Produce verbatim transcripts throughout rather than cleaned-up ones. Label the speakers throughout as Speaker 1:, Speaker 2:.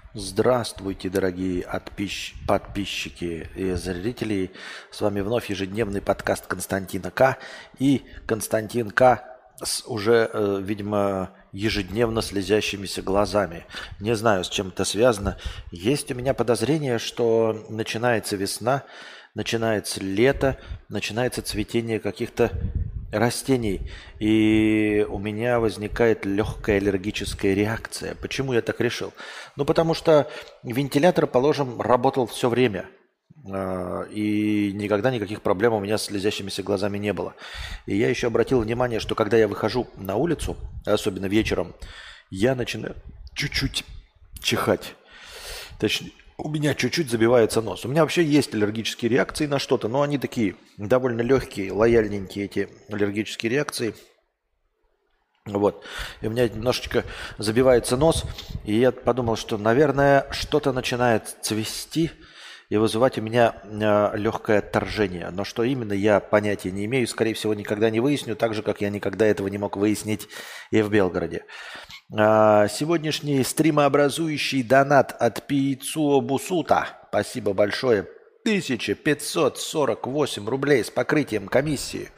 Speaker 1: Здравствуйте, дорогие отпищ- подписчики и зрители. С вами вновь ежедневный подкаст Константина К. И Константин К. с уже, э, видимо, ежедневно слезящимися глазами. Не знаю, с чем это связано. Есть у меня подозрение, что начинается весна, начинается лето, начинается цветение каких-то растений, и у меня возникает легкая аллергическая реакция. Почему я так решил? Ну, потому что вентилятор, положим, работал все время, а, и никогда никаких проблем у меня с слезящимися глазами не было. И я еще обратил внимание, что когда я выхожу на улицу, особенно вечером, я начинаю чуть-чуть чихать. Точнее, у меня чуть-чуть забивается нос. У меня вообще есть аллергические реакции на что-то, но они такие довольно легкие, лояльненькие эти аллергические реакции. Вот. И у меня немножечко забивается нос, и я подумал, что, наверное, что-то начинает цвести и вызывать у меня э, легкое отторжение. Но что именно, я понятия не имею, скорее всего, никогда не выясню, так же, как я никогда этого не мог выяснить и в Белгороде. А, сегодняшний стримообразующий донат от Пиццуо Бусута. Спасибо большое. тысяча пятьсот сорок восемь рублей с покрытием комиссии.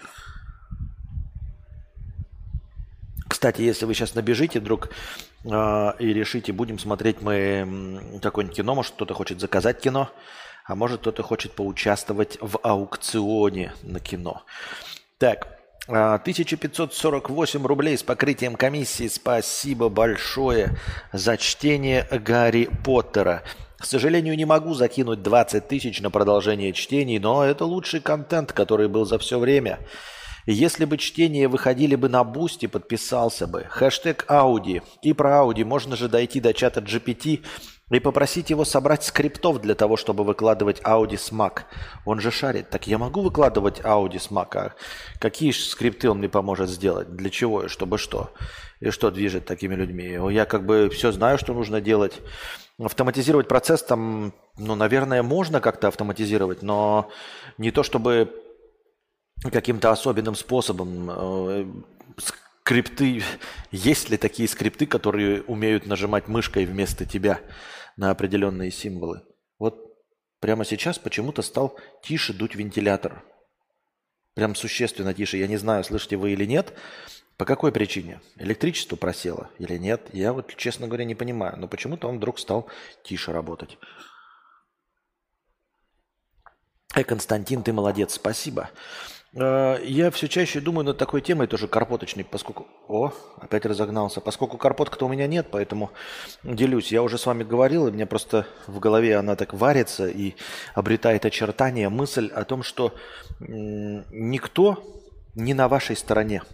Speaker 1: Кстати, если вы сейчас набежите вдруг э, и решите, будем смотреть мы м, какое-нибудь кино, может кто-то хочет заказать кино, а может кто-то хочет поучаствовать в аукционе на кино. Так, э, тысяча пятьсот сорок восемь рублей с покрытием комиссии. Спасибо большое за чтение Гарри Поттера. К сожалению, не могу закинуть двадцать тысяч на продолжение чтений, но это лучший контент, который был за все время. Если бы чтения выходили бы на Бусти, подписался бы. Хэштег Ауди. И про Ауди можно же дойти до чата джи пи ти и попросить его собрать скриптов для того, чтобы выкладывать Ауди с Mac. Он же шарит. Так я могу выкладывать Ауди с Mac? А какие скрипты он мне поможет сделать? Для чего и чтобы что? И что движет такими людьми? Я как бы все знаю, что нужно делать. Автоматизировать процесс там, ну, наверное, можно как-то автоматизировать, но не то чтобы каким-то особенным способом. Э, Скрипты, есть ли такие скрипты, которые умеют нажимать мышкой вместо тебя на определенные символы? Вот прямо сейчас почему-то стал тише дуть вентилятор. Прям существенно тише. Я не знаю, слышите вы или нет. По какой причине? Электричество просело или нет? Я вот, честно говоря, не понимаю. Но почему-то он вдруг стал тише работать. Эй, Константин, ты молодец, спасибо. Э, Я все чаще думаю над такой темой, тоже карпоточной, поскольку... О, опять разогнался. Поскольку карпотка-то у меня нет, поэтому делюсь. Я уже с вами говорил, и у меня просто в голове она так варится и обретает очертания мысль о том, что м, никто не на вашей стороне.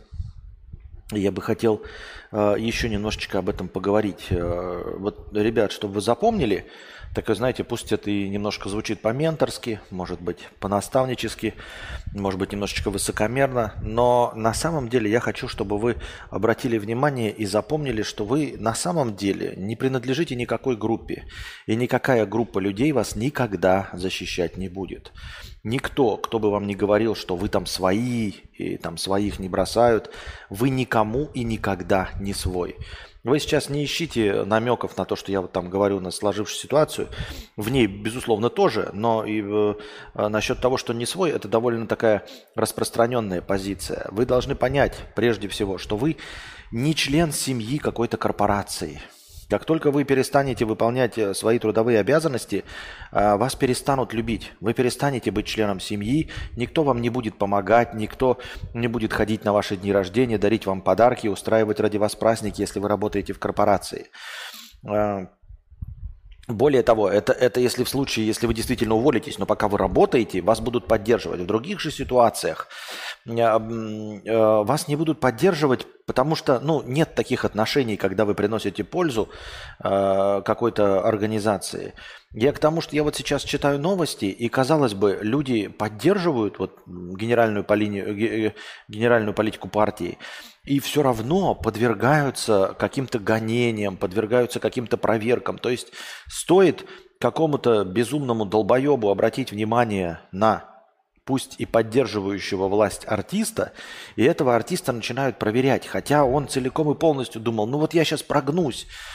Speaker 1: Я бы хотел э, еще немножечко об этом поговорить. Э, вот, ребят, чтобы вы запомнили, так, вы знаете, пусть это и немножко звучит по-менторски, может быть, по-наставнически, может быть, немножечко высокомерно, но на самом деле я хочу, чтобы вы обратили внимание и запомнили, что вы на самом деле не принадлежите никакой группе, и никакая группа людей вас никогда защищать не будет. Никто, кто бы вам ни говорил, что вы там свои, и там своих не бросают, вы никому и никогда не свой. Вы сейчас не ищите намеков на то, что я вот там говорю на сложившуюся ситуацию. В ней, безусловно, тоже, но и э, насчет того, что не свой, это довольно такая распространенная позиция. Вы должны понять, прежде всего, что вы не член семьи какой-то корпорации. Как только вы перестанете выполнять э, свои трудовые обязанности, э, вас перестанут любить. Вы перестанете быть членом семьи, никто вам не будет помогать, никто не будет ходить на ваши дни рождения, дарить вам подарки, устраивать ради вас праздники, если вы работаете в корпорации. Э, Более того, это, это если в случае, если вы действительно уволитесь, но пока вы работаете, вас будут поддерживать. В других же ситуациях э, м, э, вас не будут поддерживать, потому что ну, нет таких отношений, когда вы приносите пользу э, какой-то организации. Я к тому, что я вот сейчас читаю новости, и, казалось бы, люди поддерживают вот, генеральную, по линию, ге- генеральную политику партии, и все равно подвергаются каким-то гонениям, подвергаются каким-то проверкам. То есть стоит какому-то безумному долбоебу обратить внимание на пусть и поддерживающего власть артиста, и этого артиста начинают проверять, хотя он целиком и полностью думал, ну вот я сейчас прогнусь,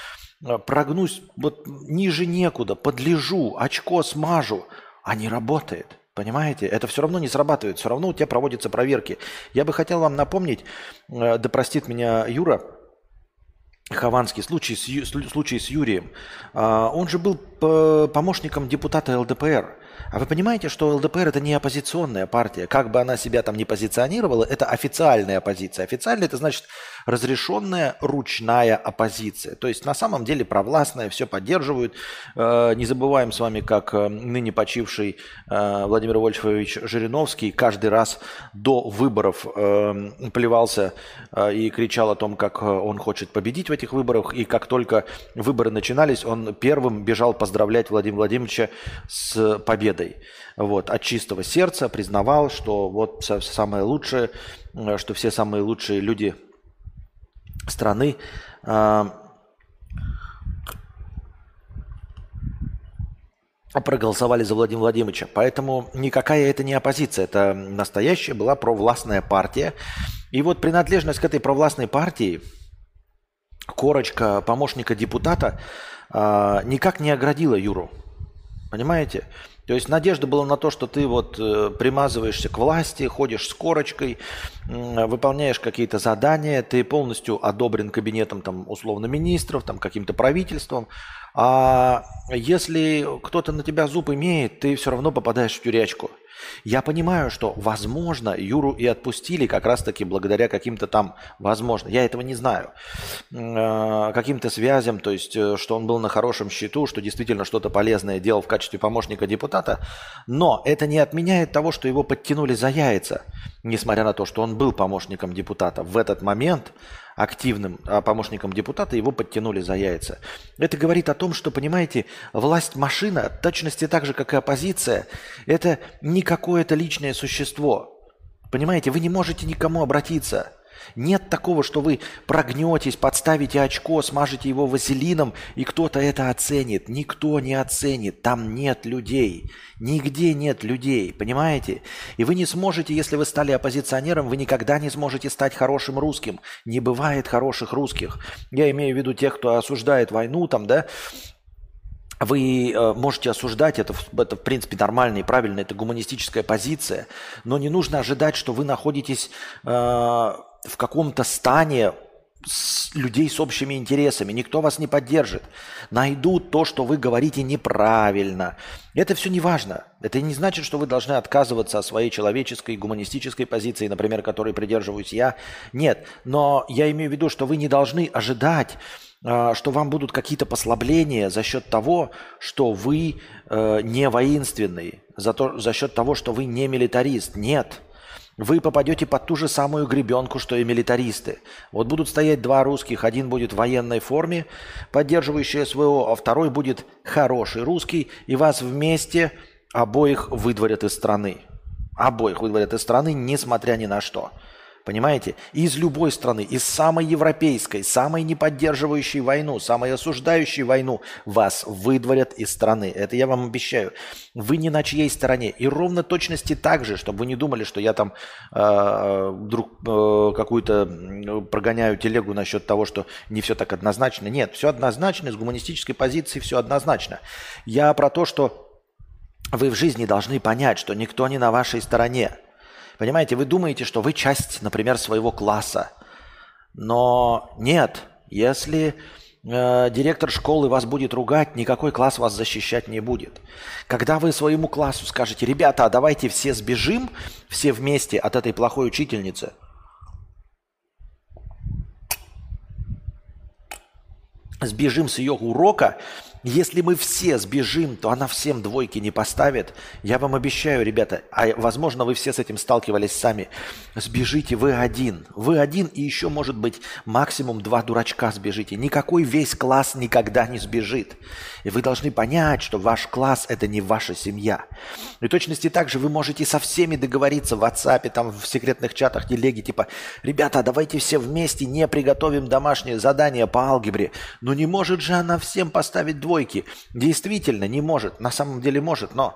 Speaker 1: э, прогнусь вот ниже некуда, подлежу, очко смажу, а не работает. Понимаете? Это все равно не срабатывает, все равно у тебя проводятся проверки. Я бы хотел вам напомнить, э, да простит меня Юра Хованский, случай с, Ю- случай с Юрием. А, Он же был п- помощником депутата эл дэ пэ эр. А вы понимаете, что эл дэ пэ эр это не оппозиционная партия? Как бы она себя там не позиционировала, это официальная оппозиция. Официально это значит разрешенная ручная оппозиция. То есть на самом деле провластная, все поддерживают. Э, Не забываем с вами, как э, ныне почивший э, Владимир Вольфович Жириновский каждый раз до выборов э, плевался э, и кричал о том, как э, он хочет победить в этих выборах. И как только выборы начинались, он первым бежал поздравлять Владимира Владимировича с победой. Вот, от чистого сердца признавал, что вот са- самое лучшее, э, что все самые лучшие люди страны э, проголосовали за Владимира Владимировича. Поэтому никакая это не оппозиция. Это настоящая была провластная партия. И вот принадлежность к этой провластной партии, корочка помощника депутата, э, никак не оградила Юру. Понимаете? То есть надежда была на то, что ты вот э, примазываешься к власти, ходишь с корочкой, м, выполняешь какие-то задания, ты полностью одобрен кабинетом там условно министров, там каким-то правительством. А если кто-то на тебя зуб имеет, ты все равно попадаешь в тюрячку. Я понимаю, что, возможно, Юру и отпустили как раз-таки благодаря каким-то там, возможно, я этого не знаю, э, каким-то связям, то есть, э, что он был на хорошем счету, что действительно что-то полезное делал в качестве помощника депутата, но это не отменяет того, что его подтянули за яйца, несмотря на то, что он был помощником депутата. В этот момент активным а, помощником депутата его подтянули за яйца. Это говорит о том, что, понимаете, власть-машина, в точности так же, как и оппозиция, это не какое-то личное существо. Понимаете, вы не можете никому обратиться. Нет такого, что вы прогнетесь, подставите очко, смажете его вазелином, и кто-то это оценит. Никто не оценит. Там нет людей. Нигде нет людей. Понимаете? И вы не сможете, если вы стали оппозиционером, вы никогда не сможете стать хорошим русским. Не бывает хороших русских. Я имею в виду тех, кто осуждает войну, там, да, вы э, можете осуждать, это, в- это в принципе нормально и правильно, это гуманистическая позиция, но не нужно ожидать, что вы находитесь э, в каком-то стане с людей с общими интересами. Никто вас не поддержит. Найдут то, что вы говорите неправильно. Это все не важно. Это не значит, что вы должны отказываться от своей человеческой, гуманистической позиции, например, которой придерживаюсь я. Нет, но я имею в виду, что вы не должны ожидать, а, что вам будут какие-то послабления за счет того, что вы э, не воинственный, за, то, за счет того, что вы не милитарист. Нет. Вы попадете под ту же самую гребенку, что и милитаристы. Вот будут стоять два русских, один будет в военной форме, поддерживающий СВО, а второй будет хороший русский, и вас вместе обоих выдворят из страны. Обоих выдворят из страны, несмотря ни на что. Понимаете? Из любой страны, из самой европейской, самой не поддерживающей войну, самой осуждающей войну, вас выдворят из страны. Это я вам обещаю. Вы не на чьей стороне. И ровно точности так же, чтобы вы не думали, что я там э, вдруг э, какую-то м, прогоняю телегу насчет того, что не все так однозначно. Нет, все однозначно, с гуманистической позиции все однозначно. Я про то, что вы в жизни должны понять, что никто не на вашей стороне. Понимаете, вы думаете, что вы часть, например, своего класса. Но нет, если э, директор школы вас будет ругать, никакой класс вас защищать не будет. Когда вы своему классу скажете: ребята, а давайте все сбежим, все вместе от этой плохой учительницы, сбежим с ее урока, если мы все сбежим, то она всем двойки не поставит. Я вам обещаю, ребята, а возможно, вы все с этим сталкивались сами. Сбежите вы один. Вы один и еще, может быть, максимум два дурачка сбежите. Никакой весь класс никогда не сбежит. И вы должны понять, что ваш класс – это не ваша семья. И в точности так же вы можете со всеми договориться в WhatsApp, там, в секретных чатах, телеге, типа: ребята, давайте все вместе не приготовим домашнее задание по алгебре. Но не может же она всем поставить двойки. Действительно, не может. На самом деле может, но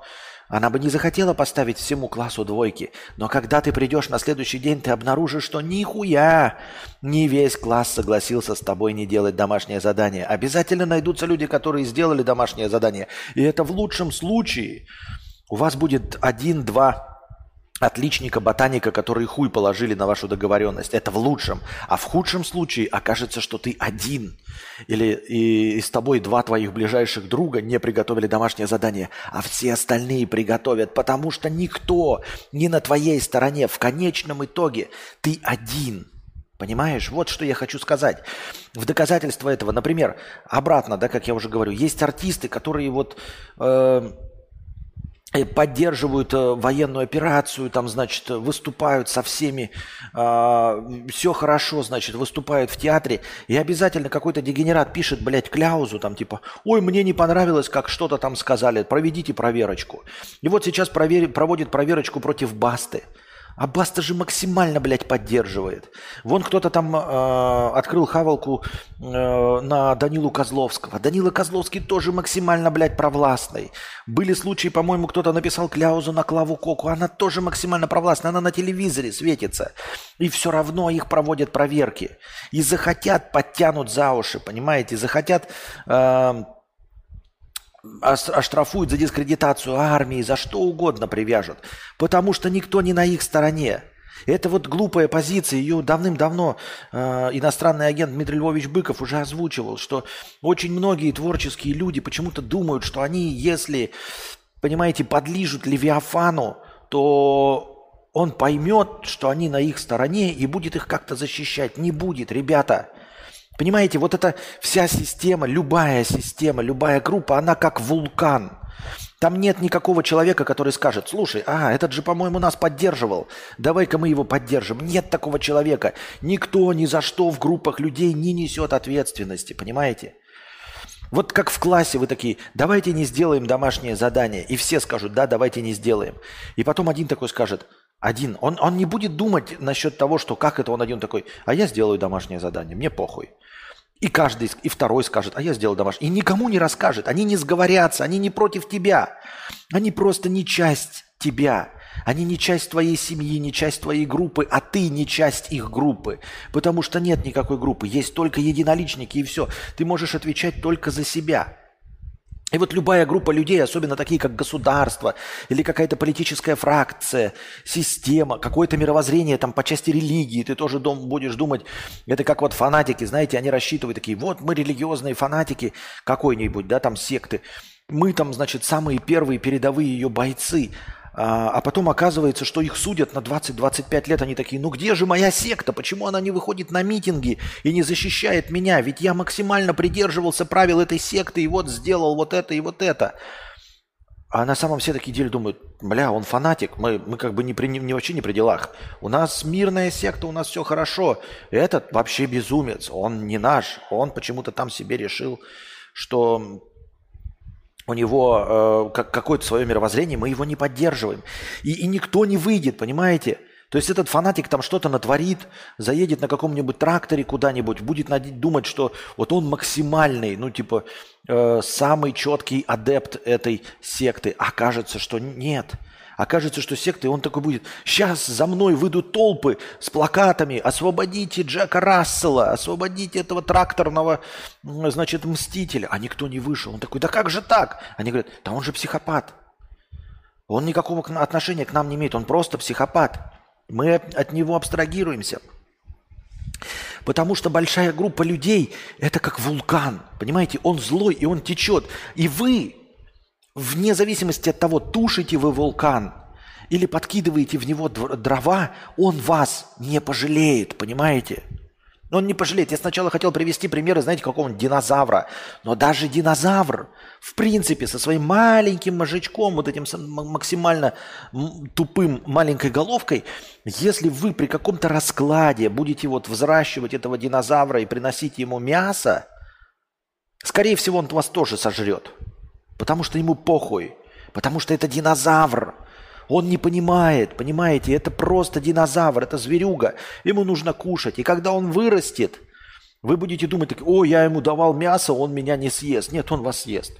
Speaker 1: Она бы не захотела поставить всему классу двойки, но когда ты придешь на следующий день, ты обнаружишь, что нихуя не весь класс согласился с тобой не делать домашнее задание. Обязательно найдутся люди, которые сделали домашнее задание. И это в лучшем случае у вас будет один-два отличника, ботаника, которые хуй положили на вашу договоренность. Это в лучшем. А в худшем случае окажется, что ты один. Или и, и с тобой два твоих ближайших друга не приготовили домашнее задание, а все остальные приготовят, потому что никто не на твоей стороне. В конечном итоге ты один. Понимаешь? Вот что я хочу сказать. В доказательство этого, например, обратно, да, как я уже говорю, есть артисты, которые вот... Э, поддерживают э, военную операцию, там, значит, выступают со всеми, э, все хорошо, значит, выступают в театре, и обязательно какой-то дегенерат пишет, блядь, кляузу, там, типа, ой, мне не понравилось, как что-то там сказали, проведите проверочку. И вот сейчас провер... проводит проверочку против Басты. А Баста же максимально, блядь, поддерживает. Вон кто-то там э, открыл хавалку э, на Данилу Козловского. Данила Козловский тоже максимально, блядь, провластный. Были случаи, по-моему, кто-то написал кляузу на Клаву Коку. Она тоже максимально провластная. Она на телевизоре светится. И все равно их проводят проверки. И захотят, подтянут за уши, понимаете? Захотят... Э, оштрафуют за дискредитацию армии, за что угодно привяжут. Потому что никто не на их стороне. Это вот глупая позиция, ее давным-давно э, иностранный агент Дмитрий Львович Быков уже озвучивал, что очень многие творческие люди почему-то думают, что они, если, понимаете, подлижут Левиафану, то он поймет, что они на их стороне и будет их как-то защищать. Не будет, ребята. Понимаете, вот эта вся система, любая система, любая группа, она как вулкан. Там нет никакого человека, который скажет, слушай, а, этот же, по-моему, нас поддерживал, давай-ка мы его поддержим. Нет такого человека. Никто ни за что в группах людей не несет ответственности, понимаете? Вот как в классе вы такие, давайте не сделаем домашнее задание. И все скажут, да, давайте не сделаем. И потом один такой скажет, один, он, он не будет думать насчет того, что как это он один такой, а я сделаю домашнее задание, мне похуй. И каждый, и второй скажет, а я сделал домашнее. И никому не расскажет, они не сговорятся, они не против тебя. Они просто не часть тебя. Они не часть твоей семьи, не часть твоей группы, а ты не часть их группы. Потому что нет никакой группы, есть только единоличники и все. Ты можешь отвечать только за себя. И вот любая группа людей, особенно такие, как государство или какая-то политическая фракция, система, какое-то мировоззрение там по части религии, ты тоже дом, будешь думать, это как вот фанатики, знаете, они рассчитывают такие, вот мы религиозные фанатики какой-нибудь, да, там секты, мы там, значит, самые первые передовые ее бойцы, а, а потом оказывается, что их судят на двадцать-двадцать пять лет, они такие, ну где же моя секта, почему она не выходит на митинги и не защищает меня, ведь я максимально придерживался правил этой секты и вот сделал вот это и вот это. А на самом все такие деле думают, бля, он фанатик, мы, мы как бы не, при, не вообще не при делах, у нас мирная секта, у нас все хорошо, этот вообще безумец, он не наш, он почему-то там себе решил, что... У него э, как, какое-то свое мировоззрение, мы его не поддерживаем. И, и никто не выйдет, понимаете? То есть этот фанатик там что-то натворит, заедет на каком-нибудь тракторе куда-нибудь, будет думать, что вот он максимальный, ну типа э, самый четкий адепт этой секты. Окажется, что нет. Окажется, что секты, он такой будет, сейчас за мной выйдут толпы с плакатами, освободите Джека Рассела, освободите этого тракторного, значит, мстителя. А никто не вышел. Он такой, да как же так? Они говорят, да он же психопат. Он никакого отношения к нам не имеет, он просто психопат. Мы от него абстрагируемся. Потому что большая группа людей – это как вулкан. Понимаете, он злой и он течет. И вы... Вне зависимости от того, тушите вы вулкан или подкидываете в него дрова, он вас не пожалеет, понимаете? Он не пожалеет. Я сначала хотел привести примеры, знаете, какого-нибудь динозавра. Но даже динозавр, в принципе, со своим маленьким мозжечком, вот этим максимально тупым маленькой головкой, если вы при каком-то раскладе будете вот взращивать этого динозавра и приносить ему мясо, скорее всего, он вас тоже сожрет. Потому что ему похуй. Потому что это динозавр. Он не понимает, понимаете? Это просто динозавр, это зверюга. Ему нужно кушать. И когда он вырастет, вы будете думать, о, я ему давал мясо, он меня не съест. Нет, он вас съест.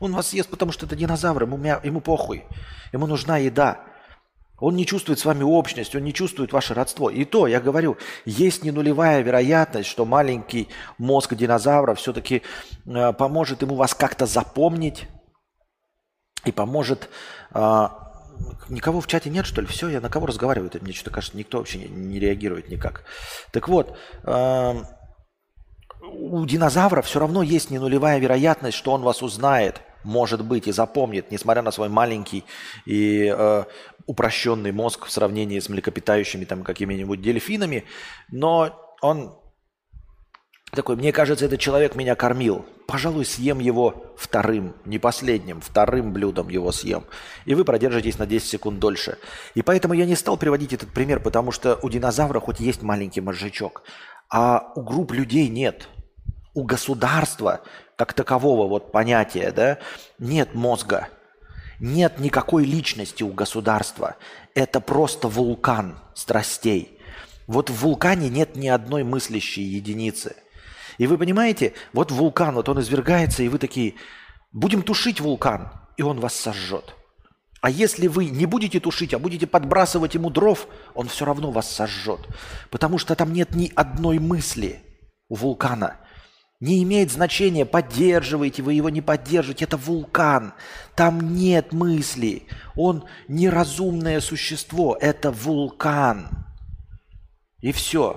Speaker 1: Он вас ест, потому что это динозавр, ему, мя- ему похуй. Ему нужна еда. Он не чувствует с вами общность, он не чувствует ваше родство. И то, я говорю, есть не нулевая вероятность, что маленький мозг динозавра все-таки э, поможет ему вас как-то запомнить и поможет... Э, никого в чате нет, что ли? Все, я на кого разговариваю? Это мне что-то кажется, никто вообще не, не реагирует никак. Так вот, э, у динозавра все равно есть не нулевая вероятность, что он вас узнает, может быть, и запомнит, несмотря на свой маленький и э, упрощенный мозг в сравнении с млекопитающими, там, какими-нибудь дельфинами. Но он такой, мне кажется, этот человек меня кормил. Пожалуй, съем его вторым, не последним, вторым блюдом его съем. И вы продержитесь на десять секунд дольше. И поэтому я не стал приводить этот пример, потому что у динозавра хоть есть маленький мозжечок, а у групп людей нет. У государства, как такового вот понятия, да, нет мозга. Нет никакой личности у государства. Это просто вулкан страстей. Вот в вулкане нет ни одной мыслящей единицы. И вы понимаете, вот вулкан, вот он извергается, и вы такие, будем тушить вулкан, и он вас сожжет. А если вы не будете тушить, а будете подбрасывать ему дров, он все равно вас сожжет. Потому что там нет ни одной мысли у вулкана. Не имеет значения, поддерживаете вы его, не поддерживаете. Это вулкан. Там нет мысли. Он неразумное существо. Это вулкан. И все.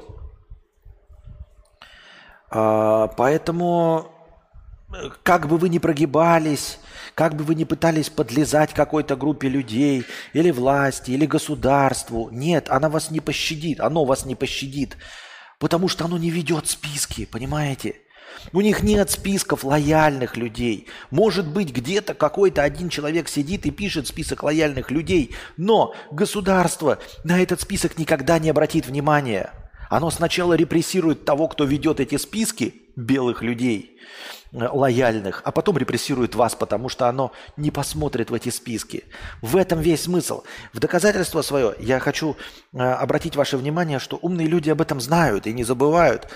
Speaker 1: А, поэтому, как бы вы ни прогибались, как бы вы ни пытались подлезать какой-то группе людей, или власти, или государству, нет, она вас не пощадит. Оно вас не пощадит. Потому что оно не ведет списки, понимаете? У них нет списков лояльных людей. Может быть, где-то какой-то один человек сидит и пишет список лояльных людей, но государство на этот список никогда не обратит внимания. Оно сначала репрессирует того, кто ведет эти списки, белых людей лояльных, а потом репрессирует вас, потому что оно не посмотрит в эти списки. В этом весь смысл. В доказательство свое я хочу обратить ваше внимание, что умные люди об этом знают и не забывают.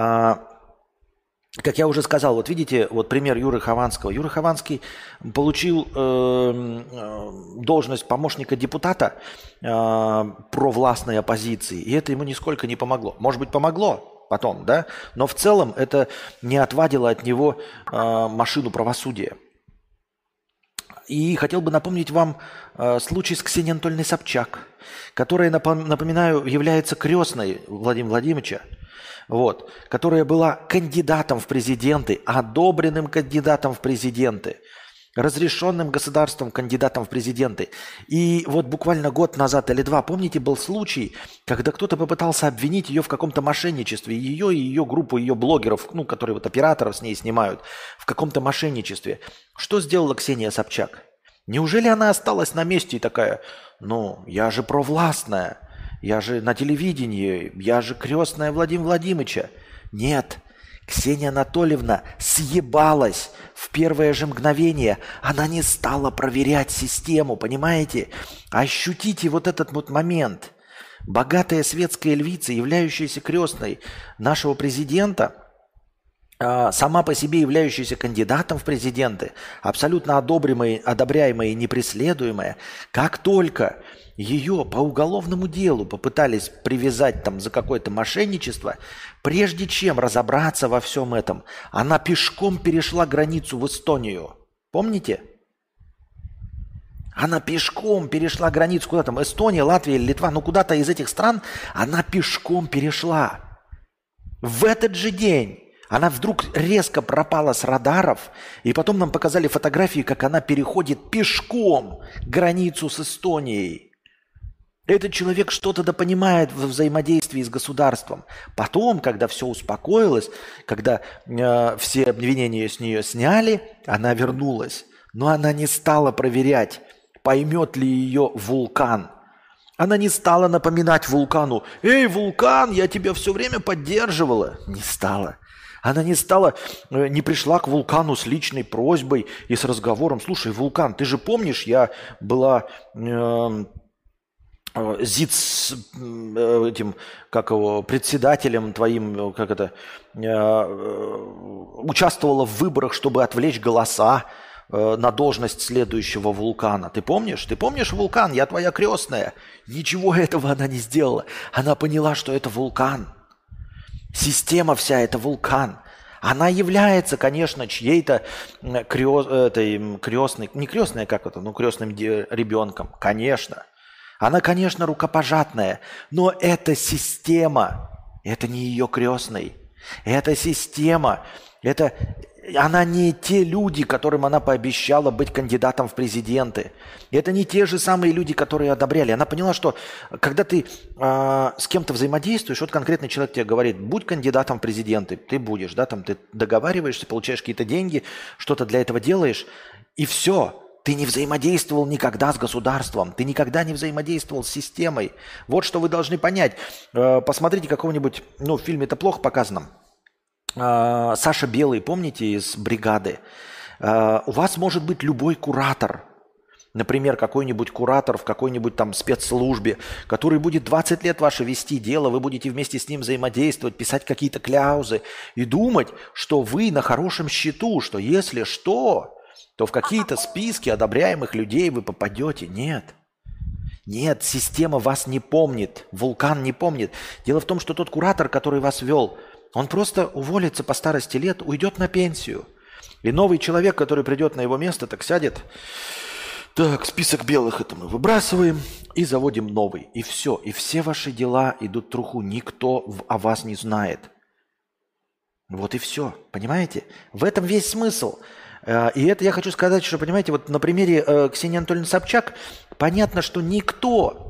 Speaker 1: Как я уже сказал, вот видите, вот пример Юры Хованского. Юра Хованский получил э, должность помощника депутата э, провластной оппозиции, и это ему нисколько не помогло. Может быть, помогло потом, да? Но в целом это не отвадило от него э, машину правосудия. И хотел бы напомнить вам э, случай с Ксенией Анатольевной Собчак, которая, напоминаю, является крестной Владимира Владимировича. Вот, которая была кандидатом в президенты, одобренным кандидатом в президенты, разрешенным государством кандидатом в президенты. И вот буквально год назад или два, помните, был случай, когда кто-то попытался обвинить ее в каком-то мошенничестве, ее и ее группу, ее блогеров, ну, которые вот операторов с ней снимают, в каком-то мошенничестве. Что сделала Ксения Собчак? Неужели она осталась на месте и такая, ну, я же провластная, я же на телевидении, я же крестная Владимира Владимировича. Нет, Ксения Анатольевна съебалась в первое же мгновение. Она не стала проверять систему, понимаете? Ощутите вот этот вот момент. Богатая светская львица, являющаяся крестной нашего президента, сама по себе являющаяся кандидатом в президенты, абсолютно одобряемая, одобряемая и непреследуемая, как только ее по уголовному делу попытались привязать там за какое-то мошенничество, прежде чем разобраться во всем этом, она пешком перешла границу в Эстонию. Помните? Она пешком перешла границу куда там, Эстония, Латвия, Литва, ну куда-то из этих стран она пешком перешла. В этот же день она вдруг резко пропала с радаров, и потом нам показали фотографии, как она переходит пешком границу с Эстонией. Этот человек что-то да понимает в взаимодействии с государством. Потом, когда все успокоилось, когда э, все обвинения с нее сняли, она вернулась. Но она не стала проверять, поймет ли ее вулкан. Она не стала напоминать вулкану: «Эй, вулкан, я тебя все время поддерживала». Не стала. Она не стала, э, не пришла к вулкану с личной просьбой и с разговором: «Слушай, вулкан, ты же помнишь, я была... Э, ЗИЦ этим, как его, председателем твоим, как это, участвовала в выборах, чтобы отвлечь голоса. э, на должность следующего вулкана. Ты помнишь? Ты помнишь вулкан? Я твоя крестная. Ничего этого она не сделала. Она поняла, что это вулкан. Система вся – это вулкан. Она является, конечно, чьей-то крё... этой крестной, не крестной, как это, ну, крестным ребенком, конечно. Она, конечно, рукопожатная, но это система, это не ее крестный. Это система, это... Она не те люди, которым она пообещала быть кандидатом в президенты. Это не те же самые люди, которые одобряли. Она поняла, что когда ты э, с кем-то взаимодействуешь, вот конкретный человек тебе говорит, будь кандидатом в президенты, ты будешь, да, там ты договариваешься, получаешь какие-то деньги, что-то для этого делаешь, и все. Ты не взаимодействовал никогда с государством, ты никогда не взаимодействовал с системой. Вот что вы должны понять. Э, посмотрите какого-нибудь, ну, в фильме это плохо показано. Саша Белый, помните, из «Бригады»? У вас может быть любой куратор, например, какой-нибудь куратор в какой-нибудь там спецслужбе, который будет двадцать лет ваше вести дело, вы будете вместе с ним взаимодействовать, писать какие-то кляузы и думать, что вы на хорошем счету, что если что, то в какие-то списки одобряемых людей вы попадете. Нет. Нет, система вас не помнит, вулкан не помнит. Дело в том, что тот куратор, который вас вел, он просто уволится по старости лет, уйдет на пенсию. И новый человек, который придет на его место, так сядет. Так, список белых это мы выбрасываем и заводим новый. И все. И все ваши дела идут в труху. Никто о вас не знает. Вот и все. Понимаете? В этом весь смысл. И это я хочу сказать, что, понимаете, вот на примере Ксении Анатольевны Собчак понятно, что никто...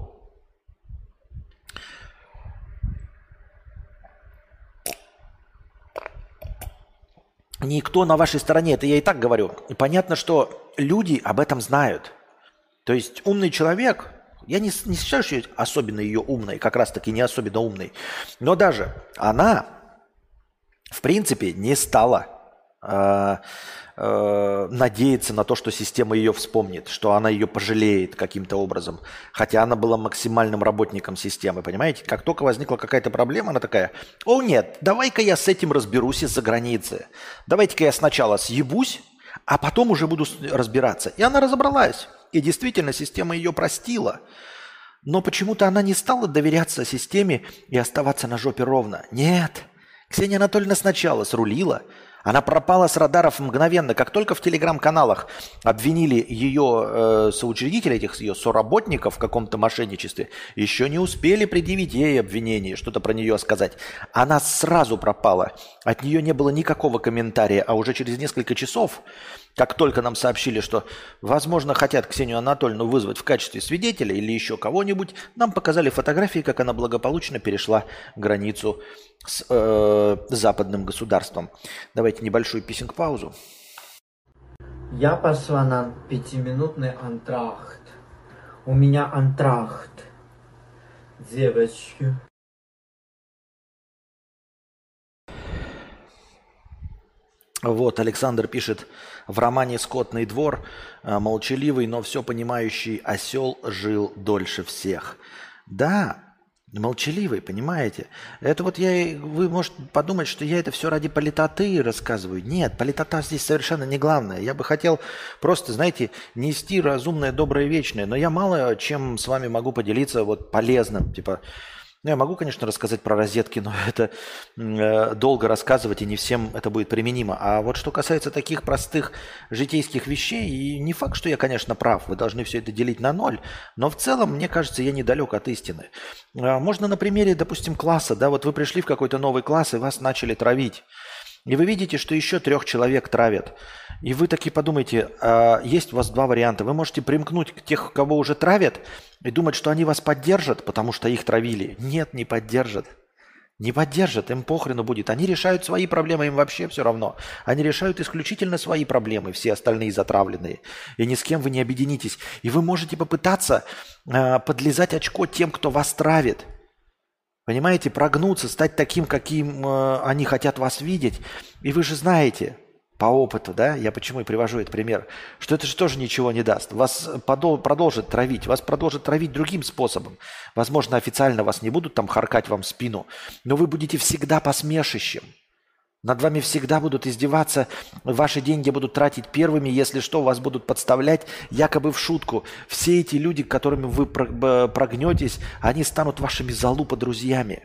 Speaker 1: Никто на вашей стороне, это я и так говорю. И понятно, что люди об этом знают. То есть умный человек, я не, не считаю, что особенно ее умной, как раз таки не особенно умной, но даже она, в принципе, не стала э, э, надеяться на то, что система ее вспомнит, что она ее пожалеет каким-то образом. Хотя она была максимальным работником системы, понимаете? Как только возникла какая-то проблема, она такая: о нет, давай-ка я с этим разберусь из-за границы. Давайте-ка я сначала съебусь, а потом уже буду разбираться. И она разобралась. И действительно, система ее простила. Но почему-то она не стала доверяться системе и оставаться на жопе ровно. Нет. Ксения Анатольевна сначала срулила. Она пропала с радаров мгновенно. Как только в телеграм-каналах обвинили ее э, соучредителей, этих ее соработников в каком-то мошенничестве, еще не успели предъявить ей обвинение, что-то про нее сказать. Она сразу пропала. От нее не было никакого комментария. А уже через несколько часов, как только нам сообщили, что, возможно, хотят Ксению Анатольевну вызвать в качестве свидетеля или еще кого-нибудь, нам показали фотографии, как она благополучно перешла границу с э, западным государством. Давайте небольшую писинг-паузу.
Speaker 2: Я пошла на пятиминутный антрахт. У меня антрахт. Девочки.
Speaker 1: Вот, Александр пишет, в романе «Скотный двор» молчаливый, но все понимающий осел жил дольше всех. Да, молчаливый, понимаете? Это вот я, вы можете подумать, что я это все ради политоты рассказываю. Нет, политота здесь совершенно не главное. Я бы хотел просто, знаете, нести разумное, доброе, вечное. Но я мало чем с вами могу поделиться вот полезным, типа... Ну, я могу, конечно, рассказать про розетки, но это э, долго рассказывать, и не всем это будет применимо. А вот что касается таких простых житейских вещей, и не факт, что я, конечно, прав, вы должны все это делить на ноль, но в целом, мне кажется, я недалек от истины. Э, можно на примере, допустим, класса, да, вот вы пришли в какой-то новый класс, и вас начали травить. И вы видите, что еще трех человек травят. И вы таки подумайте, а есть у вас два варианта. Вы можете примкнуть к тех, кого уже травят, и думать, что они вас поддержат, потому что их травили. Нет, не поддержат. Не поддержат, им похрену будет. Они решают свои проблемы, им вообще все равно. Они решают исключительно свои проблемы, все остальные затравленные. И ни с кем вы не объединитесь. И вы можете попытаться э, подлизать очко тем, кто вас травит. Понимаете, прогнуться, стать таким, каким э, они хотят вас видеть. И вы же знаете по опыту, да, я почему и привожу этот пример, что это же тоже ничего не даст. Вас подол- продолжат травить, вас продолжат травить другим способом. Возможно, официально вас не будут там харкать вам в спину, но вы будете всегда посмешищем. Над вами всегда будут издеваться, ваши деньги будут тратить первыми, если что, вас будут подставлять якобы в шутку. Все эти люди, к которым вы прогнетесь, они станут вашими залупа-друзьями.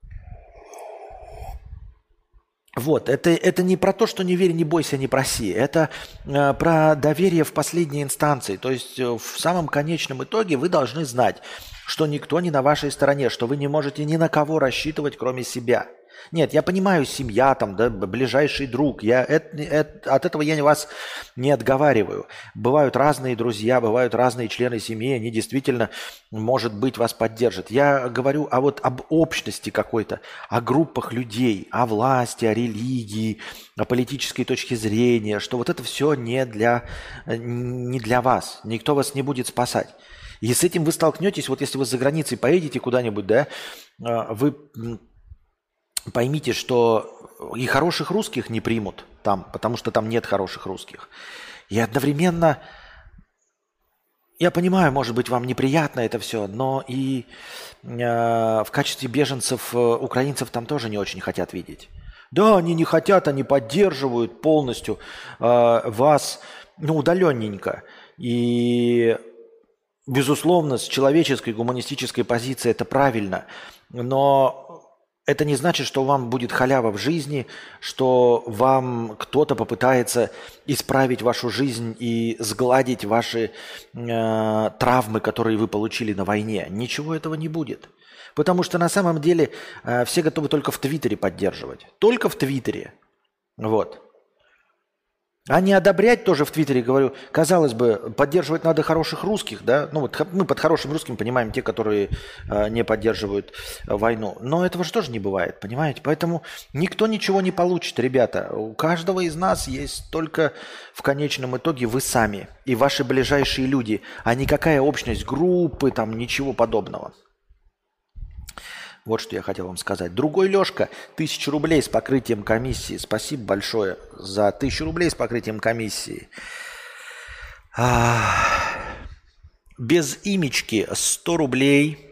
Speaker 1: Вот, это, это не про то, что не верь, не бойся, не проси. Это э, про доверие в последней инстанции. То есть э, в самом конечном итоге вы должны знать, что никто не на вашей стороне, что вы не можете ни на кого рассчитывать, кроме себя. Нет, я понимаю, семья, там, да, ближайший друг. Я, это, это, от этого я вас не отговариваю. Бывают разные друзья, бывают разные члены семьи, они действительно, может быть, вас поддержат. Я говорю о, вот, об общности какой-то, о группах людей, о власти, о религии, о политической точке зрения, что вот это все не для, не для вас. Никто вас не будет спасать. И с этим вы столкнетесь, вот если вы за границей поедете куда-нибудь, да, вы... Поймите, что и хороших русских не примут там, потому что там нет хороших русских. И одновременно, я понимаю, может быть, вам неприятно это все, но и э, в качестве беженцев э, украинцев там тоже не очень хотят видеть. Да, они не хотят, они поддерживают полностью э, вас, ну, удаленненько. И, безусловно, с человеческой, гуманистической позиции это правильно, но... Это не значит, что вам будет халява в жизни, что вам кто-то попытается исправить вашу жизнь и сгладить ваши э, травмы, которые вы получили на войне. Ничего этого не будет. Потому что на самом деле э, все готовы только в Твиттере поддерживать. Только в Твиттере. Вот. А не одобрять тоже в Твиттере, говорю, казалось бы, поддерживать надо хороших русских, да, ну вот мы под хорошим русским понимаем те, которые э, не поддерживают э, войну, но этого же тоже не бывает, понимаете, поэтому никто ничего не получит, ребята, у каждого из нас есть только в конечном итоге вы сами и ваши ближайшие люди, а никакая общность группы, там ничего подобного. Вот что я хотел вам сказать. Другой Лешка, тысяча рублей с покрытием комиссии. Спасибо большое за тысячу рублей с покрытием комиссии. А, без имечки сто рублей.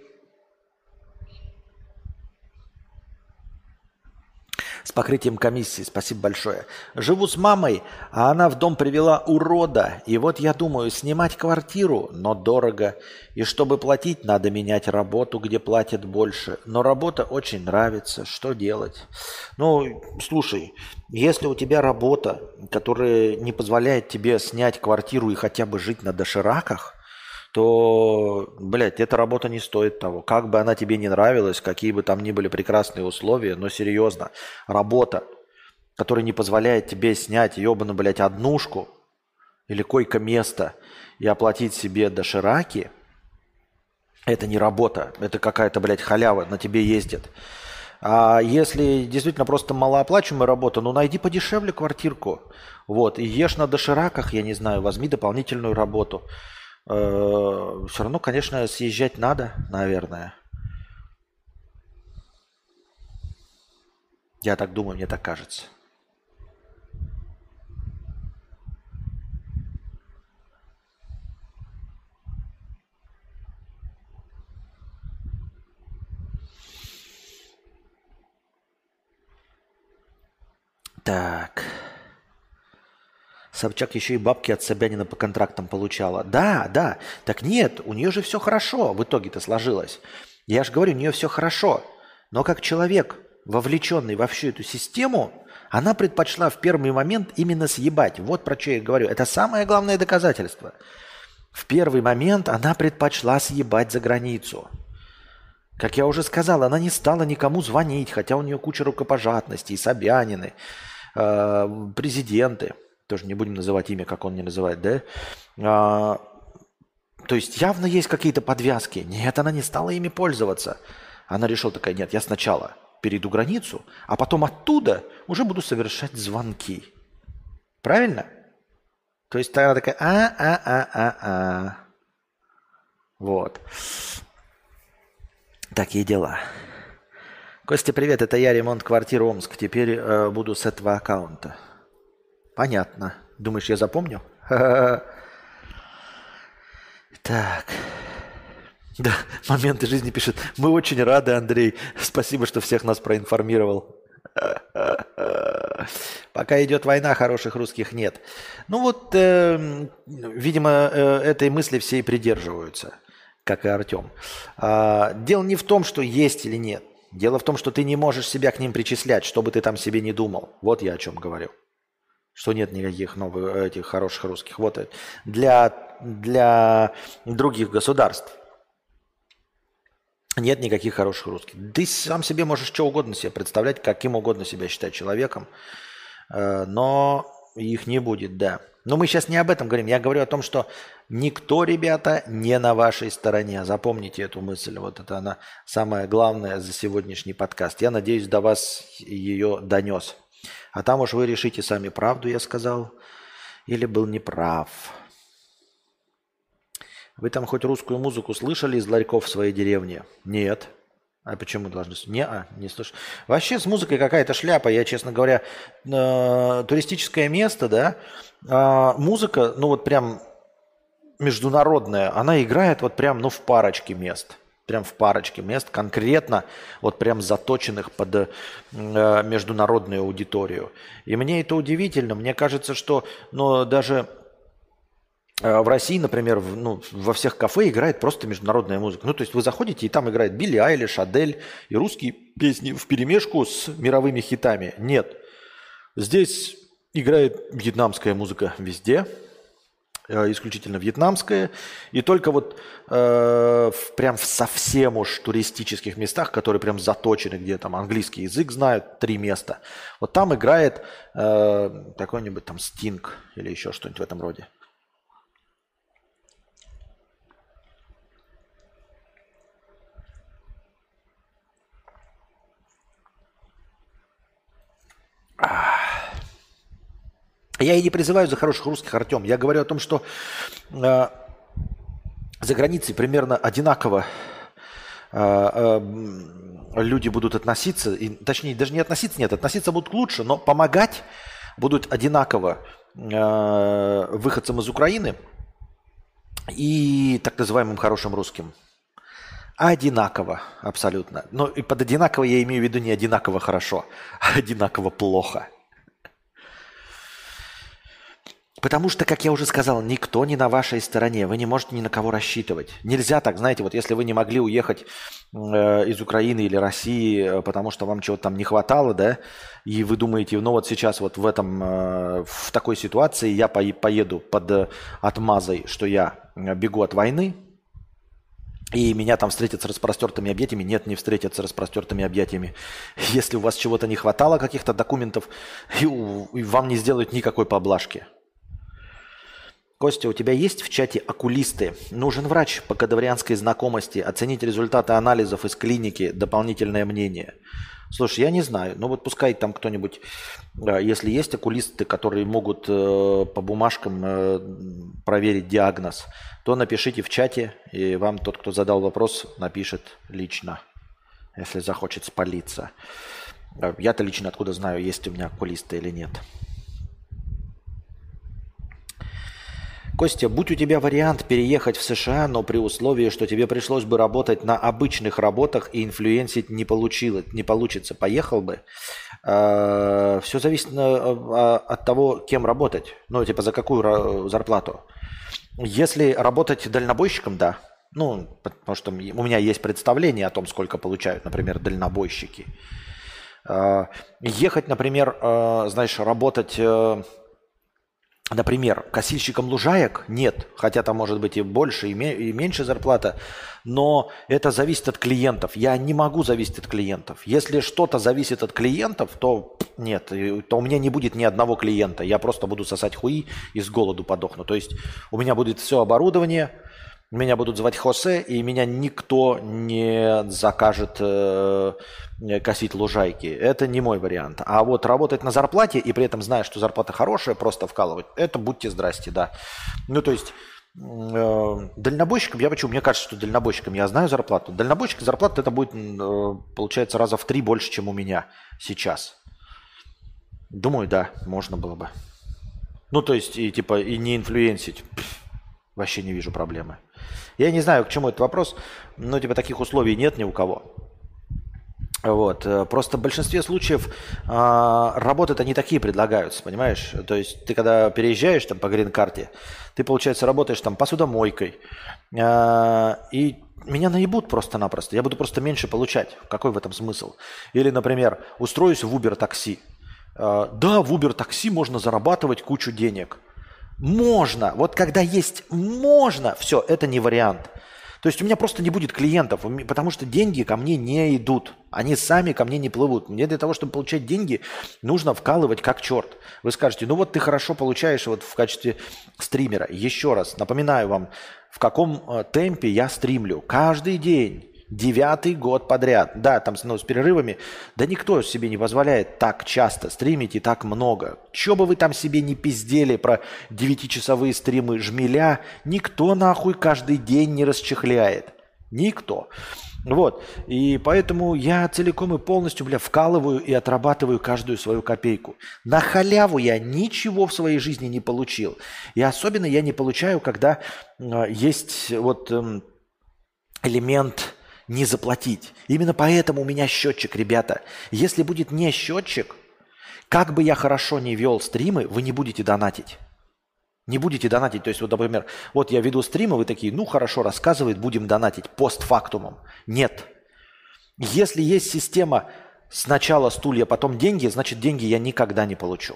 Speaker 1: С покрытием комиссии. Спасибо большое. Живу с мамой, а она в дом привела урода. И вот я думаю, снимать квартиру, но дорого. И чтобы платить, надо менять работу, где платят больше. Но работа очень нравится. Что делать? Ну, слушай, если у тебя работа, которая не позволяет тебе снять квартиру и хотя бы жить на дошираках, то, блядь, эта работа не стоит того. Как бы она тебе не нравилась, какие бы там ни были прекрасные условия, но серьезно, работа, которая не позволяет тебе снять ебаную, блядь, однушку или койко-место и оплатить себе дошираки, это не работа, это какая-то, блядь, халява, на тебе ездит. А если действительно просто малооплачиваемая работа, ну найди подешевле квартирку, вот, и ешь на дошираках, я не знаю, возьми дополнительную работу. Все равно, конечно, съезжать надо, наверное. Я так думаю, мне так кажется. Так. Собчак еще и бабки от Собянина по контрактам получала. Да, да. Так нет, у нее же все хорошо в итоге-то сложилось. Я же говорю, у нее все хорошо. Но как человек, вовлеченный во всю эту систему, она предпочла в первый момент именно съебать. Вот про что я говорю. Это самое главное доказательство. В первый момент она предпочла съебать за границу. Как я уже сказал, она не стала никому звонить, хотя у нее куча рукопожатностей, Собянины, э, президенты. Тоже не будем называть имя, как он не называет, да? А, то есть явно есть какие-то подвязки. Нет, она не стала ими пользоваться. Она решила такая, нет, я сначала перейду границу, а потом оттуда уже буду совершать звонки. Правильно? То есть она такая, а-а-а-а-а. Вот. Такие дела. Костя, привет, это я, ремонт квартиры Омск. Теперь э, буду с этого аккаунта. Понятно. Думаешь, я запомню? Так. Да, моменты жизни пишет. Мы очень рады, Андрей. Спасибо, что всех нас проинформировал. Пока идет война, хороших русских нет. Ну вот, э, видимо, э, этой мысли все и придерживаются, как и Артем. А, дело не в том, что есть или нет. Дело в том, что ты не можешь себя к ним причислять, что бы ты там себе не думал. Вот я о чем говорю. Что нет никаких новых этих хороших русских. Вот это. Для, для других государств нет никаких хороших русских. Ты сам себе можешь что угодно себе представлять, каким угодно себя считать человеком, э, но их не будет, да. Но мы сейчас не об этом говорим. Я говорю о том, что никто, ребята, не на вашей стороне. Запомните эту мысль. Вот это она самая главная за сегодняшний подкаст. Я надеюсь, до вас ее донес. А там уж вы решите сами, правду я сказал или был неправ. Вы там хоть русскую музыку слышали из ларьков в своей деревне? Нет. А почему должны? Не, а, не слышу. Вообще с музыкой какая-то шляпа. Я, честно говоря, э, туристическое место, да, э, музыка, ну вот прям международная, она играет вот прям, ну, в парочке мест. Прям в парочке мест, конкретно вот прям заточенных под э, международную аудиторию. И мне это удивительно. Мне кажется, что, ну, даже в России, например, в, ну, во всех кафе играет просто международная музыка. Ну, то есть вы заходите, и там играет Билли Айлиш, Адель и русские песни вперемешку с мировыми хитами. Нет. Здесь играет вьетнамская музыка везде, э, исключительно вьетнамская. И только вот э, в, прям в совсем уж туристических местах, которые прям заточены, где там английский язык знают, три места, вот там играет э, какой-нибудь там Стинг или еще что-нибудь в этом роде. Я и не призываю за хороших русских, Артем. Я говорю о том, что э, за границей примерно одинаково э, э, люди будут относиться, и, точнее, даже не относиться, нет, относиться будут лучше, но помогать будут одинаково э, выходцам из Украины и так называемым хорошим русским. Одинаково, абсолютно. Но и под одинаково я имею в виду не одинаково хорошо, а одинаково плохо. Потому что, как я уже сказал, никто не на вашей стороне. Вы не можете ни на кого рассчитывать. Нельзя так, знаете, вот если вы не могли уехать э, из Украины или России, потому что вам чего-то там не хватало, да, и вы думаете, ну вот сейчас вот в этом, э, в такой ситуации я по- поеду под э, отмазой, что я бегу от войны, и меня там встретят с распростертыми объятиями. Нет, не встретят с распростертыми объятиями. Если у вас чего-то не хватало, каких-то документов, и, у- и вам не сделают никакой поблажки. Костя, у тебя есть в чате окулисты? Нужен врач по кадаврианской знакомости, оценить результаты анализов из клиники, дополнительное мнение. Слушай, я не знаю, но вот пускай там кто-нибудь, если есть окулисты, которые могут э, по бумажкам э, проверить диагноз, то напишите в чате, и вам тот, кто задал вопрос, напишет лично, если захочет спалиться. Я-то лично откуда знаю, есть у меня окулисты или нет. Костя, будь у тебя вариант переехать в США, но при условии, что тебе пришлось бы работать на обычных работах и инфлюенсить не, получилось, не получится, поехал бы? Все зависит от того, кем работать. Ну, типа, за какую зарплату. Если работать дальнобойщиком, да. Ну, потому что у меня есть представление о том, сколько получают, например, дальнобойщики. Ехать, например, знаешь, работать... Например, косильщиком лужаек нет, хотя там может быть и больше, и, ме- и меньше зарплата, но это зависит от клиентов. Я не могу зависеть от клиентов. Если что-то зависит от клиентов, то нет, то у меня не будет ни одного клиента. Я просто буду сосать хуи и с голоду подохну. То есть у меня будет все оборудование, меня будут звать Хосе, и меня никто не закажет э, косить лужайки. Это не мой вариант. А вот работать на зарплате и при этом зная, что зарплата хорошая, просто вкалывать, это будьте здрасте, да. Ну, то есть э, дальнобойщиком, я почему? Мне кажется, что дальнобойщиком я знаю зарплату. Дальнобойщик зарплата это будет, э, получается, раза в три больше, чем у меня сейчас. Думаю, да, можно было бы. Ну, то есть, и типа, и не инфлюенсить. Пфф, вообще не вижу проблемы. Я не знаю, к чему этот вопрос, но типа таких условий нет ни у кого. Вот. э, Просто в большинстве случаев а, работы-то не такие предлагаются, понимаешь? То есть ты когда переезжаешь там по грин-карте, ты, получается, работаешь там посудомойкой, а, и меня наебут просто-напросто. Я буду просто меньше получать. Какой в этом смысл? Или, например, устроюсь в Uber такси. А, Да, в Uber такси можно зарабатывать кучу денег. Можно. Вот когда есть можно, все, это не вариант. То есть у меня просто не будет клиентов, у ме- потому что деньги ко мне не идут. Они сами ко мне не плывут. Мне для того, чтобы получать деньги, нужно вкалывать как черт. Вы скажете, ну вот ты хорошо получаешь вот в качестве стримера. Еще раз напоминаю вам, в каком э, темпе я стримлю. Каждый день. Девятый год подряд. Да, там ну, с перерывами. Да никто себе не позволяет так часто стримить и так много. Че бы вы там себе не пиздели про девятичасовые стримы жмеля, никто нахуй каждый день не расчехляет. Никто. Вот. И поэтому я целиком и полностью, бля, вкалываю и отрабатываю каждую свою копейку. На халяву я ничего в своей жизни не получил. И особенно я не получаю, когда э, есть вот эм, элемент не заплатить. Именно поэтому у меня счетчик, ребята. Если будет не счетчик, как бы я хорошо не вел стримы, вы не будете донатить. Не будете донатить. То есть, вот, например, вот я веду стримы, вы такие, ну хорошо, рассказывает, будем донатить постфактумом. Нет. Если есть система сначала стулья, потом деньги, значит деньги я никогда не получу.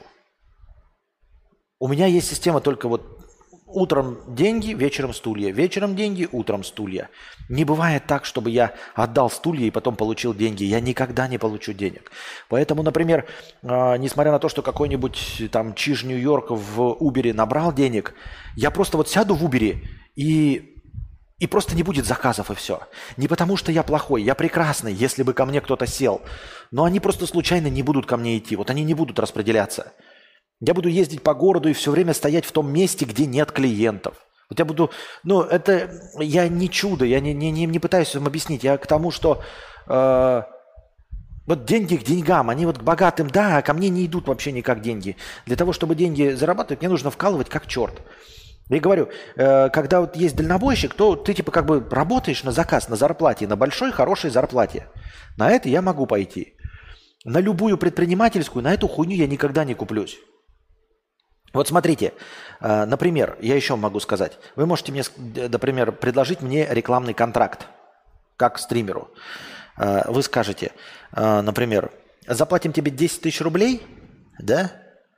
Speaker 1: У меня есть система только вот утром деньги, вечером стулья. Вечером деньги, утром стулья. Не бывает так, чтобы я отдал стулья и потом получил деньги. Я никогда не получу денег. Поэтому, например, э, несмотря на то, что какой-нибудь там Чиж Нью-Йорк в Убере набрал денег, я просто вот сяду в Убере и, и просто не будет заказов и все. Не потому, что я плохой, я прекрасный, если бы ко мне кто-то сел. Но они просто случайно не будут ко мне идти. Вот они не будут распределяться. Я буду ездить по городу и все время стоять в том месте, где нет клиентов. Вот я буду, ну, это, я не чудо, я не, не, не, не пытаюсь вам объяснить. Я к тому, что э, вот деньги к деньгам, они вот к богатым, да, а ко мне не идут вообще никак деньги. Для того, чтобы деньги зарабатывать, мне нужно вкалывать как черт. Я говорю, э, когда вот есть дальнобойщик, то ты типа как бы работаешь на заказ, на зарплате, на большой хорошей зарплате. На это я могу пойти. На любую предпринимательскую, на эту хуйню я никогда не куплюсь. Вот смотрите, э, например, я еще могу сказать. Вы можете мне, например, предложить мне рекламный контракт, как стримеру. Э, Вы скажете, э, например, заплатим тебе десять тысяч рублей, да?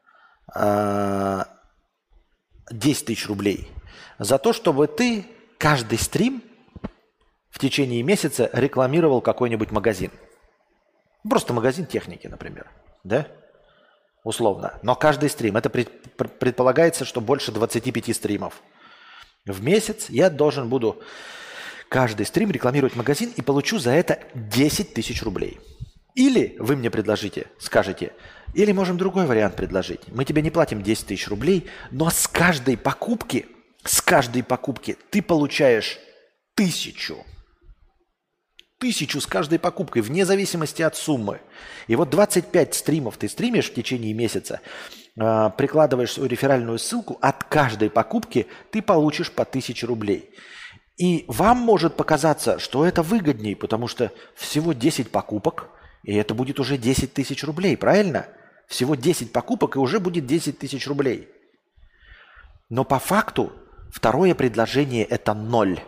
Speaker 1: Э, десять тысяч рублей за то, чтобы ты каждый стрим в течение месяца рекламировал какой-нибудь магазин. Просто магазин техники, например, да? Условно. Но каждый стрим. Это пред- пр- предполагается, что больше двадцати пяти стримов в месяц я должен буду каждый стрим рекламировать магазин и получу за это десять тысяч рублей. Или вы мне предложите, скажете, или можем другой вариант предложить. Мы тебе не платим десять тысяч рублей, но с каждой покупки, с каждой покупки ты получаешь тысячу. Тысячу с каждой покупкой, вне зависимости от суммы. И вот двадцать пять стримов ты стримишь в течение месяца, э, прикладываешь свою реферальную ссылку, от каждой покупки ты получишь по тысяче рублей. И вам может показаться, что это выгодней, потому что всего десять покупок, и это будет уже десять тысяч рублей, правильно? Всего десять покупок, и уже будет десять тысяч рублей. Но по факту второе предложение – это ноль.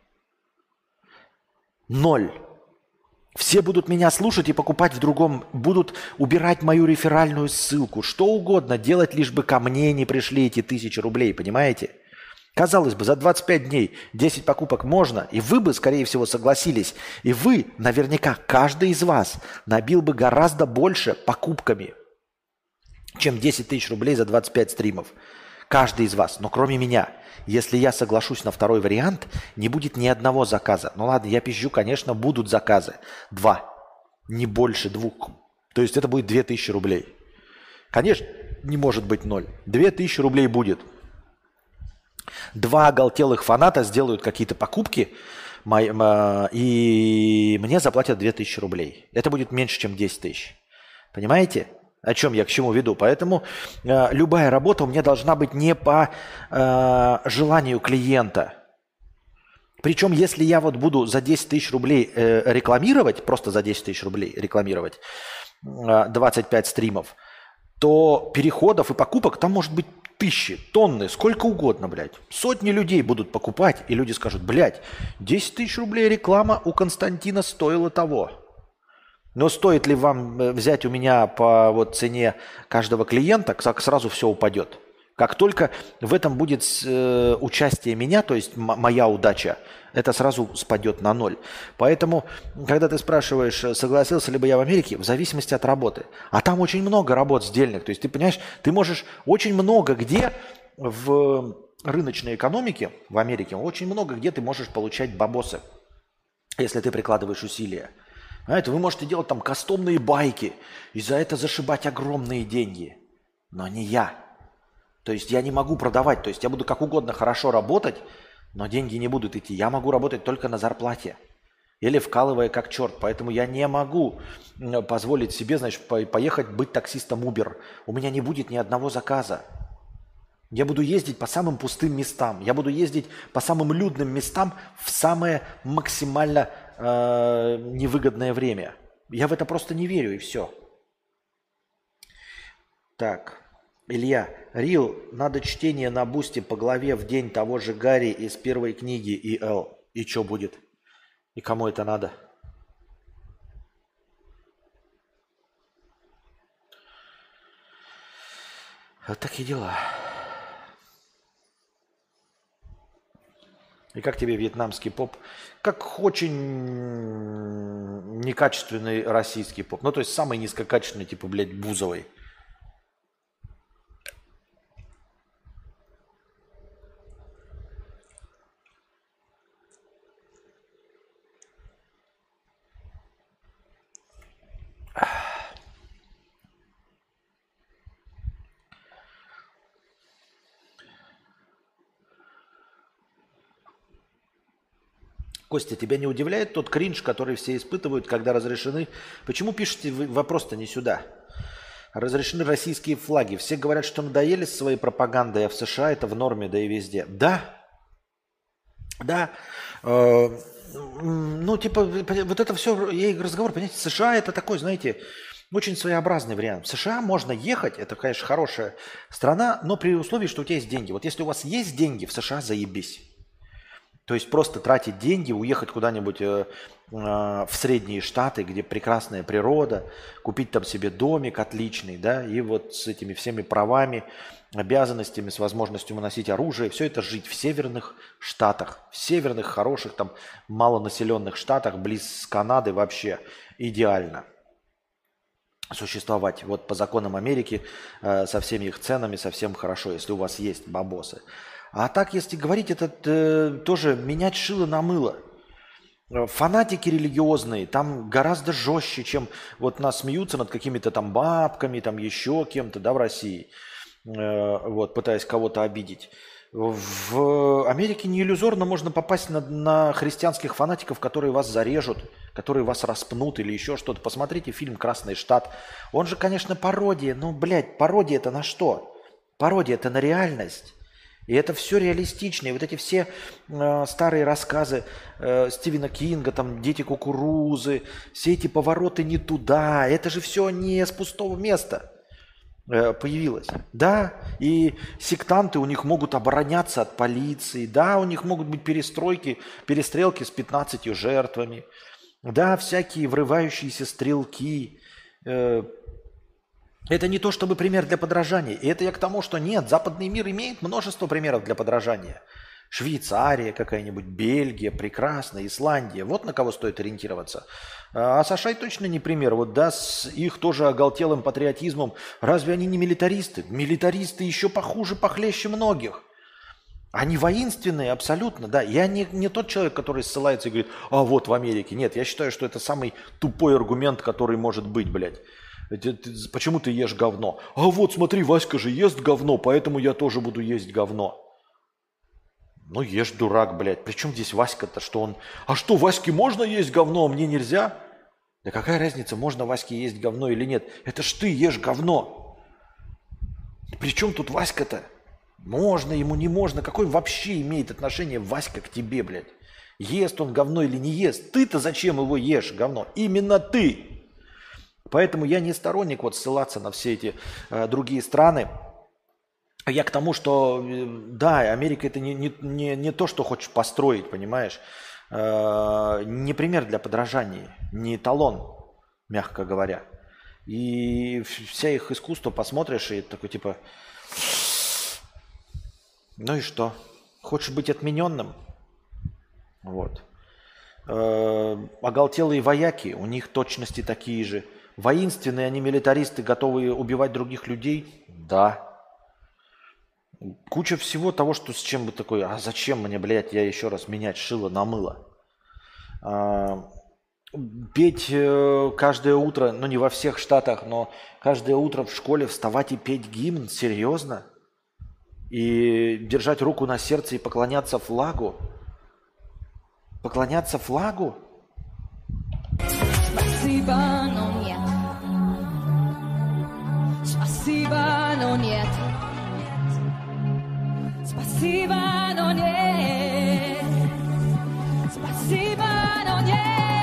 Speaker 1: Ноль. Все будут меня слушать и покупать в другом, будут убирать мою реферальную ссылку, что угодно делать, лишь бы ко мне не пришли эти тысячи рублей, понимаете? Казалось бы, за двадцать пять дней десять покупок можно, и вы бы, скорее всего, согласились. И вы, наверняка, каждый из вас набил бы гораздо больше покупками, чем десять тысяч рублей за двадцать пять стримов. Каждый из вас, но кроме меня. Если я соглашусь на второй вариант, не будет ни одного заказа. Ну ладно, я пизжу, конечно, будут заказы. Два. Не больше двух. То есть это будет две тысячи рублей. Конечно, не может быть ноль. Две тысячи рублей будет. Два оголтелых фаната сделают какие-то покупки, и мне заплатят две тысячи рублей. Это будет меньше, чем десять тысяч. Понимаете? О чем я к чему веду? Поэтому э, любая работа у меня должна быть не по э, желанию клиента. Причем, если я вот буду за десять тысяч рублей э, рекламировать, просто за десять тысяч рублей рекламировать э, двадцать пять стримов, то переходов и покупок там может быть тысячи, тонны, сколько угодно, блядь. Сотни людей будут покупать, и люди скажут, блядь, десять тысяч рублей реклама у Константина стоила того. Но стоит ли вам взять у меня по вот цене каждого клиента, как сразу все упадет. Как только в этом будет э, участие меня, то есть м- моя удача, это сразу спадет на ноль. Поэтому, когда ты спрашиваешь, согласился ли бы я в Америке, в зависимости от работы. А там очень много работ сдельных. То есть ты понимаешь, ты можешь очень много где в рыночной экономике в Америке, очень много где ты можешь получать бабосы, если ты прикладываешь усилия. Знаете, вы можете делать там кастомные байки и за это зашибать огромные деньги. Но не я. То есть я не могу продавать. То есть я буду как угодно хорошо работать, но деньги не будут идти. Я могу работать только на зарплате. Или вкалывая как черт. Поэтому я не могу позволить себе, значит, поехать быть таксистом Uber. У меня не будет ни одного заказа. Я буду ездить по самым пустым местам. Я буду ездить по самым людным местам в самое максимально э, невыгодное время. Я в это просто не верю, и все. Так, Илья. Рил, надо чтение на бусте по главе в день того же Гарри из первой книги И Л. И что будет? И кому это надо? Вот такие дела. И как тебе вьетнамский поп? Как очень некачественный российский поп. Ну, то есть самый низкокачественный, типа, блядь, Бузовой. Костя, тебя не удивляет тот кринж, который все испытывают, когда разрешены... Почему пишете вы вопрос-то не сюда? Разрешены российские флаги. Все говорят, что надоели с своей пропагандой, а в США это в норме, да и везде. Да. Да. Э, ну, типа, вот это все, я разговор, понимаете, США это такой, знаете, очень своеобразный вариант. В США можно ехать, это, конечно, хорошая страна, но при условии, что у тебя есть деньги. Вот если у вас есть деньги, в США заебись. То есть просто тратить деньги, уехать куда-нибудь э, э, в Средние Штаты, где прекрасная природа, купить там себе домик отличный, да, и вот с этими всеми правами, обязанностями, с возможностью носить оружие, все это жить в Северных Штатах, в северных, хороших, там, малонаселенных штатах, близ Канады вообще идеально существовать. Вот по законам Америки э, со всеми их ценами совсем хорошо, если у вас есть бабосы. А так, если говорить, это э, тоже менять шило на мыло. Фанатики религиозные там гораздо жестче, чем вот нас смеются над какими-то там бабками, там еще кем-то, да, в России, э, вот, пытаясь кого-то обидеть. В Америке не иллюзорно можно попасть на, на христианских фанатиков, которые вас зарежут, которые вас распнут или еще что-то. Посмотрите фильм «Красный штат». Он же, конечно, пародия. Ну, блядь, пародия это на что? Пародия это на реальность. И это все реалистично. И вот эти все э, старые рассказы э, Стивена Кинга, там «Дети кукурузы», все эти повороты не туда, это же все не с пустого места э, появилось. Да, и сектанты у них могут обороняться от полиции, да, у них могут быть перестройки, перестрелки с пятнадцатью жертвами, да, всякие врывающиеся стрелки. Э, Это не то чтобы пример для подражания. И это я к тому, что нет, западный мир имеет множество примеров для подражания. Швейцария какая-нибудь, Бельгия, прекрасная, Исландия. Вот на кого стоит ориентироваться. А США точно не пример. Вот да, с их тоже оголтелым патриотизмом. Разве они не милитаристы? Милитаристы еще похуже, похлеще многих. Они воинственные абсолютно, да. Я не, не тот человек, который ссылается и говорит, а вот в Америке. Нет, я считаю, что это самый тупой аргумент, который может быть, блядь. Почему ты ешь говно? А вот смотри, Васька же ест говно, поэтому я тоже буду есть говно. Ну ешь, дурак, блядь. Причем здесь Васька-то, что он... А что, Ваське можно есть говно, а мне нельзя? Да какая разница, можно Ваське есть говно или нет? Это ж ты ешь говно. Причем тут Васька-то? Можно ему, не можно. Какое вообще имеет отношение Васька к тебе, блядь? Ест он говно или не ест? Ты-то зачем его ешь, говно? Именно ты. Поэтому я не сторонник вот ссылаться на все эти э, другие страны. Я к тому, что, э, да, Америка это не, не, не, не то, что хочешь построить, понимаешь? Э, не пример для подражания, не эталон, мягко говоря. И вся их искусство посмотришь и такой типа, ну и что? Хочешь быть отмененным? Вот. Э, оголтелые вояки, у них точности такие же. Воинственные они милитаристы, готовые убивать других людей? Да. Куча всего того, что с чем бы такой, а зачем мне, блядь, я еще раз менять шило на мыло? А, петь э, каждое утро, ну не во всех штатах, но каждое утро в школе вставать и петь гимн, серьезно? И держать руку на сердце и поклоняться флагу? Поклоняться флагу?
Speaker 3: Спасибо, но нет. Спасибо, но нет. Спасибо, но нет. Спасибо, но нет.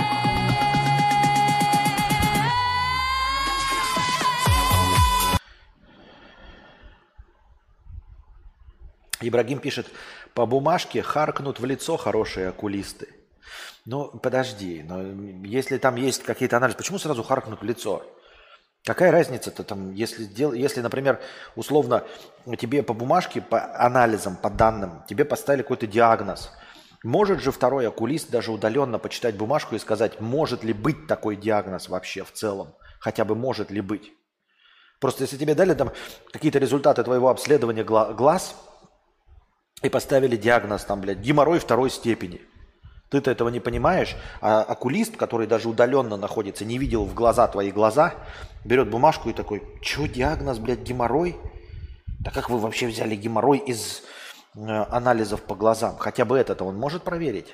Speaker 1: Ибрагим пишет, по бумажке харкнут в лицо хорошие окулисты. Ну, подожди, но если там есть какие-то анализы, почему сразу харкнут в лицо? Какая разница-то там, если, дел... если, например, условно тебе по бумажке, по анализам, по данным, тебе поставили какой-то диагноз. Может же второй окулист даже удаленно почитать бумажку и сказать, может ли быть такой диагноз вообще в целом? Хотя бы может ли быть? Просто если тебе дали там какие-то результаты твоего обследования гла- глаз и поставили диагноз там, блядь, геморрой второй степени. Ты-то этого не понимаешь, а окулист, который даже удаленно находится, не видел в глаза твои глаза, берет бумажку и такой, что диагноз, блядь, геморрой? Да как вы вообще взяли геморрой из э, анализов по глазам? Хотя бы это-то он может проверить?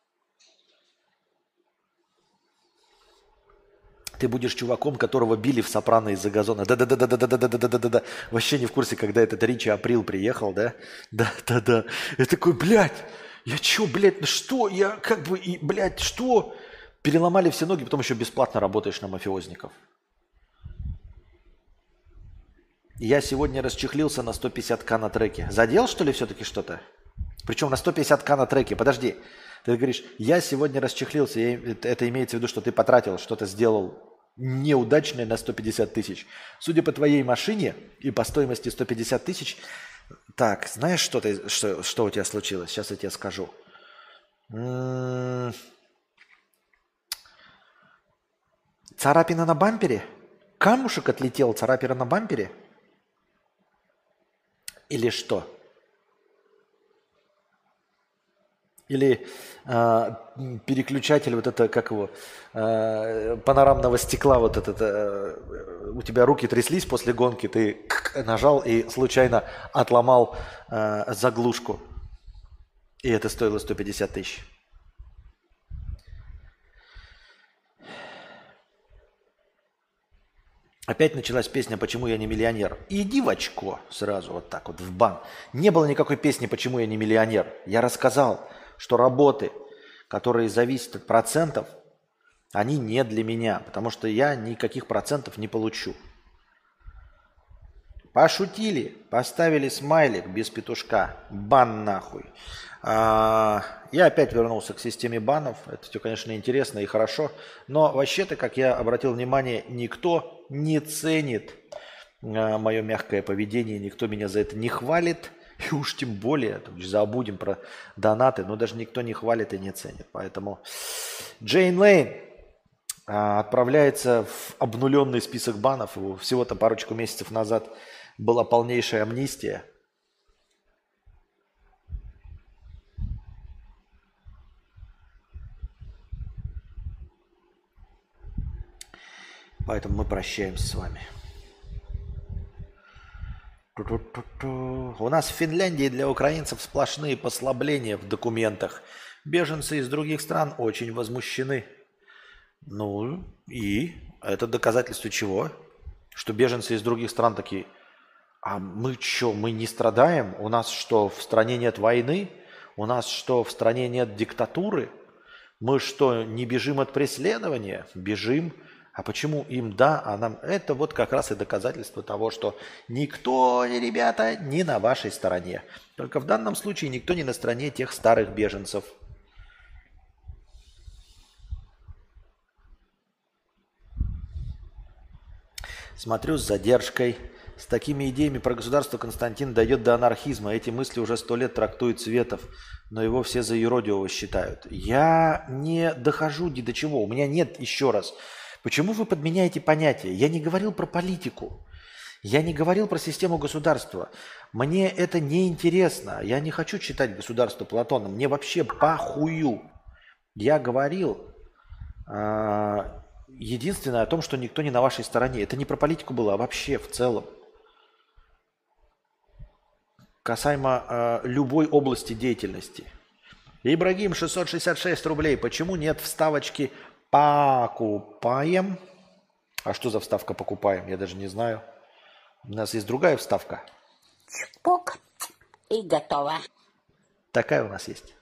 Speaker 1: Ты будешь чуваком, которого били в Сопрано из-за газона. Да-да-да-да-да-да-да-да-да-да. Вообще не в курсе, когда этот Ричи Април приехал, да? Да-да-да. Я такой, блядь, я чё, блядь, ну что? Я как бы, и, блядь, что? Переломали все ноги, потом еще бесплатно работаешь на мафиозников. Я сегодня расчехлился на сто пятьдесят тысяч на треке. Задел, что ли, все-таки что-то? Причем на сто пятьдесят тысяч на треке. Подожди. Ты говоришь, я сегодня расчехлился. Я, это имеется в виду, что ты потратил, что-то сделал неудачное на сто пятьдесят тысяч. Судя по твоей машине и по стоимости сто пятьдесят тысяч... Так, знаешь, что, ты, что, что у тебя случилось? Сейчас я тебе скажу. М-м- Царапина на бампере? Камушек отлетел, царапина на бампере? Или что? Или э, переключатель, вот это, как его, э, панорамного стекла, вот этот, э, у тебя руки тряслись после гонки, ты нажал и случайно отломал э, заглушку. И это стоило сто пятьдесят тысяч. Опять началась песня «Почему я не миллионер». Иди в очко сразу вот так вот в бан. Не было никакой песни «Почему я не миллионер». Я рассказал, что работы, которые зависят от процентов, они не для меня, потому что я никаких процентов не получу. Пошутили, поставили смайлик без петушка. Бан нахуй. А, я опять вернулся к системе банов. Это все, конечно, интересно и хорошо. Но вообще-то, как я обратил внимание, никто не ценит а, мое мягкое поведение, никто меня за это не хвалит. И уж тем более, забудем про донаты, но даже никто не хвалит и не ценит. Поэтому Джейн Лейн а, отправляется в обнуленный список банов. Его всего-то парочку месяцев назад была полнейшая амнистия. Поэтому мы прощаемся с вами. Ту-ту-ту-ту. У нас в Финляндии для украинцев сплошные послабления в документах. Беженцы из других стран очень возмущены. Ну и это доказательство чего? Что беженцы из других стран такие, а мы что, мы не страдаем? У нас что, в стране нет войны? У нас что, в стране нет диктатуры? Мы что, не бежим от преследования? Бежим. А почему им да, а нам... Это вот как раз и доказательство того, что никто, ребята, не на вашей стороне. Только в данном случае никто не на стороне тех старых беженцев. Смотрю с задержкой. С такими идеями про государство Константин дойдет до анархизма. Эти мысли уже сто лет трактует Светов, но его все за юродивого считают. Я не дохожу ни до чего. У меня нет, еще раз. Почему вы подменяете понятия? Я не говорил про политику. Я не говорил про систему государства. Мне это не интересно. Я не хочу читать государство Платона. Мне вообще похую. Я говорил... А... Единственное о том, что никто не на вашей стороне. Это не про политику было, а вообще в целом. Касаемо э, любой области деятельности. Ибрагим, шестьсот шестьдесят шесть рублей. Почему нет вставочки «покупаем»? А что за вставка «покупаем»? Я даже не знаю. У нас есть другая вставка.
Speaker 4: Чпок. И готово.
Speaker 1: Такая у нас есть.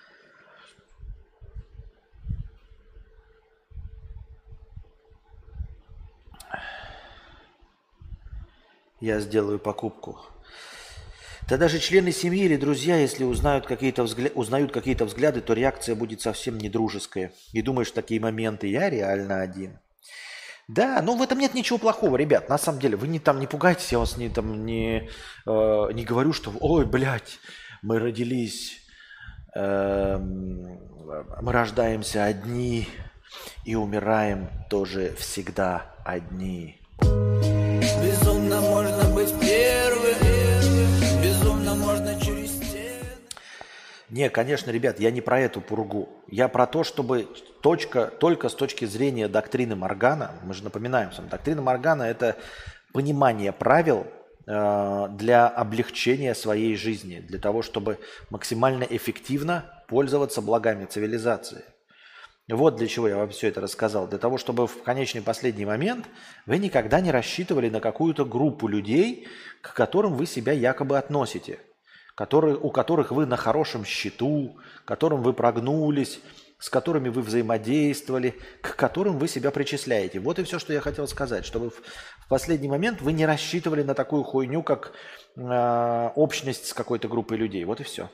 Speaker 1: Я сделаю покупку. Да даже члены семьи или друзья, если узнают какие-то взгля... узнают какие-то взгляды, то реакция будет совсем недружеская. И думаешь, в такие моменты я реально один. Да, ну в этом нет ничего плохого, ребят. На самом деле, вы не там не пугайтесь, я вас не там не, э, не говорю, что ой, блядь, мы родились, э, мы рождаемся одни и умираем тоже всегда одни.
Speaker 5: Безумно можно быть первым, безумно можно через стены.
Speaker 1: Не, конечно, ребят, я не про эту пургу. Я про то, чтобы точка, только с точки зрения доктрины Моргана, мы же напоминаем, что доктрина Моргана – это понимание правил э, для облегчения своей жизни, для того, чтобы максимально эффективно пользоваться благами цивилизации. Вот для чего я вам все это рассказал. Для того, чтобы в конечный последний момент вы никогда не рассчитывали на какую-то группу людей, к которым вы себя якобы относите, которые, у которых вы на хорошем счету, к которым вы прогнулись, с которыми вы взаимодействовали, к которым вы себя причисляете. Вот и все, что я хотел сказать. Чтобы в, в последний момент вы не рассчитывали на такую хуйню, как э, общность с какой-то группой людей. Вот и все.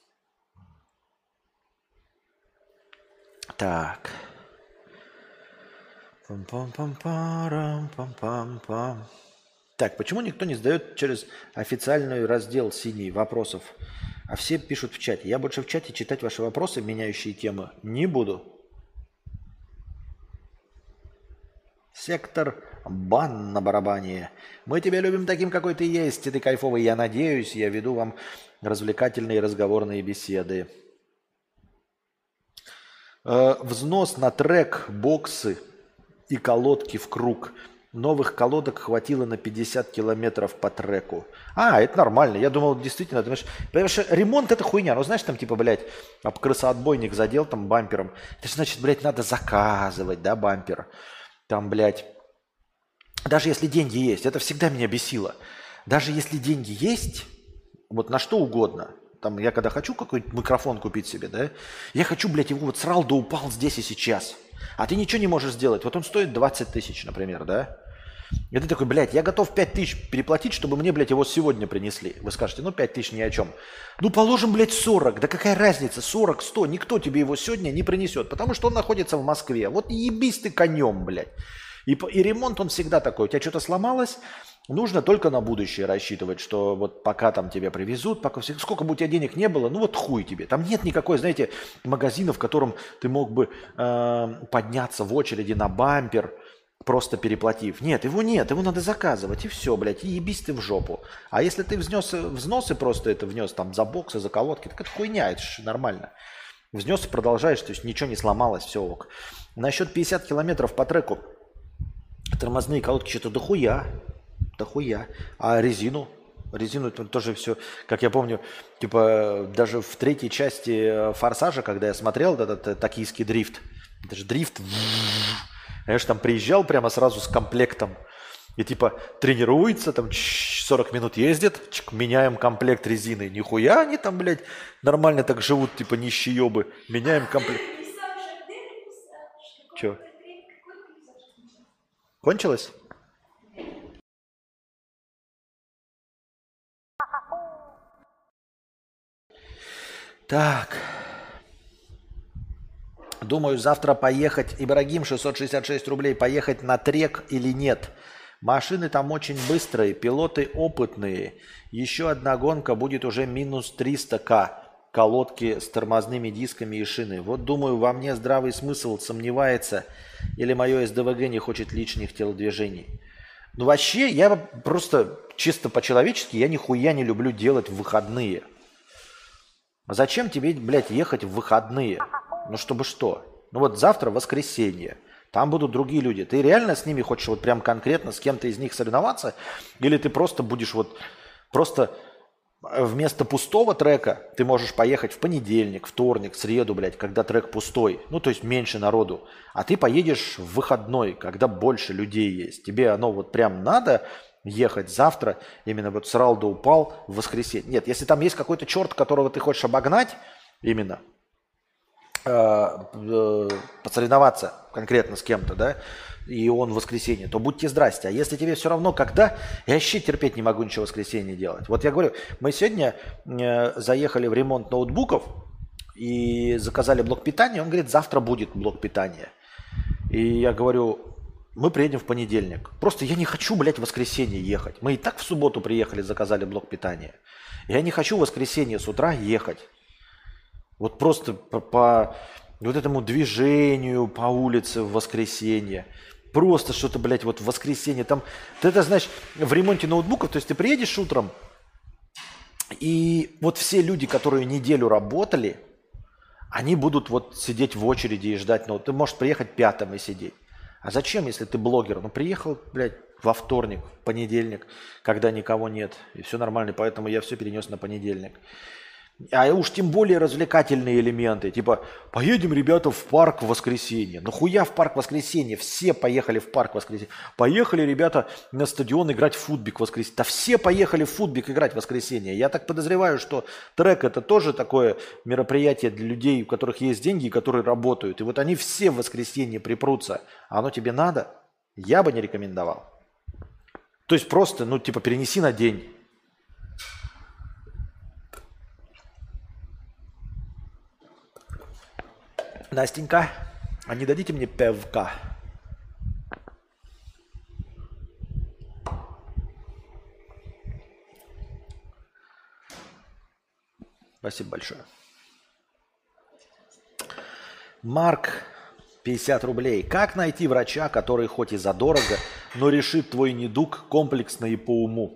Speaker 1: Так. Пам-пам-пам-парам-пам-пам-пам. Так, почему никто не задает через официальный раздел синий вопросов, а все пишут в чате? Я больше в чате читать ваши вопросы, меняющие темы, не буду. Сектор бан на барабане. Мы тебя любим таким, какой ты есть, и ты кайфовый. Я надеюсь, я веду вам развлекательные разговорные беседы. Взнос на трек, боксы и колодки в круг. Новых колодок хватило на пятьдесят километров по треку. А, это нормально. Я думал, действительно, ты понимаешь, потому что ремонт это хуйня. Ну, знаешь, там типа, блядь, об крысоотбойник задел там бампером. Это же значит, блядь, надо заказывать, да, бампер. Там, блядь, даже если деньги есть, это всегда меня бесило. Даже если деньги есть, вот на что угодно. Там я когда хочу какой-нибудь микрофон купить себе, да, я хочу, блядь, его вот срал да упал здесь и сейчас. А ты ничего не можешь сделать. Вот он стоит двадцать тысяч, например, да. И ты такой, блядь, я готов пять тысяч переплатить, чтобы мне, блядь, его сегодня принесли. Вы скажете, ну пять тысяч ни о чем. Ну положим, блядь, сорок. Да какая разница, сорок, сто. Никто тебе его сегодня не принесет, потому что он находится в Москве. Вот ебись ты конем, блядь. И, и ремонт он всегда такой. У тебя что-то сломалось, нужно только на будущее рассчитывать, что вот пока там тебя привезут, пока все, сколько бы у тебя денег не было, ну вот хуй тебе. Там нет никакой, знаете, магазина, в котором ты мог бы э, подняться в очереди на бампер, просто переплатив. Нет, его нет, его надо заказывать, и все, блядь, и ебись ты в жопу. А если ты взнес, взносы просто это внес там за боксы, за колодки, так это хуйня, это же нормально. Взнес и продолжаешь, то есть ничего не сломалось, все ок. Насчет пятьдесят километров по треку, тормозные колодки что-то дохуя. Дохуя. А резину? Резину это тоже все, как я помню, типа даже в третьей части «Форсажа», когда я смотрел этот токийский дрифт, это же дрифт, я же там приезжал прямо сразу с комплектом И типа тренируется, там чш, сорок минут ездит, чик, меняем комплект резины. Нихуя они там, блядь, нормально так живут, типа нищеёбы. Меняем комплект. Чё? Кончилось? Так. Думаю, завтра поехать, Ибрагим, шестьсот шестьдесят шесть рублей, поехать на трек или нет. Машины там очень быстрые, пилоты опытные. Еще одна гонка будет уже минус триста тысяч. Колодки с тормозными дисками и шины. Вот думаю, во мне здравый смысл сомневается, или мое СДВГ не хочет лишних телодвижений. Ну вообще, я просто чисто по-человечески, я нихуя не люблю делать в выходные. А зачем тебе, блядь, ехать в выходные? Ну чтобы что? Ну вот завтра воскресенье. Там будут другие люди. Ты реально с ними хочешь вот прям конкретно с кем-то из них соревноваться? Или ты просто будешь вот просто вместо пустого трека ты можешь поехать в понедельник, вторник, среду, блядь, когда трек пустой. Ну то есть меньше народу. А ты поедешь в выходной, когда больше людей есть. Тебе оно вот прям надо ехать завтра, именно вот с Ралда упал в воскресенье. Нет, если там есть какой-то черт, которого ты хочешь обогнать, именно э, э, посоревноваться конкретно с кем-то, да, и он в воскресенье, то будьте здрасте. А если тебе все равно, когда, я вообще терпеть не могу ничего в воскресенье делать. Вот я говорю, мы сегодня э, заехали в ремонт ноутбуков и заказали блок питания. Он говорит, завтра будет блок питания. И я говорю, мы приедем в понедельник. Просто я не хочу, блядь, в воскресенье ехать. Мы и так в субботу приехали, заказали блок питания. Я не хочу в воскресенье с утра ехать. Вот просто по, по вот этому движению по улице в воскресенье. Просто что-то, блядь, вот в воскресенье. Там, ты это знаешь, в ремонте ноутбуков, то есть ты приедешь утром, и вот все люди, которые неделю работали, они будут вот сидеть в очереди и ждать. Ну, ты можешь приехать пятым и сидеть. А зачем, если ты блогер? Ну, приехал, блядь, во вторник, в понедельник, когда никого нет, и все нормально, поэтому я все перенес на понедельник. А уж тем более развлекательные элементы, типа, поедем, ребята, в парк в воскресенье. Нахуя в парк в воскресенье? Все поехали в парк в воскресенье. Поехали, ребята, на стадион играть в футбик в воскресенье. Да все поехали в футбик играть в воскресенье. Я так подозреваю, что трек это тоже такое мероприятие для людей, у которых есть деньги и которые работают. И вот они все в воскресенье припрутся. А оно тебе надо? Я бы не рекомендовал. То есть просто, ну, типа, перенеси на день. Настенька, а не дадите мне пивка? Спасибо большое. Марк, пятьдесят рублей. Как найти врача, который хоть и задорого, но решит твой недуг комплексно и по уму?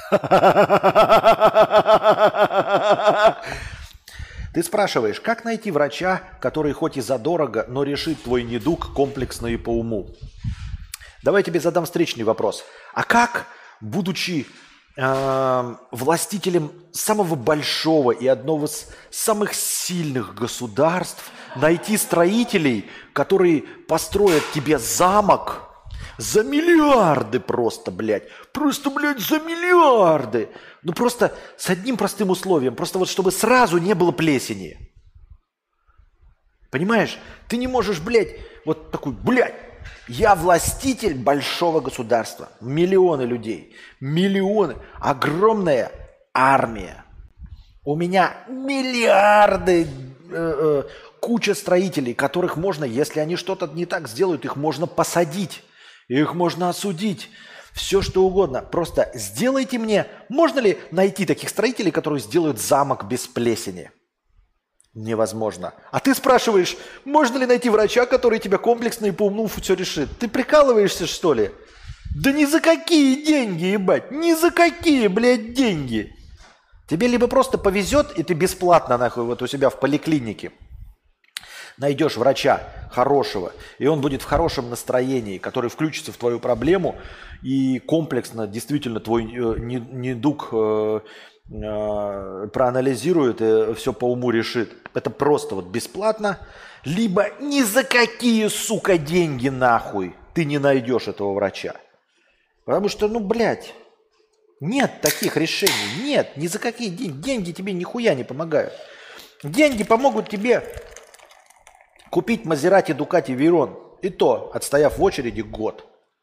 Speaker 1: Ты спрашиваешь, как найти врача, который хоть и задорого, но решит твой недуг комплексно и по уму? Давай я тебе задам встречный вопрос. А как, будучи э, властителем самого большого и одного из самых сильных государств, найти строителей, которые построят тебе замок за миллиарды просто, блядь. Просто, блядь, за миллиарды. Ну просто с одним простым условием. Просто вот чтобы сразу не было плесени. Понимаешь? Ты не можешь, блядь, вот такой, блядь, я властитель большого государства. Миллионы людей. Миллионы. Огромная армия. У меня миллиарды, э, э, куча строителей, которых можно, если они что-то не так сделают, их можно посадить. Их можно осудить. Все что угодно. Просто сделайте мне... Можно ли найти таких строителей, которые сделают замок без плесени? Невозможно. А ты спрашиваешь, можно ли найти врача, который тебя комплексно и по уму все решит? Ты прикалываешься, что ли? Да ни за какие деньги, ебать. Ни за какие, блядь, деньги. Тебе либо просто повезет, и ты бесплатно, нахуй, вот у себя в поликлинике найдешь врача хорошего, и он будет в хорошем настроении, который включится в твою проблему и комплексно действительно твой э, недуг э, э, проанализирует и все по уму решит. Это просто вот бесплатно. Либо ни за какие, сука, деньги нахуй ты не найдешь этого врача. Потому что, ну, блядь, нет таких решений. Нет, ни за какие деньги. Деньги тебе нихуя не помогают. Деньги помогут тебе купить Мазерати, Дукати, Вейрон. И то, отстояв в очереди год.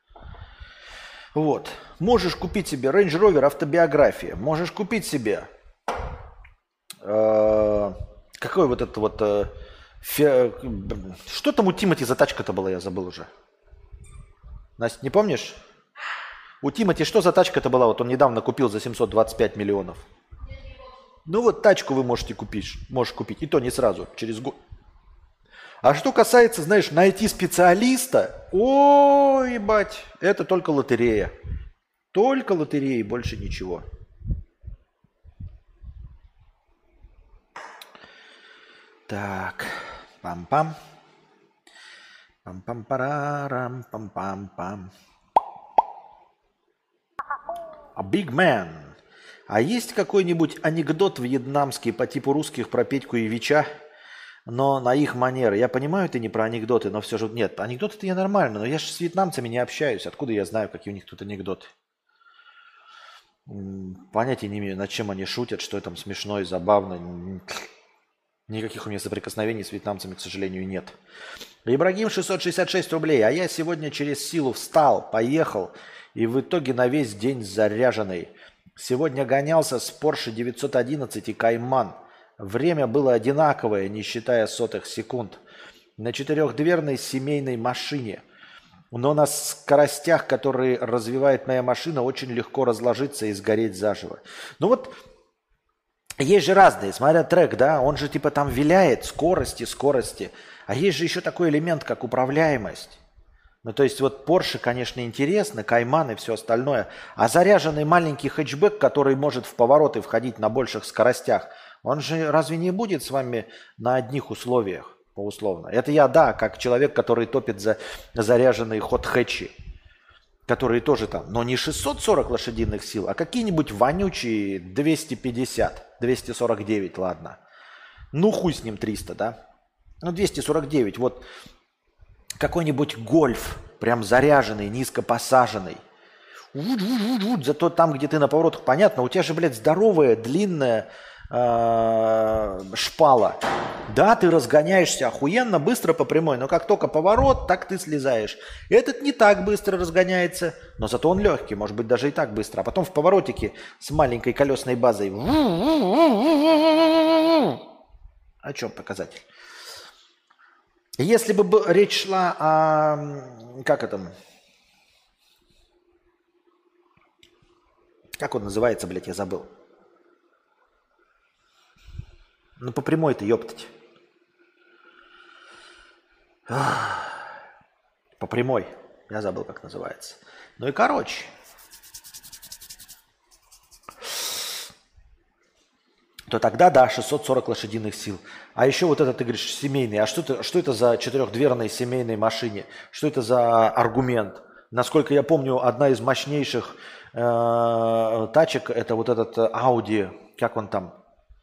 Speaker 1: Вот. Можешь купить себе Range Rover автобиография. Можешь купить себе... Э, какой вот этот вот... Э, фе, что там у Тимати за тачка-то была, я забыл уже. Настя, не помнишь? У Тимати что за тачка-то была? Вот он недавно купил за семьсот двадцать пять миллионов. Ну вот тачку вы можете купить. Можешь купить. И то не сразу, через год. А что касается, знаешь, найти специалиста, ой, ебать, это только лотерея. Только лотерея, больше ничего. Так, пам-пам. Пам-пам-парарам, пам-пам-пам. А Big Man. А есть какой-нибудь анекдот вьетнамский по типу русских про Петьку и Вича, но на их манеры? Я понимаю, ты не про анекдоты, но все же... Нет, анекдоты-то я нормально, но я же с вьетнамцами не общаюсь. Откуда я знаю, какие у них тут анекдоты? Понятия не имею, над чем они шутят, что там смешно и забавно. Никаких у меня соприкосновений с вьетнамцами, к сожалению, нет. Ибрагим шестьсот шестьдесят шесть рублей. А я сегодня через силу встал, поехал, и в итоге на весь день заряженный. Сегодня гонялся с Porsche девятьсот одиннадцать и Кайман. Время было одинаковое, не считая сотых секунд. На четырехдверной семейной машине. Но на скоростях, которые развивает моя машина, очень легко разложиться и сгореть заживо. Ну вот, есть же разные. Смотря трек, да, он же типа там виляет, скорости, скорости. А есть же еще такой элемент, как управляемость. Ну, то есть вот Porsche, конечно, интересно, Кайман и все остальное. А заряженный маленький хэтчбэк, который может в повороты входить на больших скоростях, он же разве не будет с вами на одних условиях, поусловно? Это я, да, как человек, который топит за заряженные хот-хэтчи, которые тоже там, но не шестьсот сорок лошадиных сил, а какие-нибудь вонючие двести пятьдесят, двести сорок девять, ладно. Ну, хуй с ним триста, да? Ну, двести сорок девять, вот... Какой-нибудь гольф, прям заряженный, низко посаженный. Зато там, где ты на поворотах, понятно, у тебя же, блядь, здоровая, длинная э, шпала. Да, ты разгоняешься охуенно быстро по прямой, но как только поворот, так ты слезаешь. Этот не так быстро разгоняется, но зато он легкий, может быть, даже и так быстро. А потом в поворотике с маленькой колесной базой. О чем показатель? Если бы речь шла о... Как это? Как он называется, блядь, я забыл. Ну, по прямой-то, ёптать. По прямой. Я забыл, как называется. Ну и короче. То тогда, да, шестьсот сорок лошадиных сил. А еще вот это, ты говоришь, семейный. А что это, что это за четырехдверной семейной машине? Что это за аргумент? Насколько я помню, одна из мощнейших э, тачек, это вот этот Audi, как он там?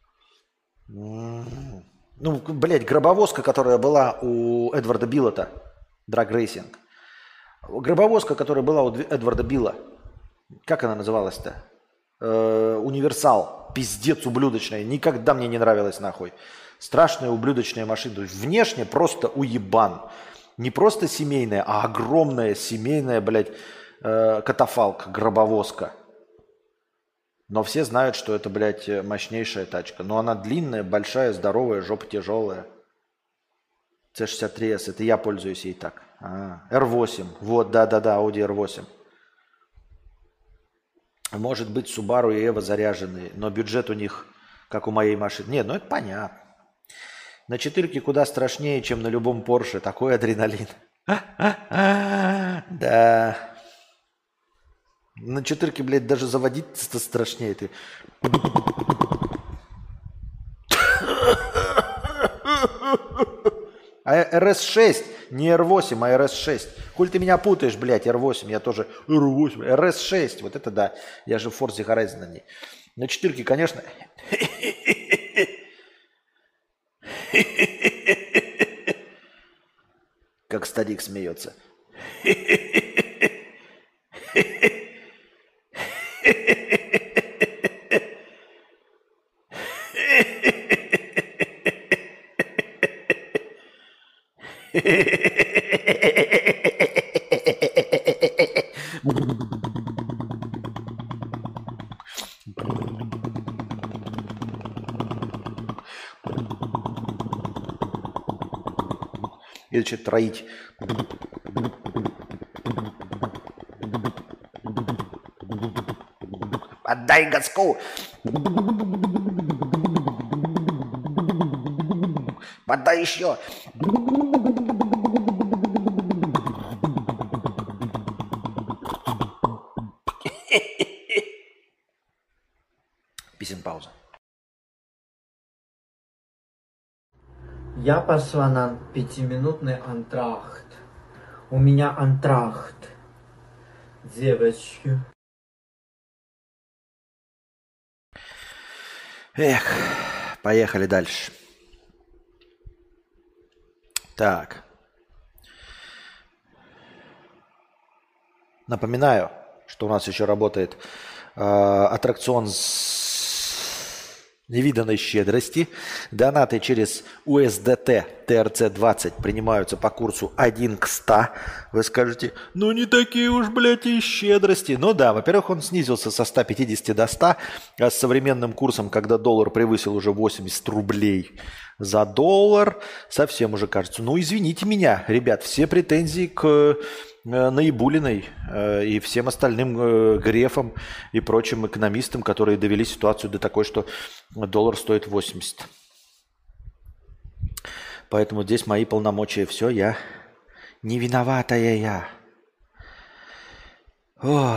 Speaker 1: Ну, блядь, гробовозка, которая была у Эдварда Биллета, Drag Racing. Гробовозка, которая была у Эдварда Билла. Как она называлась-то? Э, универсал. Пиздец ублюдочная. Никогда мне не нравилась нахуй. Страшная ублюдочная машина. То есть внешне просто уебан. Не просто семейная, а огромная семейная, блядь, э, катафалк, гробовозка. Но все знают, что это, блядь, мощнейшая тачка. Но она длинная, большая, здоровая, жопа тяжелая. си шестьдесят три эс, это я пользуюсь ей так. А, эр восемь. Вот, да-да-да, Audi эр восемь. Может быть, Subaru и Evo заряженные, но бюджет у них, как у моей машины. Нет, ну это понятно. На четырке куда страшнее, чем на любом Porsche. Такой адреналин. Да. На четырке, блядь, даже заводить-то страшнее. Ты... А эр эс шесть, не эр восемь, а эр эс шесть. Коль ты меня путаешь, блядь, эр восемь, я тоже эр восемь. эр эс шесть, вот это да. Я же в Forza Horizon на ней. На четырке, конечно... Как старик смеется. И начинает троить. Отдай газку! Отдай еще! Писем пауза.
Speaker 2: Я пошла на пятиминутный антрахт. У меня антрахт. Девочки.
Speaker 1: Эх, поехали дальше. Так. Напоминаю, что у нас еще работает э, аттракцион с невиданной щедрости. Донаты через ю эс ди ти ти эр си двадцать принимаются по курсу один к ста. Вы скажете, ну не такие уж, блядь, и щедрости. Ну да, во-первых, он снизился со ста пятидесяти до ста, а с современным курсом, когда доллар превысил уже восемьдесят рублей за доллар, совсем уже кажется. Ну извините меня, ребят, все претензии к Наибулиной э, и всем остальным э, Грефам и прочим экономистам, которые довели ситуацию до такой, что доллар стоит восемьдесят. Поэтому здесь мои полномочия. Все, я не виноватая я. Ох.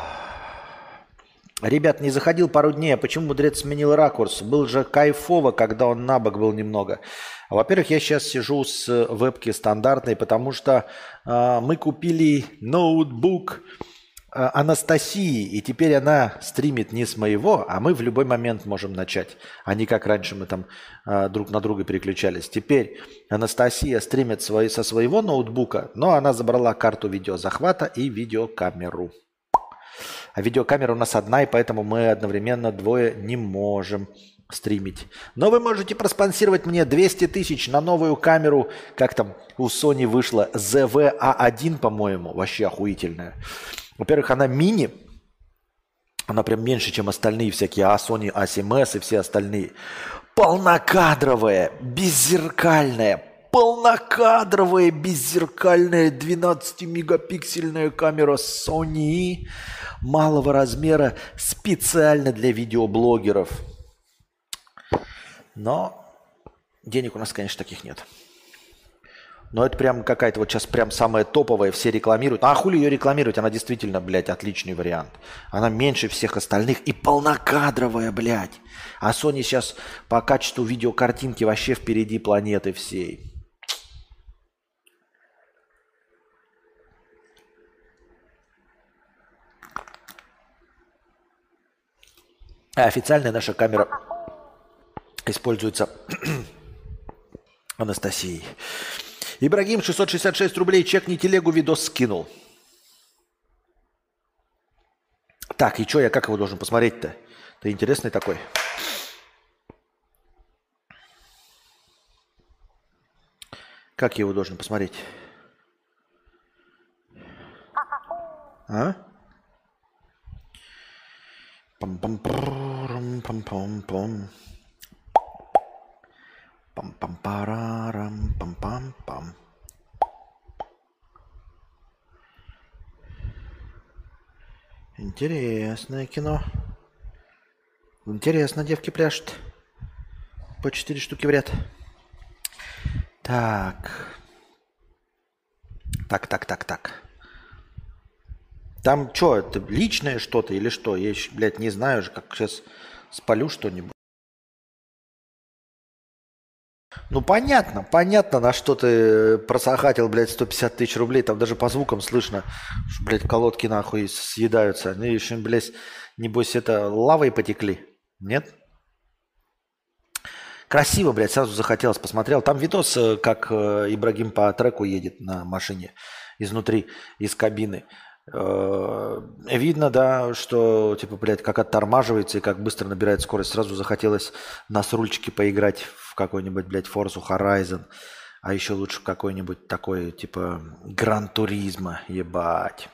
Speaker 1: Ребят, не заходил пару дней. А почему мудрец сменил ракурс? Был же кайфово, когда он набок был немного. Во-первых, я сейчас сижу с вебки стандартной, потому что э, мы купили ноутбук э, Анастасии, и теперь она стримит не с моего, а мы в любой момент можем начать, а не как раньше мы там э, друг на друга переключались. Теперь Анастасия стримит свои, со своего ноутбука, но она забрала карту видеозахвата и видеокамеру. А видеокамера у нас одна, и поэтому мы одновременно двое не можем стримить. Но вы можете проспонсировать мне двести тысяч на новую камеру, как там у Sony вышла, зет ви эй один, по-моему, вообще охуительная. Во-первых, она мини, она прям меньше, чем остальные всякие а Sony а семь эс и все остальные. Полнокадровая, беззеркальная, полнокадровая, беззеркальная двенадцатимегапиксельная камера Sony малого размера специально для видеоблогеров. Но денег у нас, конечно, таких нет. Но это прям какая-то вот сейчас прям самая топовая, все рекламируют. А хули ее рекламировать? Она действительно, блядь, отличный вариант. Она меньше всех остальных и полнокадровая, блядь. А Sony сейчас по качеству видеокартинки вообще впереди планеты всей. А официальная наша камера используется Анастасией. Ибрагим, шестьсот шестьдесят шесть рублей, чекни телегу, видос скинул. Так, и что я, как его должен посмотреть-то? Ты интересный такой. Как я его должен посмотреть? А? Пам-пам-пам-пам-пам-пам. Пам-пам-парарам, пам-пам-пам. Интересное кино. Интересно, девки пляшут. По четыре штуки в ряд. Так. Так, так, так, так. Там что, это личное что-то или что? Я еще, блядь, не знаю же, как сейчас спалю что-нибудь. Ну, понятно, понятно, на что ты просохатил, блядь, сто пятьдесят тысяч рублей. Там даже по звукам слышно, что, блядь, колодки нахуй съедаются. Они еще, блядь, небось, это лавой потекли. Нет? Красиво, блядь, сразу захотелось, посмотрел. Там видос, как Ибрагим по треку едет на машине изнутри, из кабины. Э, Видно, да, что, типа, блядь, как оттормаживается и как быстро набирает скорость. Сразу захотелось на срульчике поиграть в какой-нибудь, блядь, Forza Horizon. А еще лучше в какой-нибудь такой, типа, Гран Туризмо, ебать.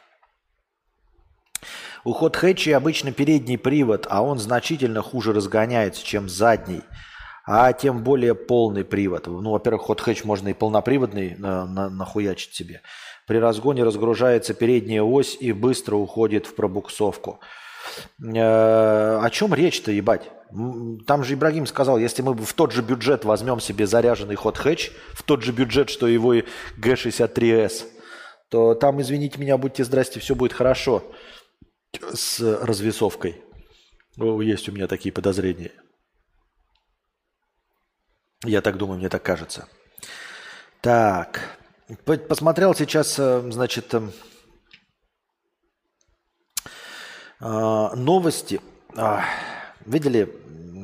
Speaker 1: У Hot Hatch обычно передний привод, а он значительно хуже разгоняется, чем задний. А тем более полный привод. Ну, во-первых, Hot Hatch можно и полноприводный на, на, нахуячить себе. При разгоне разгружается передняя ось и быстро уходит в пробуксовку. Э, о чем речь-то, ебать? Там же Ибрагим сказал, если мы в тот же бюджет возьмем себе заряженный Hot Hatch, в тот же бюджет, что его и джи шестьдесят три эс, то там, извините меня, будьте здрасте, все будет хорошо с развесовкой. О, есть у меня такие подозрения. Я так думаю, мне так кажется. Так. Посмотрел сейчас, значит, новости. Видели?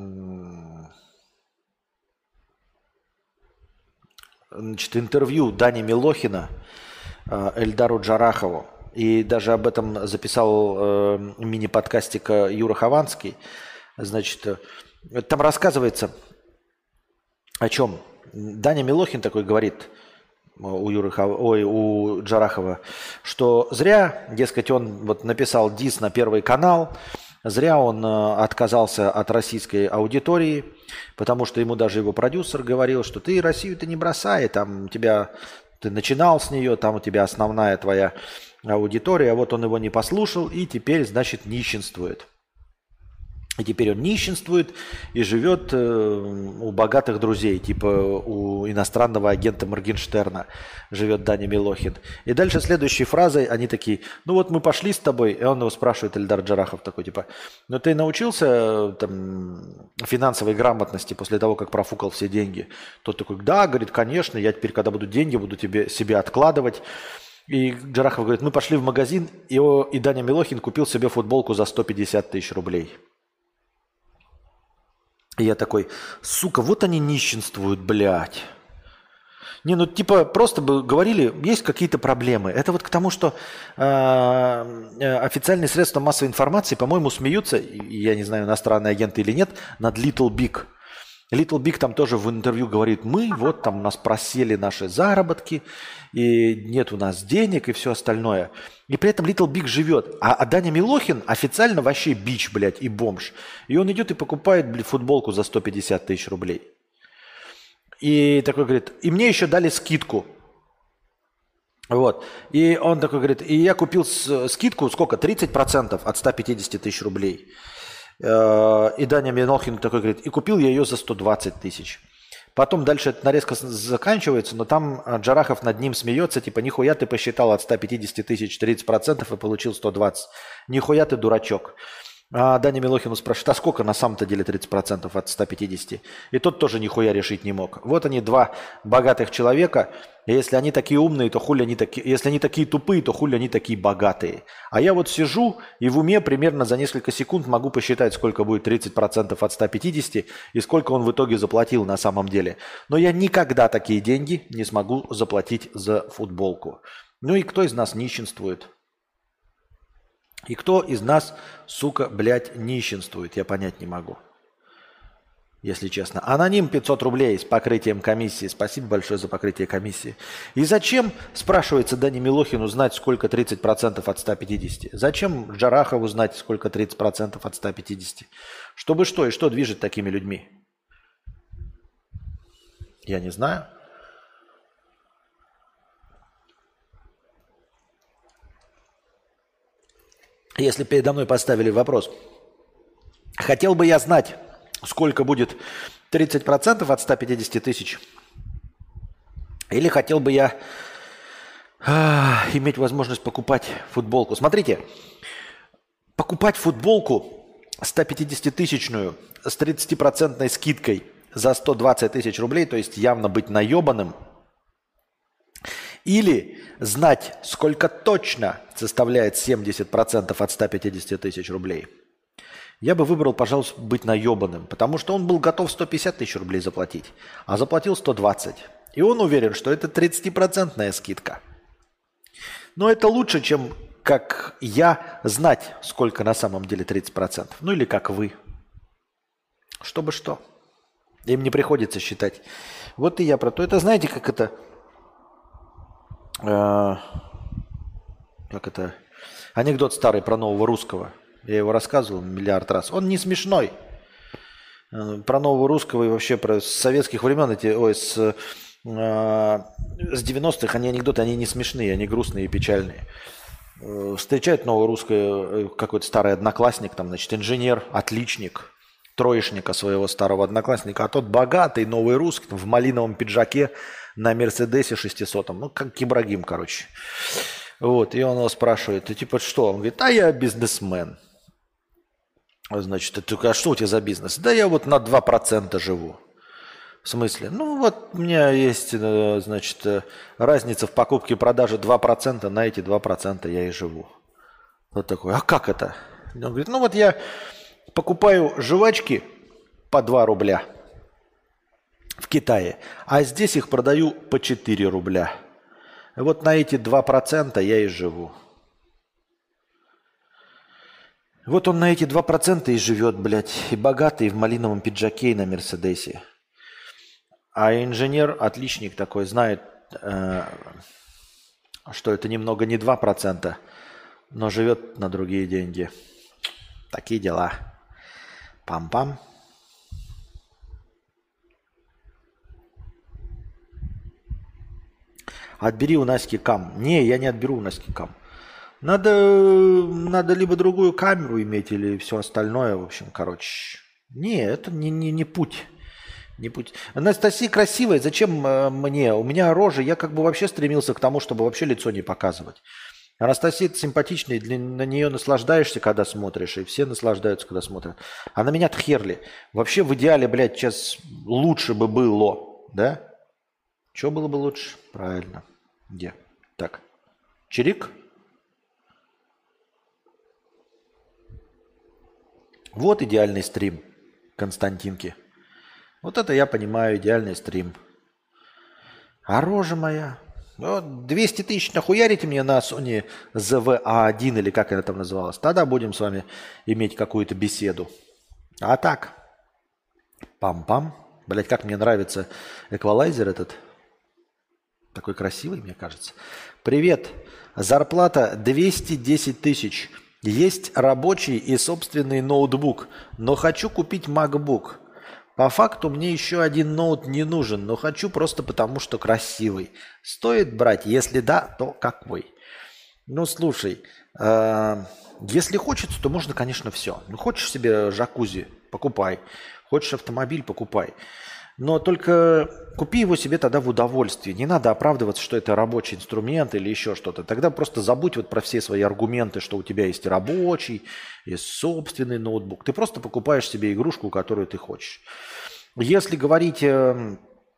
Speaker 1: Значит, интервью Дани Милохина Эльдару Джарахову. И даже об этом записал мини-подкастик Юра Хованский. Значит, там рассказывается... О чем? Даня Милохин такой говорит у, Юры, ой, у Джарахова, что зря, дескать, он вот написал дис на Первый канал, зря он отказался от российской аудитории, потому что ему даже его продюсер говорил, что ты Россию-то не бросай, там у тебя, ты начинал с нее, там у тебя основная твоя аудитория, а вот он его не послушал и теперь, значит, нищенствует. И теперь он нищенствует и живет э, у богатых друзей, типа у иностранного агента Моргенштерна живет Даня Милохин. И дальше следующей фразой они такие, ну вот мы пошли с тобой, и он его спрашивает, Эльдар Джарахов такой, типа, ну ты научился там, финансовой грамотности после того, как профукал все деньги? Тот такой, да, говорит, конечно, я теперь, когда буду деньги, буду тебе, себе откладывать. И Джарахов говорит, мы пошли в магазин, и, о, и Даня Милохин купил себе футболку за сто пятьдесят тысяч рублей. И я такой, сука, вот они нищенствуют, блядь. Не, ну типа просто бы говорили, есть какие-то проблемы. Это вот к тому, что э, официальные средства массовой информации, по-моему, смеются, я не знаю, иностранные агенты или нет, над Little Big. Little Big там тоже в интервью говорит, мы вот там у нас просели наши заработки, и нет у нас денег и все остальное. И при этом Little Big живет. А, а Даня Милохин официально вообще бич, блядь, и бомж. И он идет и покупает, блядь, футболку за сто пятьдесят тысяч рублей. И такой говорит, и мне еще дали скидку. Вот. И он такой говорит, и я купил с, скидку, сколько? тридцать процентов от ста пятидесяти тысяч рублей. И Даня Милохин такой говорит, и купил я ее за сто двадцать тысяч. Потом дальше эта нарезка заканчивается, но там Джарахов над ним смеется, типа, нихуя ты посчитал от ста пятидесяти тысяч тридцать процентов и получил сто двадцать. Нихуя ты дурачок. А Даня Милохину спрашивает, а сколько на самом-то деле тридцать процентов от ста пятидесяти? И тот тоже нихуя решить не мог. Вот они, два богатых человека. И если они такие умные, то хули они такие... Если они такие тупые, то хули они такие богатые. А я вот сижу и в уме примерно за несколько секунд могу посчитать, сколько будет тридцать процентов от ста пятидесяти и сколько он в итоге заплатил на самом деле. Но я никогда такие деньги не смогу заплатить за футболку. Ну и кто из нас нищенствует? И кто из нас, сука, блядь, нищенствует, я понять не могу. Если честно. Аноним пятьсот рублей с покрытием комиссии. Спасибо большое за покрытие комиссии. И зачем, спрашивается Дани Милохину, знать, сколько тридцать процентов от ста пятидесяти? Зачем Джарахову знать, сколько тридцать процентов от ста пятидесяти? Чтобы что и что движет такими людьми? Я не знаю. Если передо мной поставили вопрос, хотел бы я знать, сколько будет тридцать процентов от ста пятидесяти тысяч, или хотел бы я а, иметь возможность покупать футболку. Смотрите, покупать футболку сто пятидесятитысячную с тридцатипроцентной скидкой за сто двадцать тысяч рублей, то есть явно быть наебанным, или знать, сколько точно составляет семьдесят процентов от ста пятидесяти тысяч рублей. Я бы выбрал, пожалуйста, быть наебанным, потому что он был готов сто пятьдесят тысяч рублей заплатить, а заплатил сто двадцать. И он уверен, что это тридцатипроцентная скидка. Но это лучше, чем как я, знать, сколько на самом деле тридцать процентов. Ну или как вы. Чтобы что. Им не приходится считать. Вот и я про то. Это знаете, как это... Э, как это... Анекдот старый про нового русского. Я его рассказывал миллиард раз. Он не смешной. Э, про нового русского и вообще про с советских времен эти... Ой, с, э, с девяностых они анекдоты, они не смешные, они грустные и печальные. Э, встречает нового русского какой-то старый одноклассник, там, значит, инженер, отличник, троечника своего старого одноклассника, а тот богатый новый русский в малиновом пиджаке на Мерседесе шестисотом, ну, как Ибрагим, короче. Вот, и он его спрашивает, ты типа что? Он говорит, а я бизнесмен. Значит, а что у тебя за бизнес? Да я вот на два процента живу. В смысле? Ну, вот у меня есть, значит, разница в покупке и продаже два процента, на эти два процента я и живу. Вот такой, а как это? Он говорит, ну вот я покупаю жвачки по два рубля в Китае, а здесь их продаю по четыре рубля. Вот на эти два процента я и живу. Вот он на эти два процента и живет, блядь, и богатый, и в малиновом пиджаке, и на Мерседесе. А инженер-отличник такой знает, э, что это немного не два процента, но живет на другие деньги. Такие дела. Пам-пам. Отбери у Наськи кам. Не, я не отберу у Наськи кам. Надо, надо либо другую камеру иметь, или все остальное, в общем, короче. Не, это не, не, не путь. Не путь. Анастасия красивая, зачем э, мне? У меня рожа, я как бы вообще стремился к тому, чтобы вообще лицо не показывать. Анастасия симпатичная, для, на нее наслаждаешься, когда смотришь, и все наслаждаются, когда смотрят. А на меня-то херли. Вообще в идеале, блядь, сейчас лучше бы было, да? Что было бы лучше? Правильно. Где? Так. Чирик? Вот идеальный стрим Константинки. Вот это я понимаю, идеальный стрим. А рожа моя... Вот двести тысяч нахуярите мне на Sony зет ви эй один или как она там называлась. Тогда будем с вами иметь какую-то беседу. А так. Пам-пам. Блять, как мне нравится эквалайзер этот. Такой красивый, мне кажется. Привет. Зарплата двести десять тысяч. Есть рабочий и собственный ноутбук. Но хочу купить MacBook. По факту мне еще один ноут не нужен, но хочу просто потому, что красивый. Стоит брать? Если да, то какой? Ну, слушай, э, если хочется, то можно, конечно, все. Ну, хочешь себе джакузи – покупай. Хочешь автомобиль – покупай. Но только купи его себе тогда в удовольствие. Не надо оправдываться, что это рабочий инструмент или еще что-то. Тогда просто забудь вот про все свои аргументы, что у тебя есть и рабочий, и собственный ноутбук. Ты просто покупаешь себе игрушку, которую ты хочешь. Если говорить э,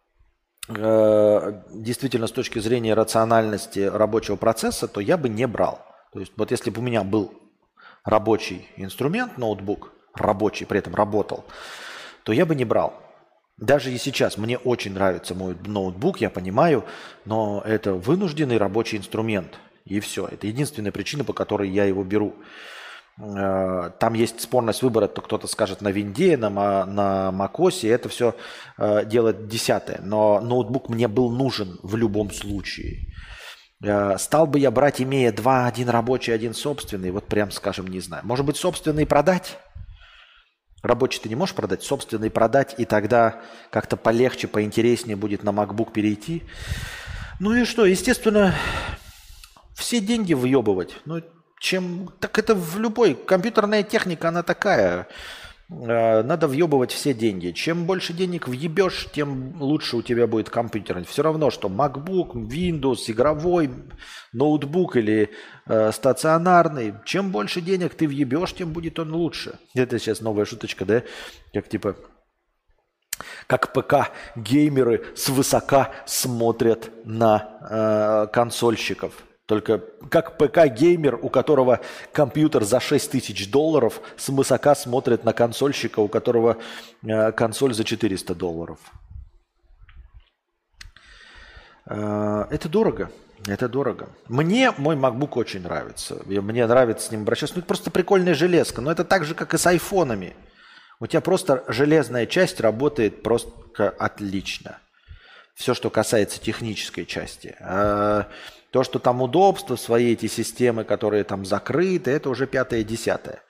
Speaker 1: э, действительно с точки зрения рациональности рабочего процесса, то я бы не брал. То есть вот если бы у меня был рабочий инструмент, ноутбук, рабочий, при этом работал, то я бы не брал. Даже и сейчас мне очень нравится мой ноутбук, я понимаю, но это вынужденный рабочий инструмент. И все. Это единственная причина, по которой я его беру. Там есть спорность выбора, то кто-то скажет на винде, на, на макосе, это все делает десятое. Но ноутбук мне был нужен в любом случае. Стал бы я брать, имея два, один рабочий, один собственный, вот прям скажем, не знаю. Может быть, собственный продать? Рабочий ты не можешь продать, собственный продать, и тогда как-то полегче, поинтереснее будет на MacBook перейти. Ну и что, естественно, все деньги въебывать. Ну, чем... Так это в любой... Компьютерная техника, она такая. Надо въебывать все деньги. Чем больше денег въебешь, тем лучше у тебя будет компьютер. Все равно, что MacBook, Windows, игровой, ноутбук или э, стационарный. Чем больше денег ты въебешь, тем будет он лучше. Это сейчас новая шуточка, да? Как типа... Как ПК-геймеры свысока смотрят на э, консольщиков. Только как ПК-геймер, у которого компьютер за шесть тысяч долларов, свысока смотрит на консольщика, у которого э, консоль за четыреста долларов. Э, это дорого. Это дорого. Мне мой MacBook очень нравится. И мне нравится с ним обращаться. Ну, это просто прикольная железка. Но это так же, как и с айфонами. У тебя просто железная часть работает просто отлично. Все, что касается технической части. А то, что там удобства, свои эти системы, которые там закрыты, это уже пятое-десятое.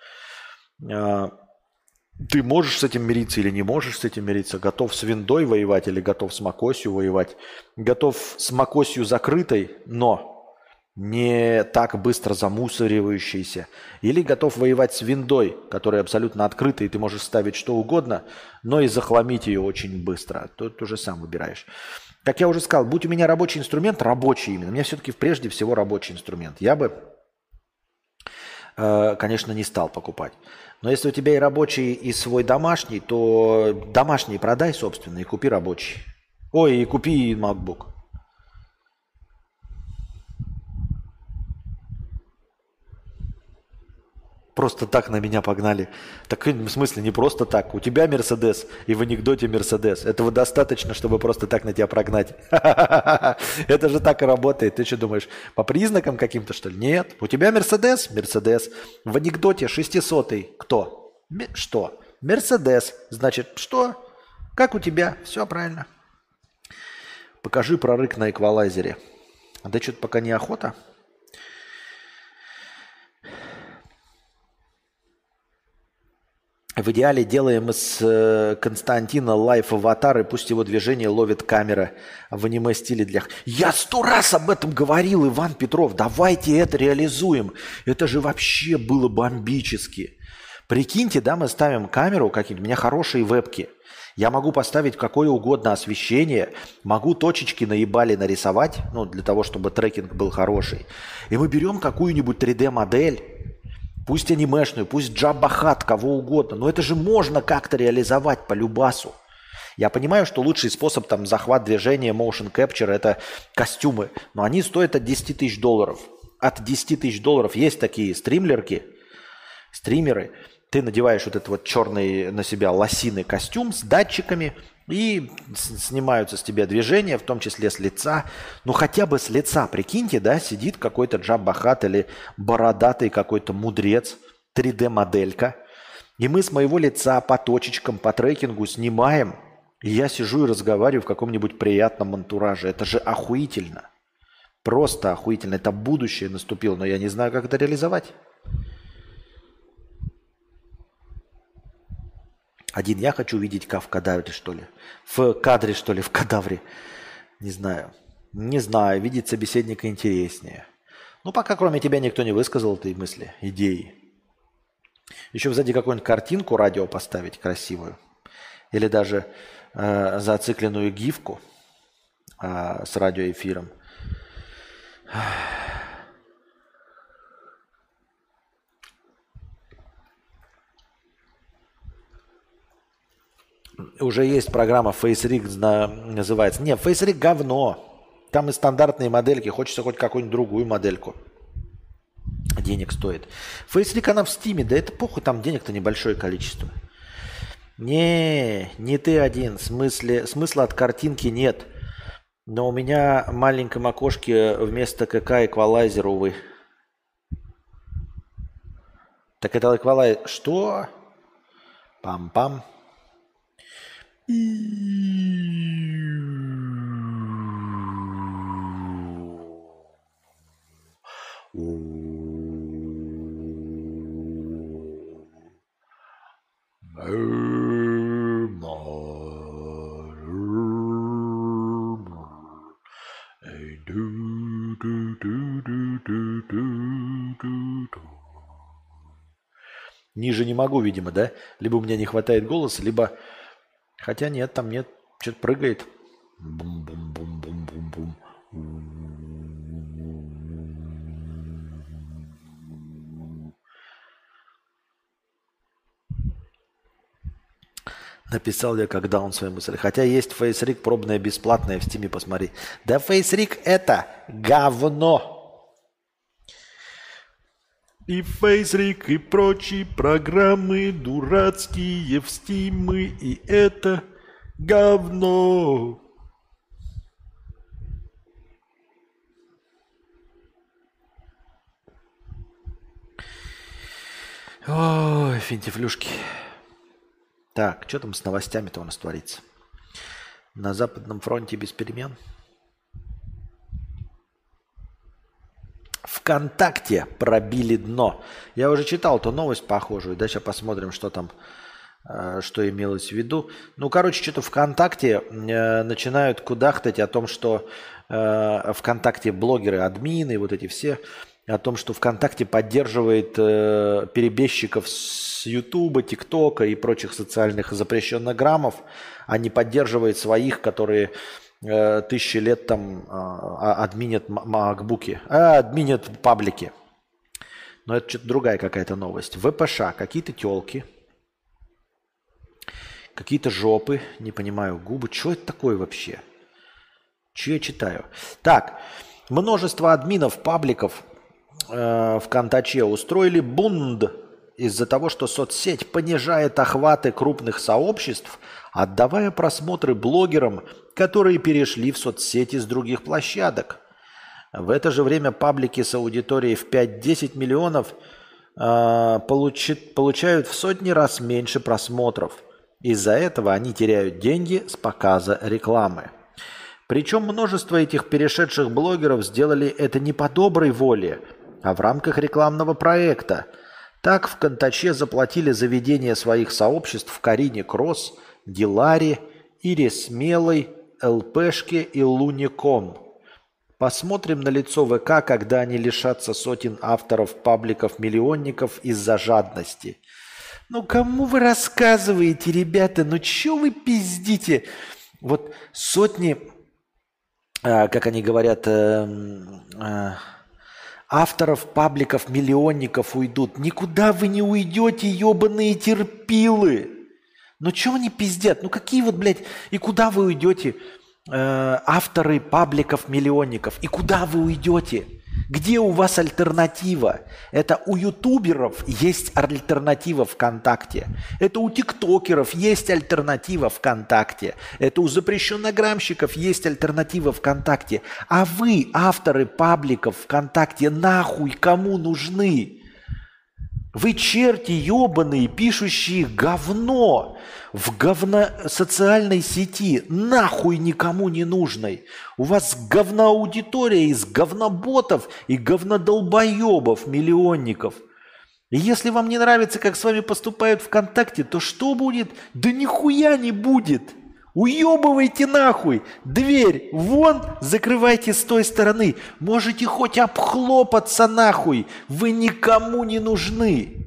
Speaker 1: Ты можешь с этим мириться или не можешь с этим мириться? Готов с виндой воевать или готов с макосью воевать? Готов с макосью закрытой, но не так быстро замусоривающейся? Или готов воевать с виндой, которая абсолютно открыта, и ты можешь ставить что угодно, но и захламить ее очень быстро? Тут уже сам выбираешь. Как я уже сказал, будь у меня рабочий инструмент, рабочий именно, у меня все-таки прежде всего рабочий инструмент, я бы, э, конечно, не стал покупать. Но если у тебя и рабочий, и свой домашний, то домашний продай, собственно, и купи рабочий. Ой, и купи MacBook. Просто так на меня погнали. Так в смысле не просто так. У тебя Мерседес и в анекдоте Мерседес. Этого достаточно, чтобы просто так на тебя прогнать. Это же так и работает. Ты что думаешь, по признакам каким-то, что ли? Нет. У тебя Мерседес? Мерседес. В анекдоте шестисотый. Кто? Что? Мерседес. Значит, что? Как у тебя? Все правильно. Покажи прорык на эквалайзере. Да что-то пока неохота. В идеале делаем из э, Константина лайф-аватар, и пусть его движение ловит камера в аниме-стиле для... Я сто раз об этом говорил, Иван Петров. Давайте это реализуем. Это же вообще было бомбически. Прикиньте, да, мы ставим камеру какие-то... У меня хорошие вебки. Я могу поставить какое угодно освещение, могу точечки наебали нарисовать, ну, для того, чтобы трекинг был хороший. И мы берем какую-нибудь три дэ-модель, пусть анимешную, пусть Джабба Хат, кого угодно. Но это же можно как-то реализовать по любасу. Я понимаю, что лучший способ там захват движения, motion capture – это костюмы. Но они стоят от десяти тысяч долларов. От десяти тысяч долларов есть такие стримлерки, стримеры. Ты надеваешь вот этот вот черный на себя лосиный костюм с датчиками, и снимаются с тебя движения, в том числе с лица. Ну хотя бы с лица, прикиньте, да, сидит какой-то Джабба Хат или бородатый какой-то мудрец, три дэ-моделька. И мы с моего лица по точечкам, по трекингу снимаем. И я сижу и разговариваю в каком-нибудь приятном антураже. Это же охуительно. Просто охуительно. Это будущее наступило, но я не знаю, как это реализовать. Один я хочу видеть в кадавре, что ли. В кадре, что ли, в кадавре. Не знаю. Не знаю. Видеть собеседника интереснее. Ну, пока кроме тебя никто не высказал этой мысли, идеи. Еще сзади какую-нибудь картинку радио поставить красивую. Или даже э, зацикленную гифку э, с радиоэфиром. Уже есть программа FaceRig, называется. Не, FaceRig говно. Там и стандартные модельки. Хочется хоть какую-нибудь другую модельку. Денег стоит. FaceRig, она в Стиме. Да это похуй, там денег-то небольшое количество. Не, не ты один. В смысле, смысла от картинки нет. Но у меня в маленьком окошке вместо КК эквалайзер, увы. Так это эквалайзер... Что? Пам-пам. Ниже не могу, видимо, да? Либо у меня не хватает голоса, либо... Хотя нет, там нет, что-то прыгает. Бум-бум-бум-бум-бум-бум. Написал я, когда он свои мысли. Хотя есть FaceRig пробная бесплатная в Стиме, посмотри. Да FaceRig это говно. И FaceRig, и прочие программы дурацкие в Стимы, и это говно. Ой, финтифлюшки. Так, что там с новостями-то у нас творится? На Западном фронте без перемен. ВКонтакте пробили дно. Я уже читал эту новость похожую. Да, сейчас посмотрим, что там, э, что имелось в виду. Ну, короче, что-то ВКонтакте э, начинают кудахтать о том, что э, ВКонтакте блогеры, админы, вот эти все, о том, что ВКонтакте поддерживает э, перебежчиков с Ютуба, ТикТока и прочих социальных запрещенных граммов, а не поддерживает своих, которые э, тысячи лет там э, админят макбуки, а админят паблики. Но это что-то другая какая-то новость. ВПШ, какие-то телки, какие-то жопы, не понимаю, губы. Что это такое вообще? Че я читаю? Так, множество админов пабликов э, ВКонтаче устроили бунт из-за того, что соцсеть понижает охваты крупных сообществ, отдавая просмотры блогерам, которые перешли в соцсети с других площадок. В это же время паблики с аудиторией в пять-десять миллионов э, получит, получают в сотни раз меньше просмотров. Из-за этого они теряют деньги с показа рекламы. Причем множество этих перешедших блогеров сделали это не по доброй воле, а в рамках рекламного проекта. Так в Контаче заплатили за ведение своих сообществ Карине Кросс, Диларе, Ире Смелой, ЛПшке и Луником. Посмотрим на лицо ВК, когда они лишатся сотен авторов пабликов-миллионников из-за жадности. Ну кому вы рассказываете, ребята? Ну чё вы пиздите? Вот сотни, э, как они говорят, э, э, авторов пабликов, миллионников уйдут. Никуда вы не уйдете, ебаные терпилы. Ну чё они пиздят? Ну какие вот, блядь, и куда вы уйдете, э, авторы пабликов, миллионников? И куда вы уйдете? Где у вас альтернатива? Это у ютуберов есть альтернатива ВКонтакте. Это у тиктокеров есть альтернатива ВКонтакте. Это у запрещеннограммщиков есть альтернатива ВКонтакте. А вы, авторы пабликов ВКонтакте, нахуй кому нужны? Вы черти ебаные, пишущие говно в говно социальной сети, нахуй никому не нужной. У вас говноаудитория из говноботов и говнодолбоебов, миллионников. И если вам не нравится, как с вами поступают ВКонтакте, то что будет? Да нихуя не будет. Уебывайте нахуй. Дверь вон, закрывайте с той стороны. Можете хоть обхлопаться нахуй. Вы никому не нужны.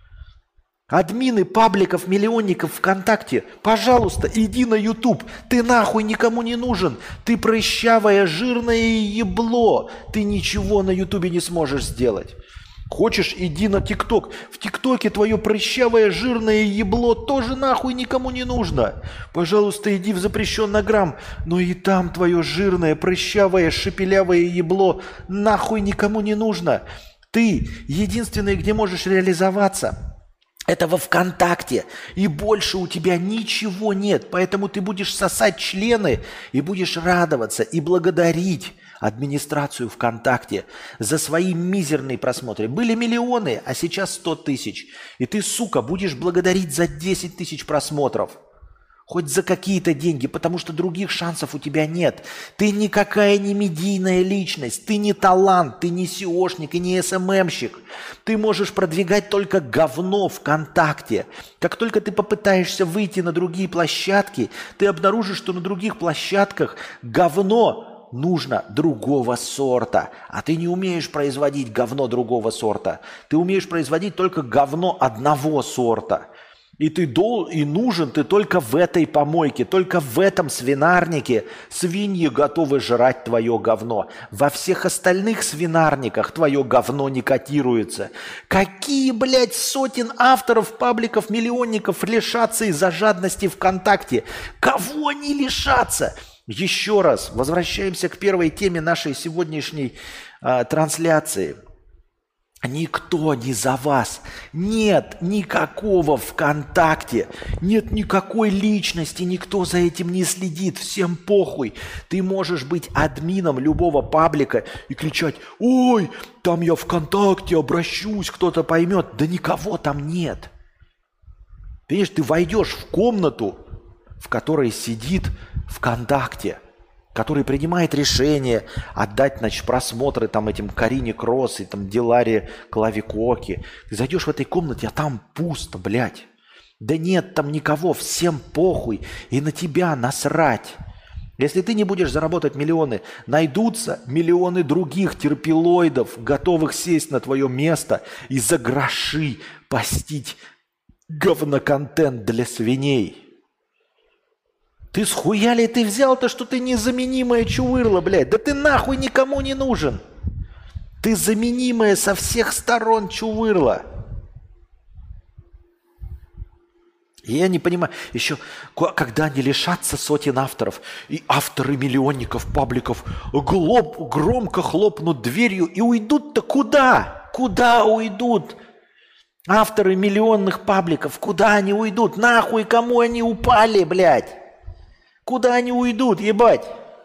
Speaker 1: Админы пабликов, миллионников ВКонтакте, пожалуйста, иди на YouTube. Ты нахуй никому не нужен. Ты прыщавое, жирное ебло. Ты ничего на Ютубе не сможешь сделать. Хочешь, иди на ТикТок. В ТикТоке твое прыщавое, жирное ебло тоже нахуй никому не нужно. Пожалуйста, иди в запрещеннограмм. Но и там твое жирное, прыщавое, шепелявое ебло нахуй никому не нужно. Ты единственный, где можешь реализоваться, это во ВКонтакте. И больше у тебя ничего нет. Поэтому ты будешь сосать члены и будешь радоваться и благодарить администрацию ВКонтакте за свои мизерные просмотры. Были миллионы, а сейчас сто тысяч. И ты, сука, будешь благодарить за десять тысяч просмотров. Хоть за какие-то деньги, потому что других шансов у тебя нет. Ты никакая не медийная личность, ты не талант, ты не сеошник и не эс эм эм-щик. Ты можешь продвигать только говно ВКонтакте. Как только ты попытаешься выйти на другие площадки, ты обнаружишь, что на других площадках говно нужно другого сорта. А ты не умеешь производить говно другого сорта. Ты умеешь производить только говно одного сорта. И ты дол, и нужен ты только в этой помойке, только в этом свинарнике свиньи готовы жрать твое говно. Во всех остальных свинарниках твое говно не котируется. Какие, блядь, сотен авторов, пабликов, миллионников лишатся из-за жадности ВКонтакте? Кого они лишатся? Еще раз, возвращаемся к первой теме нашей сегодняшней э, трансляции. Никто не за вас. Нет никакого ВКонтакте. Нет никакой личности. Никто за этим не следит. Всем похуй. Ты можешь быть админом любого паблика и кричать: ой, там я ВКонтакте обращусь, кто-то поймет. Да никого там нет. Понимаешь, ты войдешь в комнату, в которой сидит ВКонтакте, который принимает решение отдать, значит, просмотры там этим Карине Кросс и там Диларе Клавикоке. Ты зайдешь в этой комнате, а там пусто, блядь. Да нет там никого, всем похуй, и на тебя насрать. Если ты не будешь заработать миллионы, найдутся миллионы других терпилоидов, готовых сесть на твое место и за гроши постить говноконтент для свиней. Ты схуя ли ты взял-то, что ты незаменимая чувырла, блядь? Да ты нахуй никому не нужен. Ты заменимая со всех сторон чувырла. И я не понимаю, еще когда они лишатся сотен авторов, и авторы миллионников, пабликов глоб, громко хлопнут дверью и уйдут-то куда? Куда уйдут? Авторы миллионных пабликов, куда они уйдут? Нахуй кому они упали, блядь? Куда они уйдут, ебать?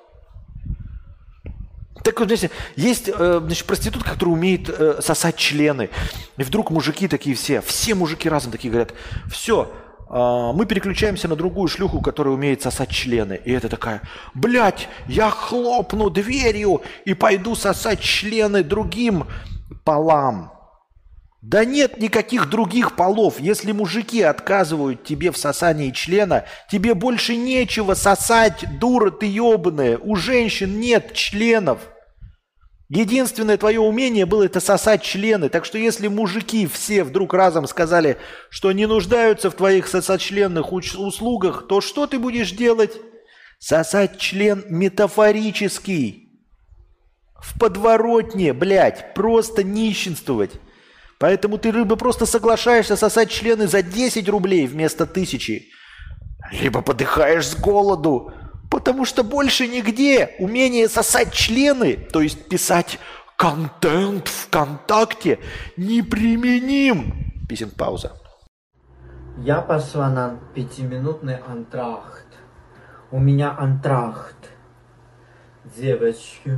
Speaker 1: Так вот, знаете, есть э, значит, проститутка, которая умеет э, сосать члены. И вдруг мужики такие все, все мужики разом такие говорят: все, э, мы переключаемся на другую шлюху, которая умеет сосать члены. И это такая: блядь, я хлопну дверью и пойду сосать члены другим полам. Да нет никаких других полов. Если мужики отказывают тебе в сосании члена, тебе больше нечего сосать, дура ты ебаная. У женщин нет членов. Единственное твое умение было это сосать члены. Так что если мужики все вдруг разом сказали, что не нуждаются в твоих сосочленных услугах, то что ты будешь делать? Сосать член метафорический. В подворотне, блядь, просто нищенствовать. Поэтому ты, рыба, просто соглашаешься сосать члены за десять рублей вместо тысячи. Либо подыхаешь с голоду, потому что больше нигде умение сосать члены, то есть писать контент ВКонтакте, неприменим. Писем пауза.
Speaker 2: Я пошла на пятиминутный антрахт. У меня антрахт. Девочки.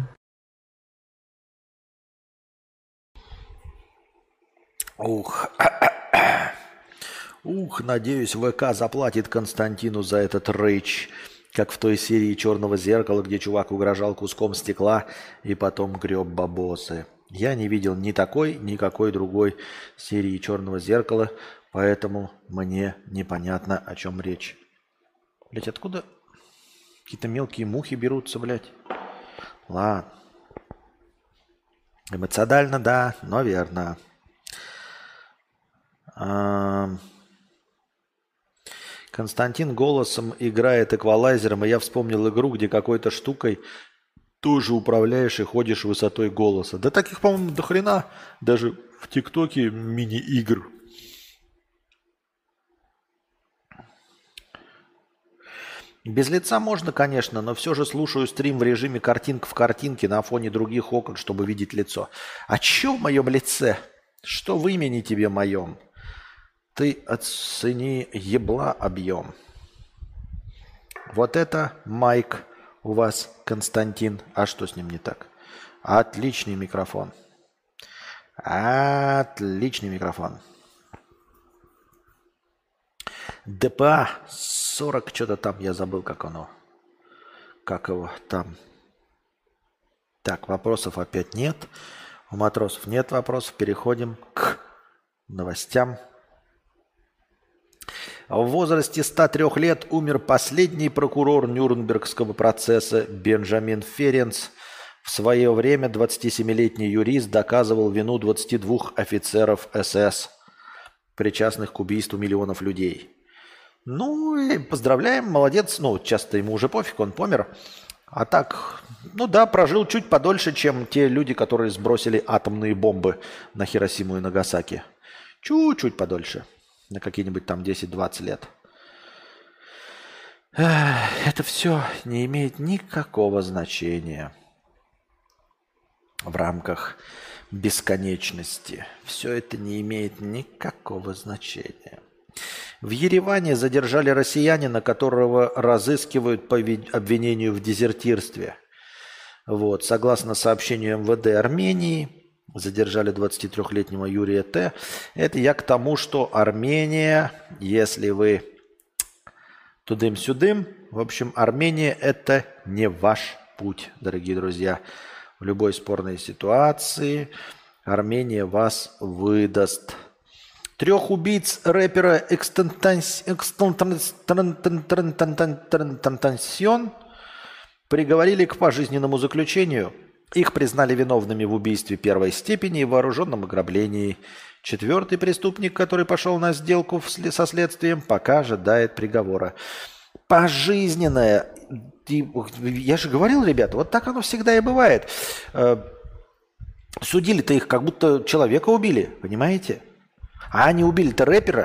Speaker 1: Ух, ух, надеюсь, ВК заплатит Константину за этот рейдж, как в той серии «Черного зеркала», где чувак угрожал куском стекла и потом греб бабосы. Я не видел ни такой, ни какой другой серии «Черного зеркала», поэтому мне непонятно, о чем речь. Блять, откуда какие-то мелкие мухи берутся, блядь? Ладно. Эмоционально, да, но верно. Константин голосом играет эквалайзером, и я вспомнил игру, где какой-то штукой тоже управляешь и ходишь высотой голоса. Да таких, по-моему, до хрена даже в ТикТоке мини-игр. Без лица можно, конечно, но все же слушаю стрим в режиме картинка в картинке на фоне других окон, чтобы видеть лицо. А че в моем лице? Что в имени тебе моем? Ты оцени ебла объем. Вот это майк у вас, Константин. А что с ним не так? Отличный микрофон. Отличный микрофон. ДПА сорок, что-то там, я забыл, как оно. Как его там. Так, вопросов опять нет. У матросов нет вопросов. Переходим к новостям. В возрасте ста трёх лет умер последний прокурор Нюрнбергского процесса Бенджамин Ференц. В свое время двадцатисемилетний юрист доказывал вину двадцати двух офицеров СС, причастных к убийству миллионов людей. Ну, и поздравляем, молодец. Ну, часто ему уже пофиг, он помер. А так, ну да, прожил чуть подольше, чем те люди, которые сбросили атомные бомбы на Хиросиму и Нагасаки. Чуть-чуть подольше. На какие-нибудь там десять-двадцать лет. Это все не имеет никакого значения в рамках бесконечности. Все это не имеет никакого значения. В Ереване задержали россиянина, которого разыскивают по обвинению в дезертирстве. Вот. Согласно сообщению эм вэ дэ Армении, задержали двадцатитрёхлетнего Юрия Т. Это я к тому, что Армения, если вы тудым-сюдым, в общем, Армения – это не ваш путь, дорогие друзья. В любой спорной ситуации Армения вас выдаст. Трех убийц рэпера Экстентансион приговорили к пожизненному заключению. Их признали виновными в убийстве первой степени и вооруженном ограблении. Четвертый преступник, который пошел на сделку со следствием, пока ожидает приговора. Пожизненное. Я же говорил, ребята, вот так оно всегда и бывает. Судили-то их, как будто человека убили, понимаете? А они убили-то рэпера.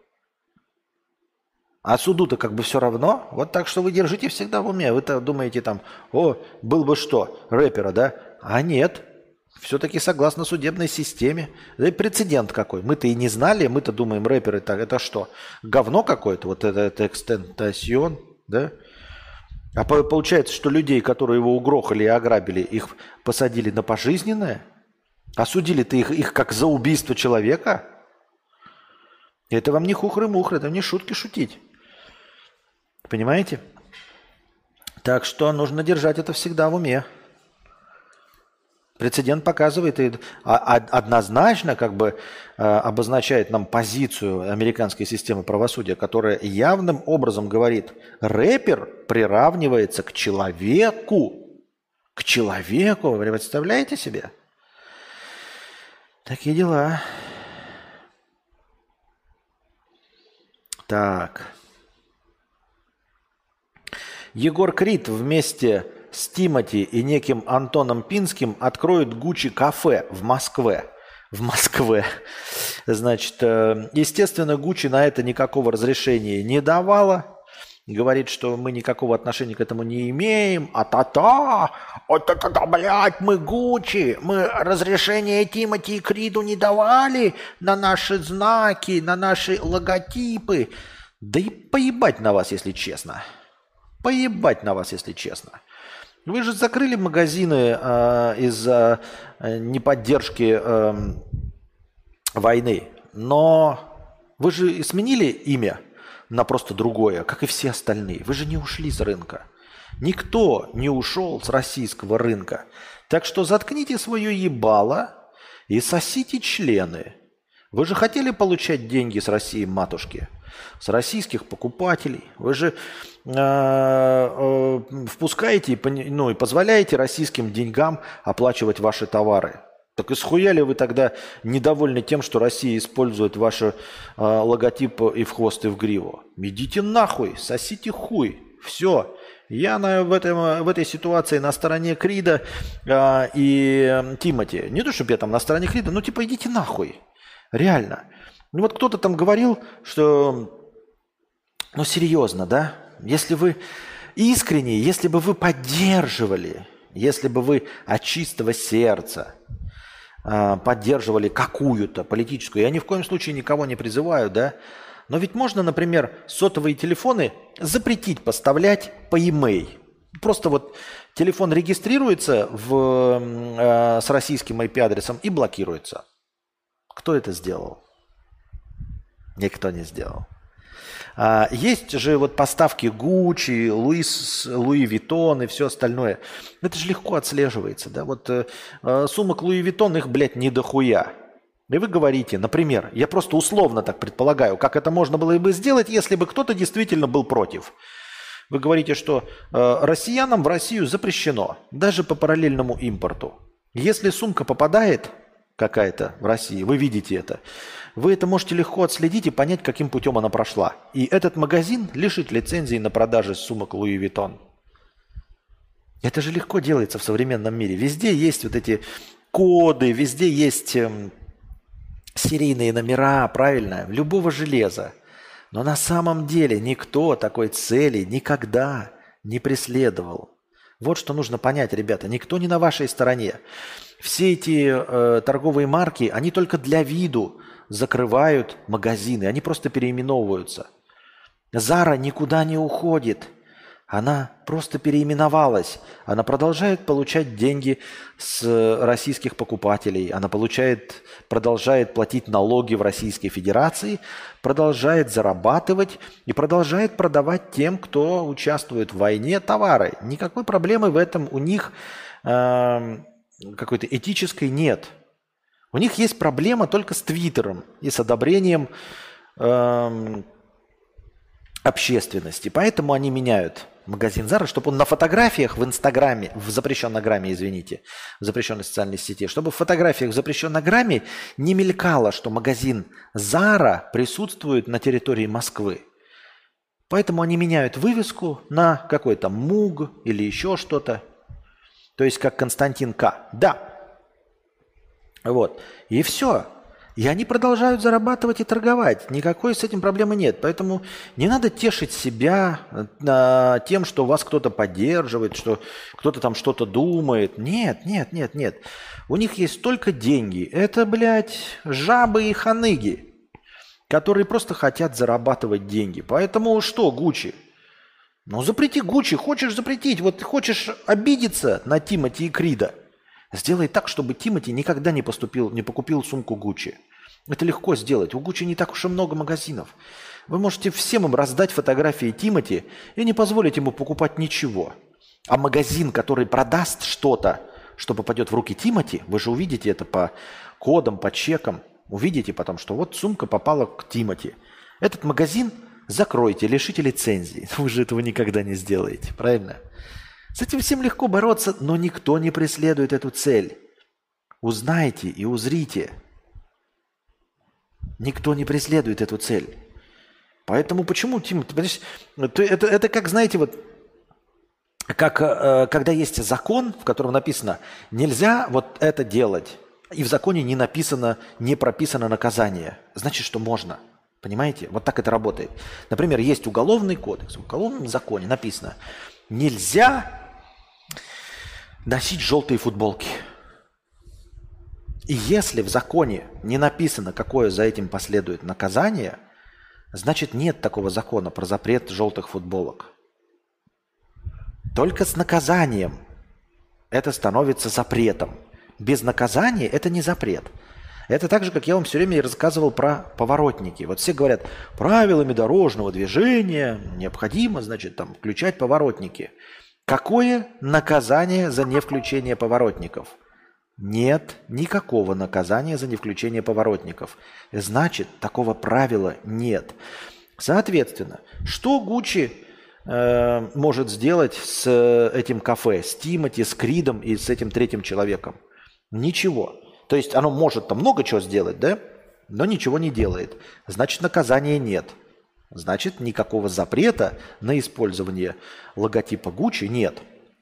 Speaker 1: А суду-то как бы все равно. Вот так что вы держите всегда в уме. Вы-то думаете там, о, был бы что, рэпера, да? А нет. Все-таки согласно судебной системе. Да и прецедент какой. Мы-то и не знали, мы-то думаем, рэперы, это, это что? Говно какое-то? Вот это, это экстентасион, да? А получается, что людей, которые его угрохали и ограбили, их посадили на пожизненное? Осудили-то их, их как за убийство человека? Это вам не хухры-мухры, это не шутки шутить. Понимаете? Так что нужно держать это всегда в уме. Прецедент показывает и однозначно как бы обозначает нам позицию американской системы правосудия, которая явным образом говорит, рэпер приравнивается к человеку. К человеку. Вы представляете себе? Такие дела. Так. Егор Крид вместе с Тимати и неким Антоном Пинским откроют Гуччи кафе в Москве. В Москве. Значит, естественно, Гуччи на это никакого разрешения не давала. Говорит, что мы никакого отношения к этому не имеем. А-та-та! А-та-та-та, блядь, мы Гуччи! Мы разрешение Тимати и Криду не давали на наши знаки, на наши логотипы. Да и поебать на вас, если честно. Поебать на вас, если честно. Вы же закрыли магазины э, из-за э, неподдержки э, войны. Но вы же сменили имя на просто другое, как и все остальные. Вы же не ушли с рынка. Никто не ушел с российского рынка. Так что заткните свое ебало и сосите члены. Вы же хотели получать деньги с России, матушки? С российских покупателей. Вы же э, э, впускаете и, ну, и позволяете российским деньгам оплачивать ваши товары. Так и схуяли вы тогда недовольны тем, что Россия использует ваши э, логотипы и в хвост, и в гриву? Идите нахуй, сосите хуй. Все. Я на, в, этом, в этой ситуации на стороне Крида э, и Тимати. Не то, чтобы я там на стороне Крида, но типа идите нахуй. Реально. Ну вот кто-то там говорил, что, ну серьезно, да, если вы искренне, если бы вы поддерживали, если бы вы от чистого сердца э, поддерживали какую-то политическую, я ни в коем случае никого не призываю, да, но ведь можно, например, сотовые телефоны запретить поставлять по e-mail. Просто вот телефон регистрируется в, э, с российским ай пи-адресом и блокируется. Кто это сделал? Никто не сделал. А, есть же вот поставки Гуччи, Луис, Луи Виттон и все остальное. Это же легко отслеживается. Да? Вот э, сумок Луи Виттон, их, блядь, не дохуя. И вы говорите, например, я просто условно так предполагаю, как это можно было бы сделать, если бы кто-то действительно был против. Вы говорите, что э, россиянам в Россию запрещено, даже по параллельному импорту. Если сумка попадает какая-то в России, вы видите это, вы это можете легко отследить и понять, каким путем она прошла. И этот магазин лишит лицензии на продажу сумок Луи Виттон. Это же легко делается в современном мире. Везде есть вот эти коды, везде есть эм, серийные номера, правильно, любого железа. Но на самом деле никто такой цели никогда не преследовал. Вот что нужно понять, ребята. Никто не на вашей стороне. Все эти э, торговые марки, они только для виду закрывают магазины. Они просто переименовываются. Zara никуда не уходит. Она просто переименовалась. Она продолжает получать деньги с российских покупателей. Она получает, продолжает платить налоги в Российской Федерации, продолжает зарабатывать и продолжает продавать тем, кто участвует в войне, товары. Никакой проблемы в этом у них э, какой-то этической нет. У них есть проблема только с Твиттером и с одобрением э, общественности. Поэтому они меняют магазин Zara, чтобы он на фотографиях в Инстаграме, в запрещенной грамме, извините, в запрещенной социальной сети, чтобы в фотографиях в запрещенной грамме не мелькало, что магазин Zara присутствует на территории Москвы. Поэтому они меняют вывеску на какой-то МУГ или еще что-то. То есть как Константин К. Да. Вот. И все. И они продолжают зарабатывать и торговать. Никакой с этим проблемы нет. Поэтому не надо тешить себя а, тем, что вас кто-то поддерживает, что кто-то там что-то думает. Нет, нет, нет, нет. У них есть только деньги. Это, блядь, жабы и ханыги, которые просто хотят зарабатывать деньги. Поэтому что, Гуччи? Ну, запрети Гуччи. Хочешь запретить? Вот хочешь обидеться на Тимоти и Крида? Сделай так, чтобы Тимоти никогда не поступил, не покупил сумку Гуччи. Это легко сделать. У Гуччи не так уж и много магазинов. Вы можете всем им раздать фотографии Тимоти и не позволить ему покупать ничего. А магазин, который продаст что-то, что попадет в руки Тимоти, вы же увидите это по кодам, по чекам. Увидите потом, что вот сумка попала к Тимоти. Этот магазин закройте, лишите лицензии. Вы же этого никогда не сделаете, правильно? С этим всем легко бороться, но никто не преследует эту цель. Узнайте и узрите. Никто не преследует эту цель. Поэтому почему, Тим, это, это, это как, знаете, вот, как э, когда есть закон, в котором написано, нельзя вот это делать, и в законе не написано, не прописано наказание. Значит, что можно. Понимаете? Вот так это работает. Например, есть уголовный кодекс, в уголовном законе написано, нельзя носить желтые футболки. И если в законе не написано, какое за этим последует наказание, значит нет такого закона про запрет желтых футболок. Только с наказанием это становится запретом. Без наказания это не запрет. Это так же, как я вам все время рассказывал про поворотники. Вот все говорят, правилами дорожного движения необходимо, значит, там, включать поворотники. Какое наказание за невключение поворотников? Нет никакого наказания за невключение поворотников. Значит, такого правила нет. Соответственно, что Гуччи э, может сделать с этим кафе, с Тимоти, с Кридом и с этим третьим человеком? Ничего. То есть оно может там много чего сделать, да? Но ничего не делает. Значит, наказания нет. Значит, никакого запрета на использование логотипа Гуччи нет.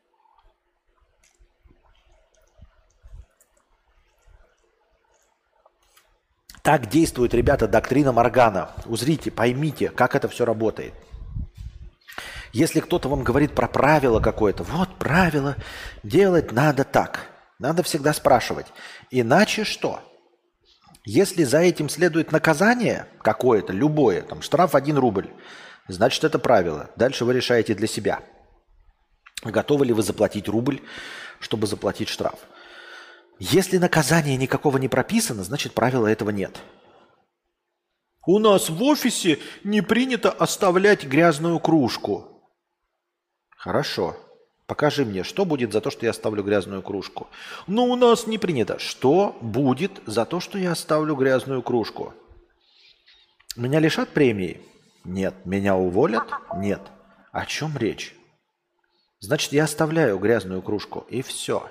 Speaker 1: Так действует, ребята, доктрина Моргана. Узрите, поймите, как это все работает. Если кто-то вам говорит про правило какое-то, вот правило, делать надо так. Надо всегда спрашивать. Иначе что? Если за этим следует наказание какое-то, любое, там штраф один рубль, значит это правило. Дальше вы решаете для себя. Готовы ли вы заплатить рубль, чтобы заплатить штраф? Если наказания никакого не прописано, значит правила этого нет. У нас в офисе не принято оставлять грязную кружку. Хорошо. Покажи мне, что будет за то, что я оставлю грязную кружку. Но у нас не принято. Что будет за то, что я оставлю грязную кружку? Меня лишат премии? Нет. Меня уволят? Нет. О чем речь? Значит, я оставляю грязную кружку, и все.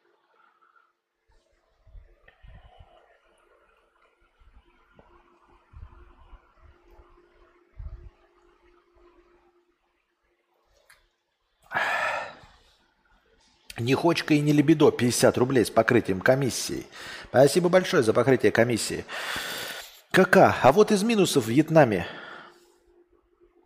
Speaker 1: Не хочка и не лебедо, пятьдесят рублей с покрытием комиссии. Спасибо большое за покрытие комиссии. Кака, а вот из минусов в Вьетнаме.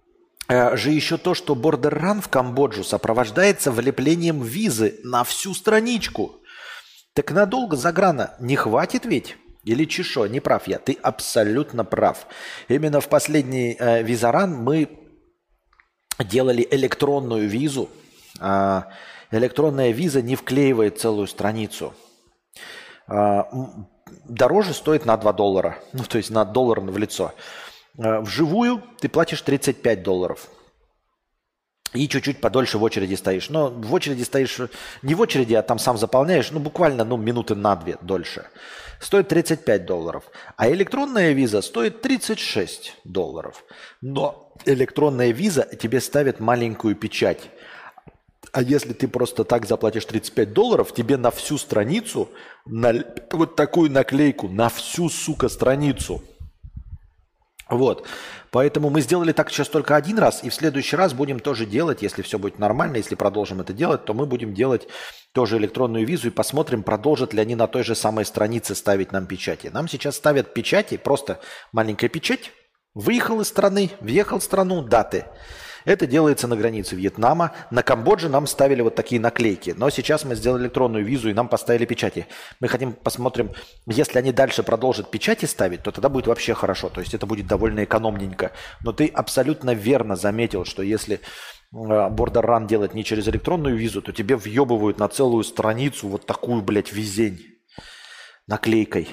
Speaker 1: э, же еще то, что Border Run в Камбоджу сопровождается влеплением визы на всю страничку. Так надолго заграна не хватит ведь? Или чешо? Не прав я. Ты абсолютно прав. Именно в последний э, визаран мы делали электронную визу. Э, электронная виза не вклеивает целую страницу. Э, дороже стоит на два доллара. Ну, то есть на доллар в лицо. Э, вживую ты платишь тридцать пять долларов. И чуть-чуть подольше в очереди стоишь. Но в очереди стоишь не в очереди, а там сам заполняешь, ну буквально ну, минуты на две дольше. Стоит тридцать пять долларов. А электронная виза стоит тридцать шесть долларов. Но электронная виза тебе ставит маленькую печать. А если ты просто так заплатишь тридцать пять долларов, тебе на всю страницу, на вот такую наклейку, на всю, сука, страницу. Вот. Поэтому мы сделали так сейчас только один раз, и в следующий раз будем тоже делать, если все будет нормально, если продолжим это делать, то мы будем делать тоже электронную визу и посмотрим, продолжат ли они на той же самой странице ставить нам печати. Нам сейчас ставят печати, просто маленькая печать, выехал из страны, въехал в страну, даты. Это делается на границе Вьетнама. На Камбодже нам ставили вот такие наклейки. Но сейчас мы сделали электронную визу и нам поставили печати. Мы хотим посмотрим, если они дальше продолжат печати ставить, то тогда будет вообще хорошо. То есть это будет довольно экономненько. Но ты абсолютно верно заметил, что если Border Run делать не через электронную визу, то тебе въебывают на целую страницу вот такую, блядь, визень наклейкой.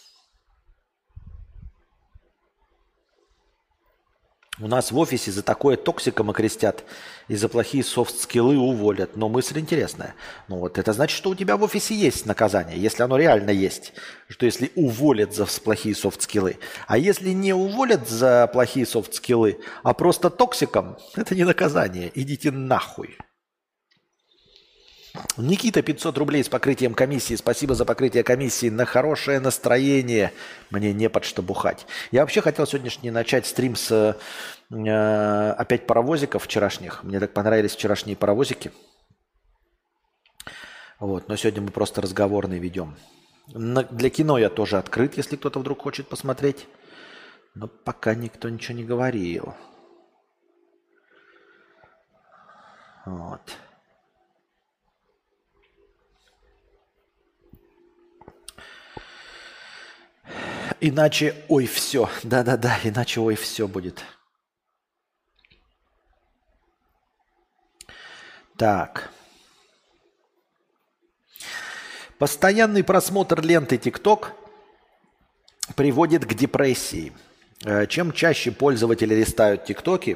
Speaker 1: У нас в офисе за такое токсиком окрестят и за плохие софт-скиллы уволят. Но мысль интересная. Ну вот это значит, что у тебя в офисе есть наказание, если оно реально есть. Что если уволят за плохие софт-скиллы. А если не уволят за плохие софт-скиллы, а просто токсиком, это не наказание. Идите нахуй. Никита, пятьсот рублей с покрытием комиссии. Спасибо за покрытие комиссии. На хорошее настроение. Мне не под что бухать. Я вообще хотел сегодняшний начать стрим с э, опять паровозиков вчерашних. Мне так понравились вчерашние паровозики. Вот, но сегодня мы просто разговорный ведем. На, для кино я тоже открыт, если кто-то вдруг хочет посмотреть. Но пока никто ничего не говорил. Вот. Иначе, ой, все. Да-да-да, иначе, ой, все будет. Так. Постоянный просмотр ленты TikTok приводит к депрессии. Чем чаще пользователи листают ТикТоки,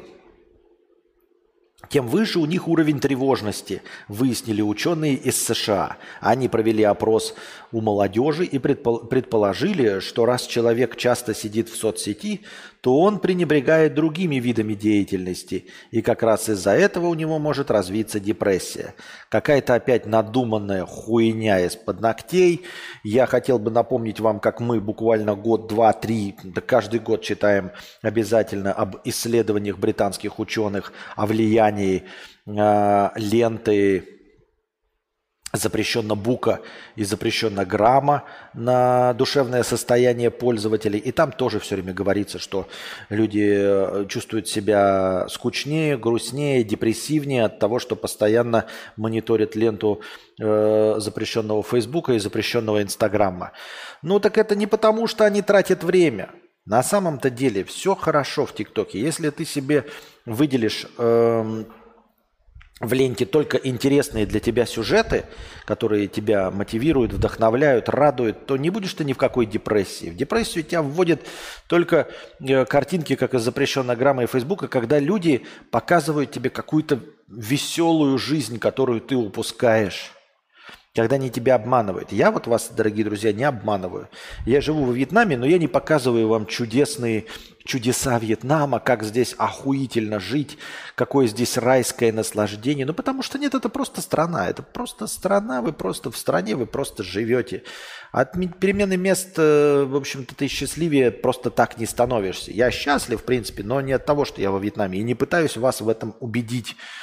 Speaker 1: тем выше у них уровень тревожности, выяснили ученые из США. Они провели опрос у молодежи и предположили, что раз человек часто сидит в соцсети, то он пренебрегает другими видами деятельности. И как раз из-за этого у него может развиться депрессия. Какая-то опять надуманная хуйня из-под ногтей. Я хотел бы напомнить вам, как мы буквально год, два, три, да каждый год читаем обязательно об исследованиях британских ученых, о влиянии э, ленты запрещенно бука и запрещенно грамма на душевное состояние пользователей. И там тоже все время говорится, что люди чувствуют себя скучнее, грустнее, депрессивнее от того, что постоянно мониторят ленту э, запрещенного Фейсбука и запрещенного Инстаграма. Ну так это не потому, что они тратят время. На самом-то деле все хорошо в ТикТоке. Если ты себе выделишь э, в ленте только интересные для тебя сюжеты, которые тебя мотивируют, вдохновляют, радуют, то не будешь ты ни в какой депрессии. В депрессию тебя вводят только э, картинки, как из запрещенной грамма и Фейсбука, когда люди показывают тебе какую-то веселую жизнь, которую ты упускаешь. Когда они тебя обманывают. Я вот вас, дорогие друзья, не обманываю. Я живу во Вьетнаме, но я не показываю вам чудесные чудеса Вьетнама, как здесь охуительно жить, какое здесь райское наслаждение. Ну, потому что нет, это просто страна. Это просто страна, вы просто в стране, вы просто живете. От перемены мест, в общем-то, ты счастливее просто так не становишься. Я счастлив, в принципе, но не от того, что я во Вьетнаме. И не пытаюсь вас в этом убедить.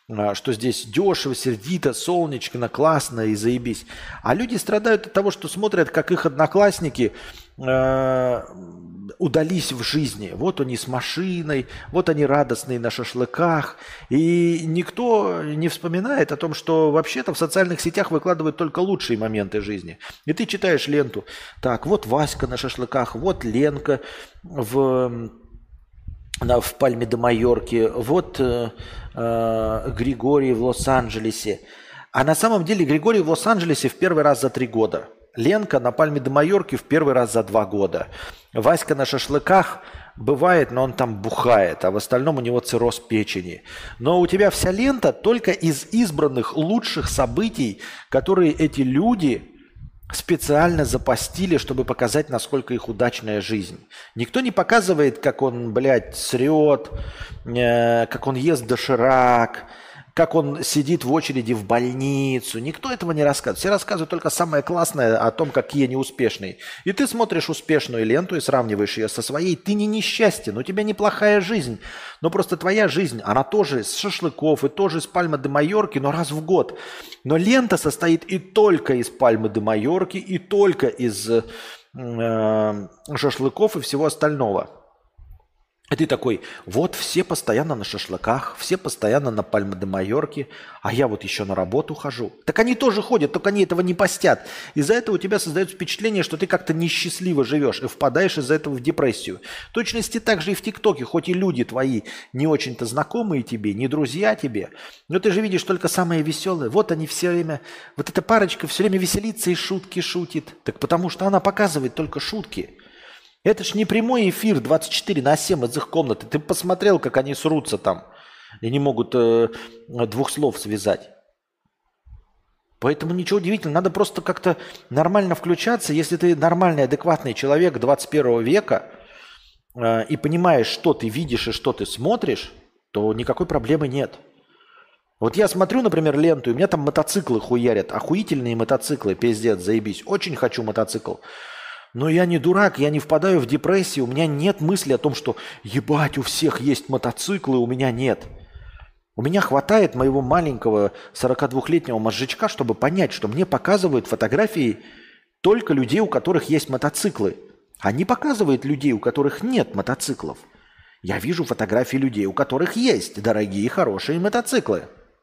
Speaker 1: а, что здесь дешево, сердито, солнечно, классно и заебись. А люди страдают от того, что смотрят, как их одноклассники э, удались в жизни. Вот они с машиной, вот они радостные на шашлыках. И никто не вспоминает о том, что вообще-то в социальных сетях выкладывают только лучшие моменты жизни. И ты читаешь ленту. Так, вот Васька на шашлыках, вот Ленка в... в Пальме де Майорке, вот э, э, Григорий в Лос-Анджелесе. А на самом деле Григорий в Лос-Анджелесе в первый раз за три года. Ленка на Пальме де Майорке в первый раз за два года. Васька на шашлыках бывает, но он там бухает, а в остальном у него цирроз печени. Но у тебя вся лента только из избранных лучших событий, которые эти люди специально запостили, чтобы показать, насколько их удачная жизнь. Никто не показывает, как он, блядь, срет, э, как он ест доширак, как он сидит в очереди в больницу. Никто этого не рассказывает. Все рассказывают только самое классное о том, какие они успешные. И ты смотришь успешную ленту и сравниваешь ее со своей. Ты не несчастен, у тебя неплохая жизнь. Но просто твоя жизнь, она тоже с шашлыков и тоже с Пальмы де Майорки, но раз в год. Но лента состоит и только из Пальмы де Майорки, и только из э, шашлыков и всего остального. И ты такой, вот все постоянно на шашлыках, все постоянно на Пальме де Майорке, а я вот еще на работу хожу. Так они тоже ходят, только они этого не постят. Из-за этого у тебя создается впечатление, что ты как-то несчастливо живешь и впадаешь из-за этого в депрессию. В точности так же и в ТикТоке, хоть и люди твои не очень-то знакомые тебе, не друзья тебе, но ты же видишь только самое веселое. Вот они все время, вот эта парочка все время веселится и шутки шутит. Так потому что она показывает только шутки. Это ж не прямой эфир двадцать четыре на семь из их комнаты. Ты посмотрел, как они срутся там и не могут э, двух слов связать. Поэтому ничего удивительного. Надо просто как-то нормально включаться. Если ты нормальный, адекватный человек двадцать первого века э, и понимаешь, что ты видишь и что ты смотришь, то никакой проблемы нет. Вот я смотрю, например, ленту, и у меня там мотоциклы хуярят. Охуительные мотоциклы, пиздец, заебись. Очень хочу мотоцикл. Но я не дурак, я не впадаю в депрессию, у меня нет мысли о том, что ебать, у всех есть мотоциклы, у меня нет. У меня хватает моего маленького сорокадвухлетнего мозжечка, чтобы понять, что мне показывают фотографии только людей, у которых есть мотоциклы. А не показывают людей, у которых нет мотоциклов. Я вижу фотографии людей, у которых есть дорогие, хорошие мотоциклы.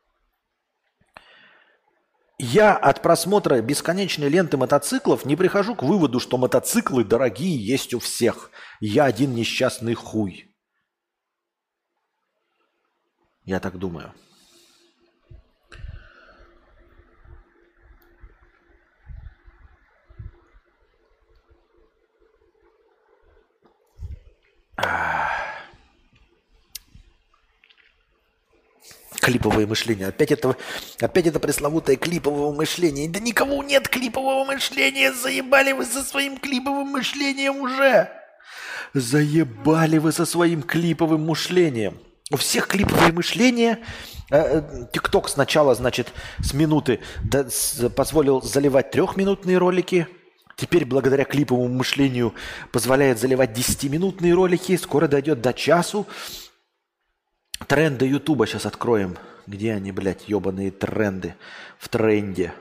Speaker 1: Я от просмотра бесконечной ленты мотоциклов не прихожу к выводу, что мотоциклы дорогие есть у всех. Я один несчастный хуй. Я так думаю. Клиповое мышление. Опять это, опять это пресловутое клиповое мышление. Да никого нет клипового мышления. Заебали вы со своим клиповым мышлением уже. Заебали вы со своим клиповым мышлением. У всех клиповое мышление. ТикТок сначала, значит, с минуты да, с, позволил заливать трехминутные ролики. Теперь благодаря клиповому мышлению позволяет заливать десятиминутные ролики. Скоро дойдет до часу. Тренды Ютуба сейчас откроем. Где они, блядь, ебаные тренды в тренде?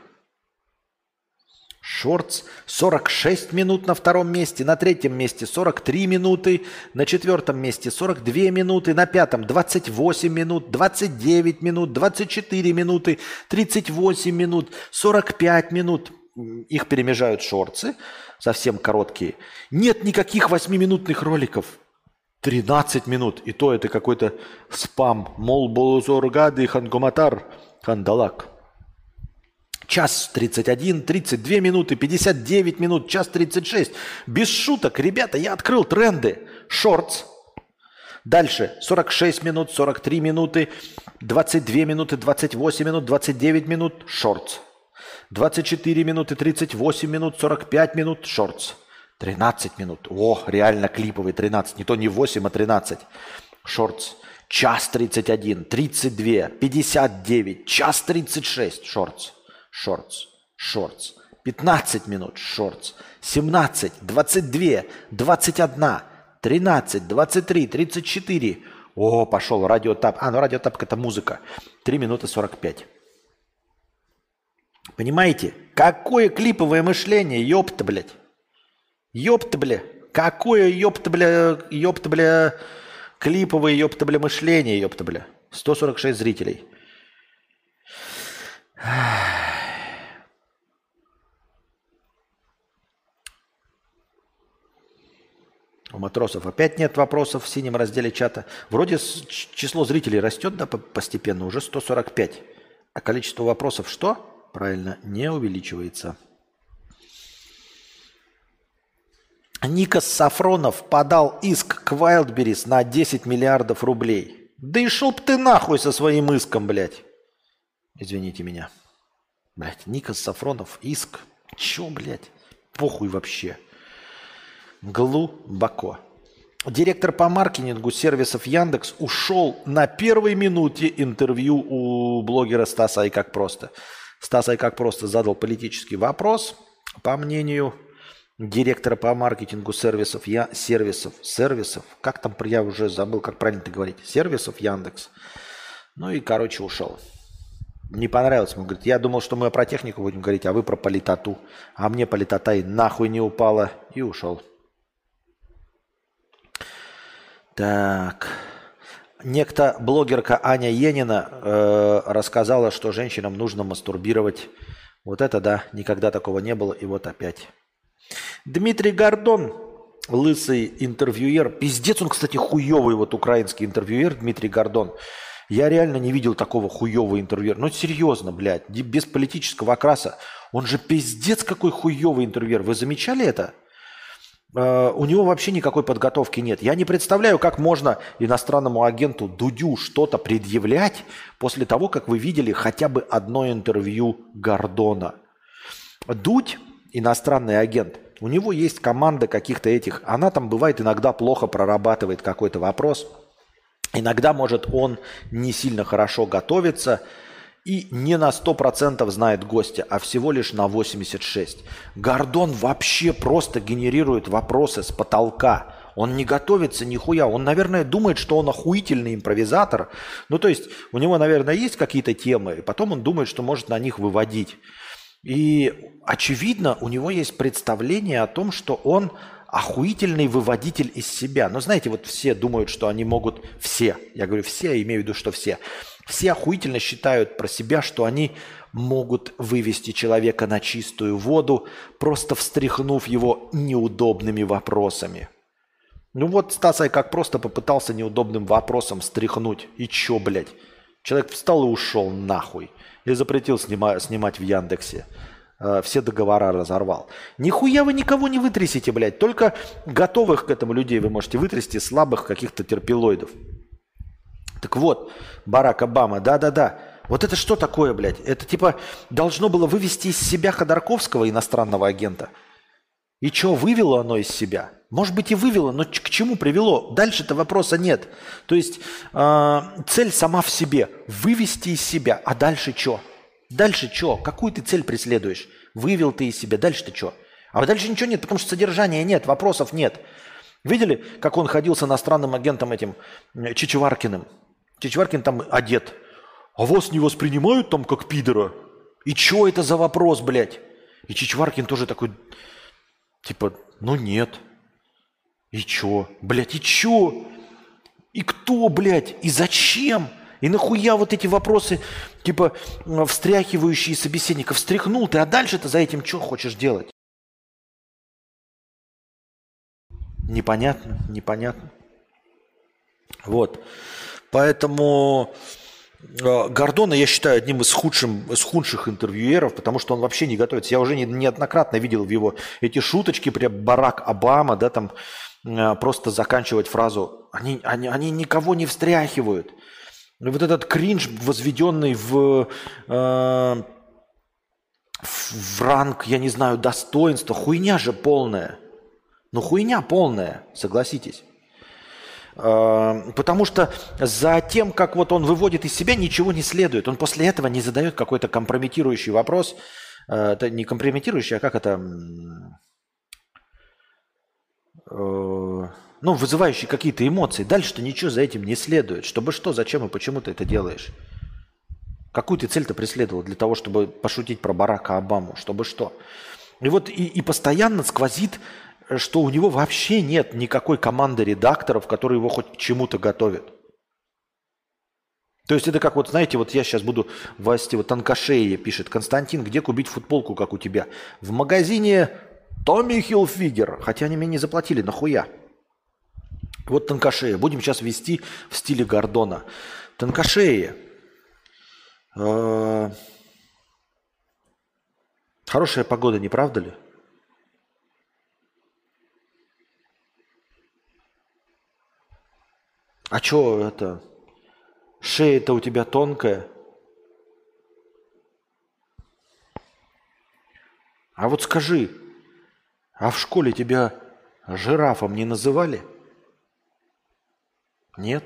Speaker 1: Шортс сорок шесть минут на втором месте, на третьем месте сорок три минуты, на четвертом месте сорок две минуты, на пятом двадцать восемь минут, двадцать девять минут, двадцать четыре минуты, тридцать восемь минут, сорок пять минут. Их перемежают шортсы, совсем короткие. Нет никаких восьмиминутных роликов. тринадцать минут. И то это какой-то спам. Мол, болозоргады хангоматар хандалак. Час тридцать один, тридцать две минуты, пятьдесят девять минут, час тридцать шесть. Без шуток, ребята, я открыл тренды. Шортс. Дальше сорок шесть минут, сорок три минуты, двадцать две минуты, двадцать восемь минут, двадцать девять минут. Шортс. двадцать четыре минуты, тридцать восемь минут, сорок пять минут. Шортс. тринадцать минут. О, реально клиповый тринадцать. Не то не восемь, а тринадцать. Шортс. Час тридцать один, тридцать два, пятьдесят девять, час тридцать шесть. Шортс. Шортс. Шортс. пятнадцать минут. Шортс. семнадцать, двадцать два, двадцать один, тринадцать, двадцать три, тридцать четыре. О, пошел, радиотап. А, ну радиотапка это музыка. три минуты сорок пять. Понимаете? Какое клиповое мышление, ёпта, блядь. Ёпта, бля. Какое, ёпта, бля, ёпта, бля, клиповое, ёпта, бля, мышление, ёпта, бля. сто сорок шесть зрителей. У матросов опять нет вопросов в синем разделе чата. Вроде число зрителей растет, да, постепенно, уже сто сорок пять. А количество вопросов что? Правильно, не увеличивается. Никос Сафронов подал иск к Wildberries на десять миллиардов рублей. Да и шел б ты нахуй со своим иском, блядь. Извините меня. Блядь, Никос Сафронов, иск. Чё, блядь? Похуй вообще. Глубоко. Директор по маркетингу сервисов Яндекс ушел на первой минуте интервью у блогера Стаса Айкак Просто. Стас Айкак Просто задал политический вопрос, по мнению директора по маркетингу сервисов, я, сервисов, сервисов, как там, я уже забыл, как правильно это говорить, сервисов Яндекс. Ну и, короче, ушел. Не понравилось ему, говорит, я думал, что мы про технику будем говорить, а вы про политоту. А мне политота и нахуй не упала, и ушел. Так. Некто блогерка Аня Енина э, рассказала, что женщинам нужно мастурбировать. Вот это да, никогда такого не было, и вот опять. Дмитрий Гордон, лысый интервьюер. Пиздец он, кстати, хуёвый вот украинский интервьюер Дмитрий Гордон. Я реально не видел такого хуёвого интервьюера. Ну серьезно, блядь, без политического окраса. Он же пиздец какой хуёвый интервьюер. Вы замечали это? Uh, у него вообще никакой подготовки нет. Я не представляю, как можно иностранному агенту Дудю что-то предъявлять после того, как вы видели хотя бы одно интервью Гордона. Дудь, иностранный агент, у него есть команда каких-то этих. Она там бывает иногда плохо прорабатывает какой-то вопрос. Иногда может он не сильно хорошо готовиться и не на сто процентов знает гостя, а всего лишь на восемьдесят шесть процентов. Гордон вообще просто генерирует вопросы с потолка. Он не готовится нихуя. Он, наверное, думает, что он охуительный импровизатор. Ну, то есть у него, наверное, есть какие-то темы, и потом он думает, что может на них выводить. И, очевидно, у него есть представление о том, что он охуительный выводитель из себя. Но знаете, вот все думают, что они могут... Все, я говорю все, я имею в виду, что все. Все охуительно считают про себя, что они могут вывести человека на чистую воду, просто встряхнув его неудобными вопросами. Ну вот Стас Айкак просто попытался неудобным вопросом встряхнуть. И чё, блядь? Человек встал и ушел нахуй. И запретил снима- снимать в Яндексе. Э, все договора разорвал. Нихуя вы никого не вытрясите, блядь. Только готовых к этому людей вы можете вытрясти, слабых каких-то терпилоидов. Так вот, Барак Обама, да-да-да. Вот это что такое, блядь? Это типа должно было вывести из себя Ходорковского, иностранного агента. И что, вывело оно из себя? Может быть и вывело, но к чему привело? Дальше-то вопроса нет. То есть э, цель сама в себе. Вывести из себя. А дальше что? Дальше что? Какую ты цель преследуешь? Вывел ты из себя. Дальше-то что? А дальше ничего нет, потому что содержания нет, вопросов нет. Видели, как он ходил с иностранным агентом этим Чичваркиным? Чичваркин там одет. А вас не воспринимают там как пидора? И чё это за вопрос, блядь? И Чичваркин тоже такой, типа, ну нет. И чё? Блядь, и чё? И кто, блядь? И зачем? И нахуя вот эти вопросы, типа, встряхивающие собеседника? Встряхнул ты, а дальше-то за этим что хочешь делать? Непонятно, непонятно. Вот. Поэтому э, Гордона я считаю одним из, худшим, из худших интервьюеров, потому что он вообще не готовится. Я уже не, неоднократно видел в его эти шуточки, прям Барак Обама, да, там э, просто заканчивать фразу. Они, они, они никого не встряхивают. И вот этот кринж, возведенный в, э, в ранг, я не знаю, достоинства, хуйня же полная. Ну хуйня полная, согласитесь. Потому что за тем, как вот он выводит из себя, ничего не следует. Он после этого не задает какой-то компрометирующий вопрос. Это не компрометирующий, а как это... э, ну, вызывающий какие-то эмоции. Дальше-то ничего за этим не следует. Чтобы что, зачем и почему ты это делаешь? Какую ты цель-то преследовал для того, чтобы пошутить про Барака Обаму? Чтобы что? И вот и, и постоянно сквозит, что у него вообще нет никакой команды редакторов, которые его хоть к чему-то готовят. То есть это как вот, знаете, вот я сейчас буду вести, вот Танкашея пишет: Константин, где купить футболку, как у тебя? В магазине Томми Хилфигер. Хотя они мне не заплатили, нахуя? Вот Танкашея. Будем сейчас вести в стиле Гордона. Танкашея. Э, Хорошая погода, не правда ли? А чё это? Шея-то у тебя тонкая. А вот скажи, а в школе тебя жирафом не называли? Нет?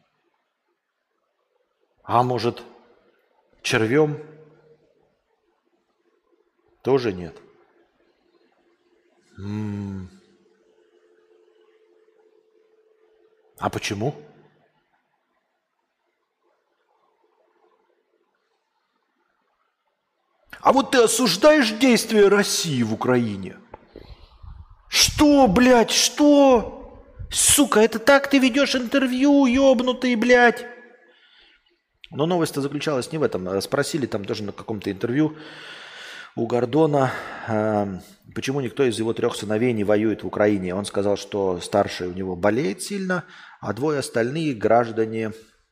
Speaker 1: А может, червем? Тоже нет. М. А почему? А вот ты осуждаешь действия России в Украине? Что, блядь, что? Сука, это так ты ведешь интервью, ёбнутый, блядь? Но новость-то заключалась не в этом. Спросили там тоже на каком-то интервью у Гордона, э, почему никто из его трех сыновей не воюет в Украине. Он сказал, что старший у него болеет сильно, а двое остальные граждане,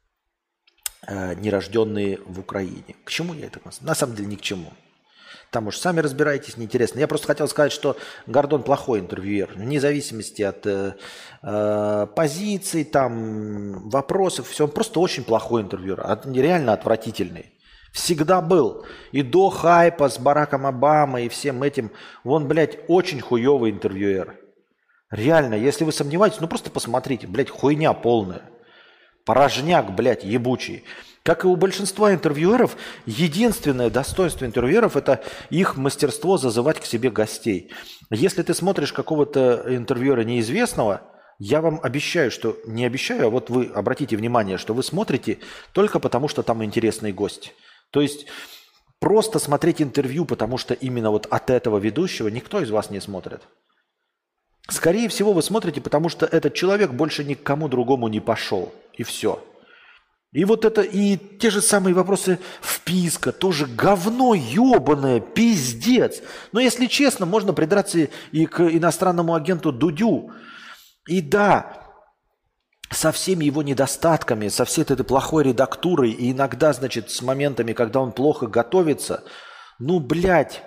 Speaker 1: э, нерожденные в Украине. К чему я это? На самом деле ни к чему. Там уж сами разбирайтесь, неинтересно. Я просто хотел сказать, что Гордон плохой интервьюер. Вне зависимости от э, э, позиций, там, вопросов, все. Он просто очень плохой интервьюер. От, реально отвратительный. Всегда был. И до хайпа с Бараком Обамой и всем этим. Вон, блядь, очень хуёвый интервьюер. Реально, если вы сомневаетесь, ну просто посмотрите. Блядь, хуйня полная. Порожняк, блядь, ебучий. Как и у большинства интервьюеров, единственное достоинство интервьюеров – это их мастерство зазывать к себе гостей. Если ты смотришь какого-то интервьюера неизвестного, я вам обещаю, что не обещаю, а вот вы обратите внимание, что вы смотрите только потому, что там интересный гость. То есть просто смотреть интервью, потому что именно вот от этого ведущего никто из вас не смотрит. Скорее всего, вы смотрите, потому что этот человек больше ни к кому другому не пошел. И все. И вот это, и те же самые вопросы вписка, тоже говно ебаное, пиздец. Но если честно, можно придраться и к иностранному агенту Дудю. И да, со всеми его недостатками, со всей этой плохой редактурой, и иногда, значит, с моментами, когда он плохо готовится, ну, блядь,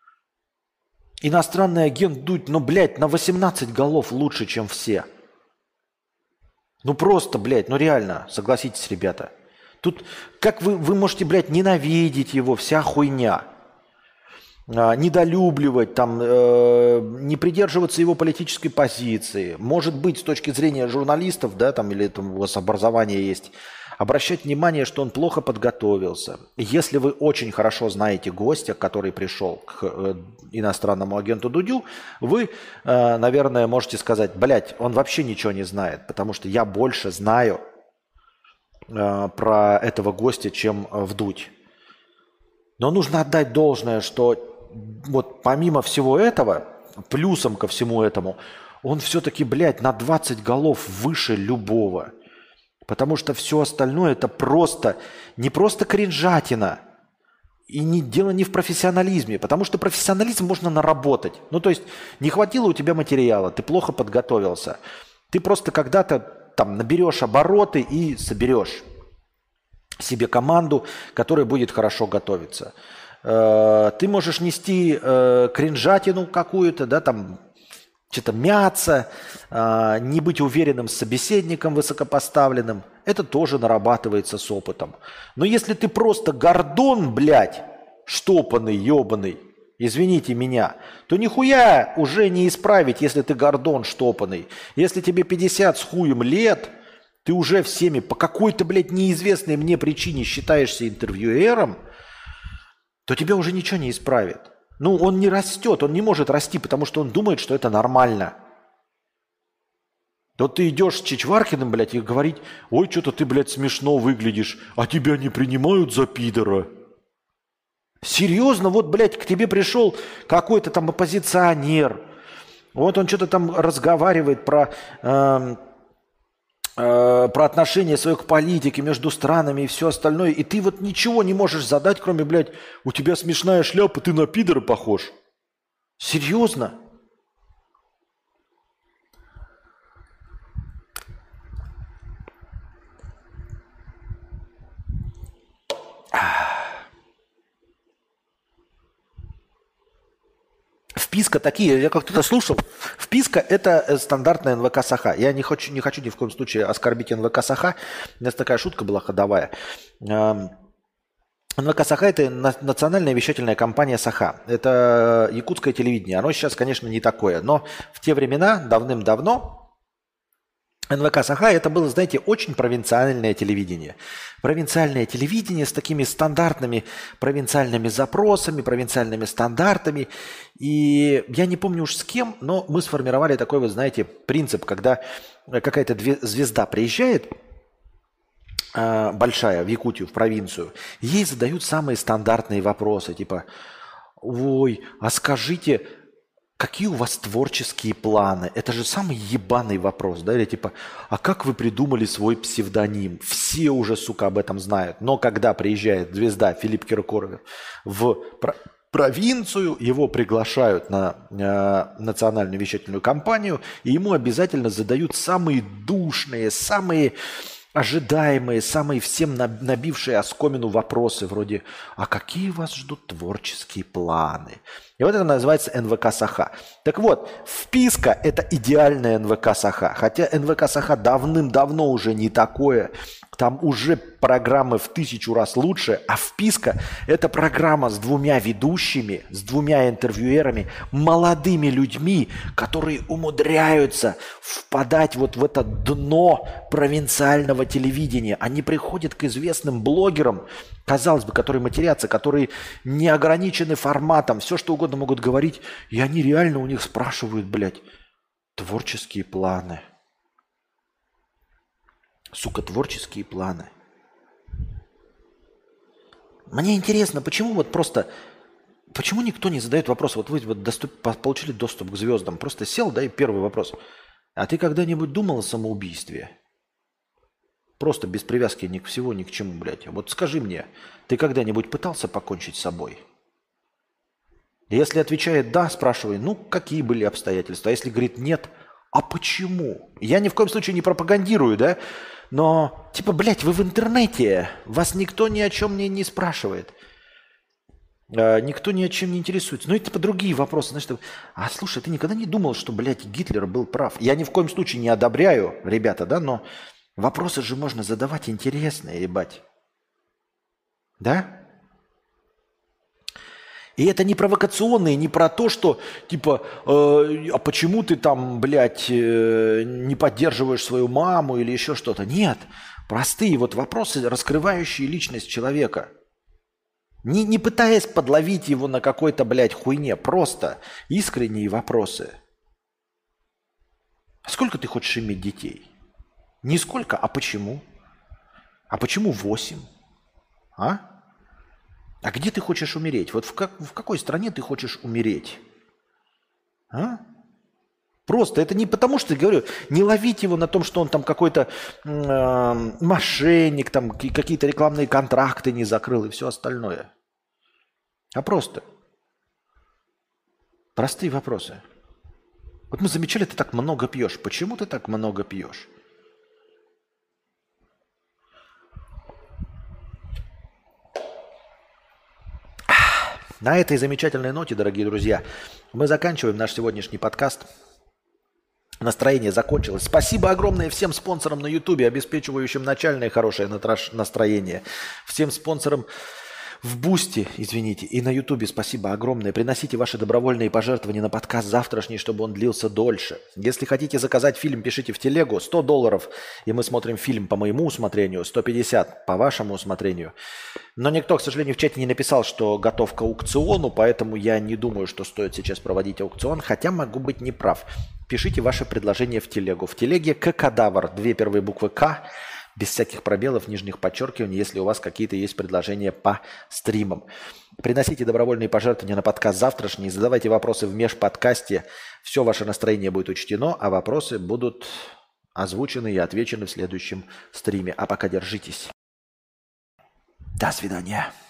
Speaker 1: иностранный агент Дудь, ну, блядь, на восемнадцать голов лучше, чем все. Ну просто, блядь, ну реально, согласитесь, ребята. Тут как вы, вы можете, блядь, ненавидеть его, вся хуйня. А, недолюбливать, там, э, не придерживаться его политической позиции. Может быть, с точки зрения журналистов, да, там, или там у вас образование есть, обращать внимание, что он плохо подготовился. Если вы очень хорошо знаете гостя, который пришел к э, иностранному агенту Дудю, вы, э, наверное, можете сказать: блядь, он вообще ничего не знает, потому что я больше знаю э, про этого гостя, чем Вдудь. Но нужно отдать должное, что вот помимо всего этого, плюсом ко всему этому, он все-таки, блядь, на двадцать голов выше любого. Потому что все остальное это просто, не просто кринжатина. И не, дело не в профессионализме. Потому что профессионализм можно наработать. Ну, то есть не хватило у тебя материала, ты плохо подготовился. Ты просто когда-то там наберешь обороты и соберешь себе команду, которая будет хорошо готовиться. Э, ты можешь нести э, кринжатину какую-то, да, там, что-то мяться, э, не быть уверенным с собеседником высокопоставленным. Это тоже нарабатывается с опытом. Но если ты просто Гордон, блядь, штопанный, ебаный, извините меня, то нихуя уже не исправить, если ты Гордон штопанный. Если тебе пятьдесят с хуем лет, ты уже всеми по какой-то, блядь, неизвестной мне причине считаешься интервьюером, то тебя уже ничего не исправит. Ну, он не растет, он не может расти, потому что он думает, что это нормально. Вот ты идешь с Чичваркиным, блядь, и говорить, ой, что-то ты, блядь, смешно выглядишь, а тебя не принимают за пидора. Серьезно, вот, блядь, к тебе пришел какой-то там оппозиционер, вот он что-то там разговаривает про, э, э, про отношения свои к политике между странами и все остальное, и ты вот ничего не можешь задать, кроме, блядь, у тебя смешная шляпа, ты на пидора похож. Серьезно? Вписка такие, я как-то слушал. Вписка – это стандартная эн вэ ка Саха. Я не хочу, не хочу ни в коем случае оскорбить эн вэ ка Саха. У нас такая шутка была ходовая. эн вэ ка Саха – это национальная вещательная компания Саха. Это якутское телевидение. Оно сейчас, конечно, не такое. Но в те времена, давным-давно, эн вэ ка Саха – это было, знаете, очень провинциальное телевидение. Провинциальное телевидение с такими стандартными провинциальными запросами, провинциальными стандартами. И я не помню уж с кем, но мы сформировали такой, вот знаете, принцип, когда какая-то звезда приезжает, большая, в Якутию, в провинцию, ей задают самые стандартные вопросы, типа, ой, а скажите, какие у вас творческие планы? Это же самый ебаный вопрос, да? Или типа, а как вы придумали свой псевдоним? Все уже, сука, об этом знают. Но когда приезжает звезда Филипп Киркоров в про- провинцию, его приглашают на э, национальную вещательную компанию, и ему обязательно задают самые душные, самые ожидаемые, самые всем набившие оскомину вопросы вроде «А какие вас ждут творческие планы?» И вот это называется эн вэ ка Саха. Так вот, вписка – это идеальная эн вэ ка Саха. Хотя эн вэ ка Саха давным-давно уже не такое. Там уже программы в тысячу раз лучше. А вписка – это программа с двумя ведущими, с двумя интервьюерами, молодыми людьми, которые умудряются впадать вот в это дно провинциального телевидения. Они приходят к известным блогерам, казалось бы, которые матерятся, которые не ограничены форматом, все что угодно могут говорить, и они реально у них спрашивают, блядь, творческие планы. Сука, творческие планы. Мне интересно, почему вот просто, почему никто не задает вопрос, вот вы вот доступ, получили доступ к звездам, просто сел, да, и первый вопрос, а ты когда-нибудь думал о самоубийстве? Просто без привязки ни к всего, ни к чему, блядь. Вот скажи мне, ты когда-нибудь пытался покончить с собой? Если отвечает «да», спрашивай, ну, какие были обстоятельства? А если говорит «нет», а почему? Я ни в коем случае не пропагандирую, да? Но, типа, блядь, вы в интернете, вас никто ни о чем не, не спрашивает. А, никто ни о чем не интересуется. Ну, и типа другие вопросы. Знаешь, типа, а слушай, ты никогда не думал, что, блядь, Гитлер был прав? Я ни в коем случае не одобряю, ребята, да, но вопросы же можно задавать интересные, ебать. Да? И это не провокационные, не про то, что, типа, э, а почему ты там, блядь, э, не поддерживаешь свою маму или еще что-то. Нет, простые вот вопросы, раскрывающие личность человека. Не, не пытаясь подловить его на какой-то, блядь, хуйне. Просто искренние вопросы. Сколько ты хочешь иметь детей? Не сколько, а почему? А почему восемь? А? А где ты хочешь умереть? Вот в, как, в какой стране ты хочешь умереть? А? Просто это не потому, что, говорю, не ловить его на том, что он там какой-то э, мошенник, там какие-то рекламные контракты не закрыл и все остальное. А просто простые вопросы. Вот мы замечали, ты так много пьешь. Почему ты так много пьешь? На этой замечательной ноте, дорогие друзья, мы заканчиваем наш сегодняшний подкаст. Настроение закончилось. Спасибо огромное всем спонсорам на Ютубе, обеспечивающим начальное хорошее настроение. Всем спонсорам в Бусти, извините, и на Ютубе спасибо огромное. Приносите ваши добровольные пожертвования на подкаст завтрашний, чтобы он длился дольше. Если хотите заказать фильм, пишите в телегу. сто долларов, и мы смотрим фильм по моему усмотрению. сто пятьдесят по вашему усмотрению. Но никто, к сожалению, в чате не написал, что готов к аукциону, поэтому я не думаю, что стоит сейчас проводить аукцион, хотя могу быть неправ. Пишите ваши предложения в телегу. В телеге К-кадавр, две первые буквы К, без всяких пробелов, нижних подчеркиваний, если у вас какие-то есть предложения по стримам. Приносите добровольные пожертвования на подкаст завтрашний, задавайте вопросы в межподкасте. Все ваше настроение будет учтено, а вопросы будут озвучены и отвечены в следующем стриме. А пока держитесь. До свидания.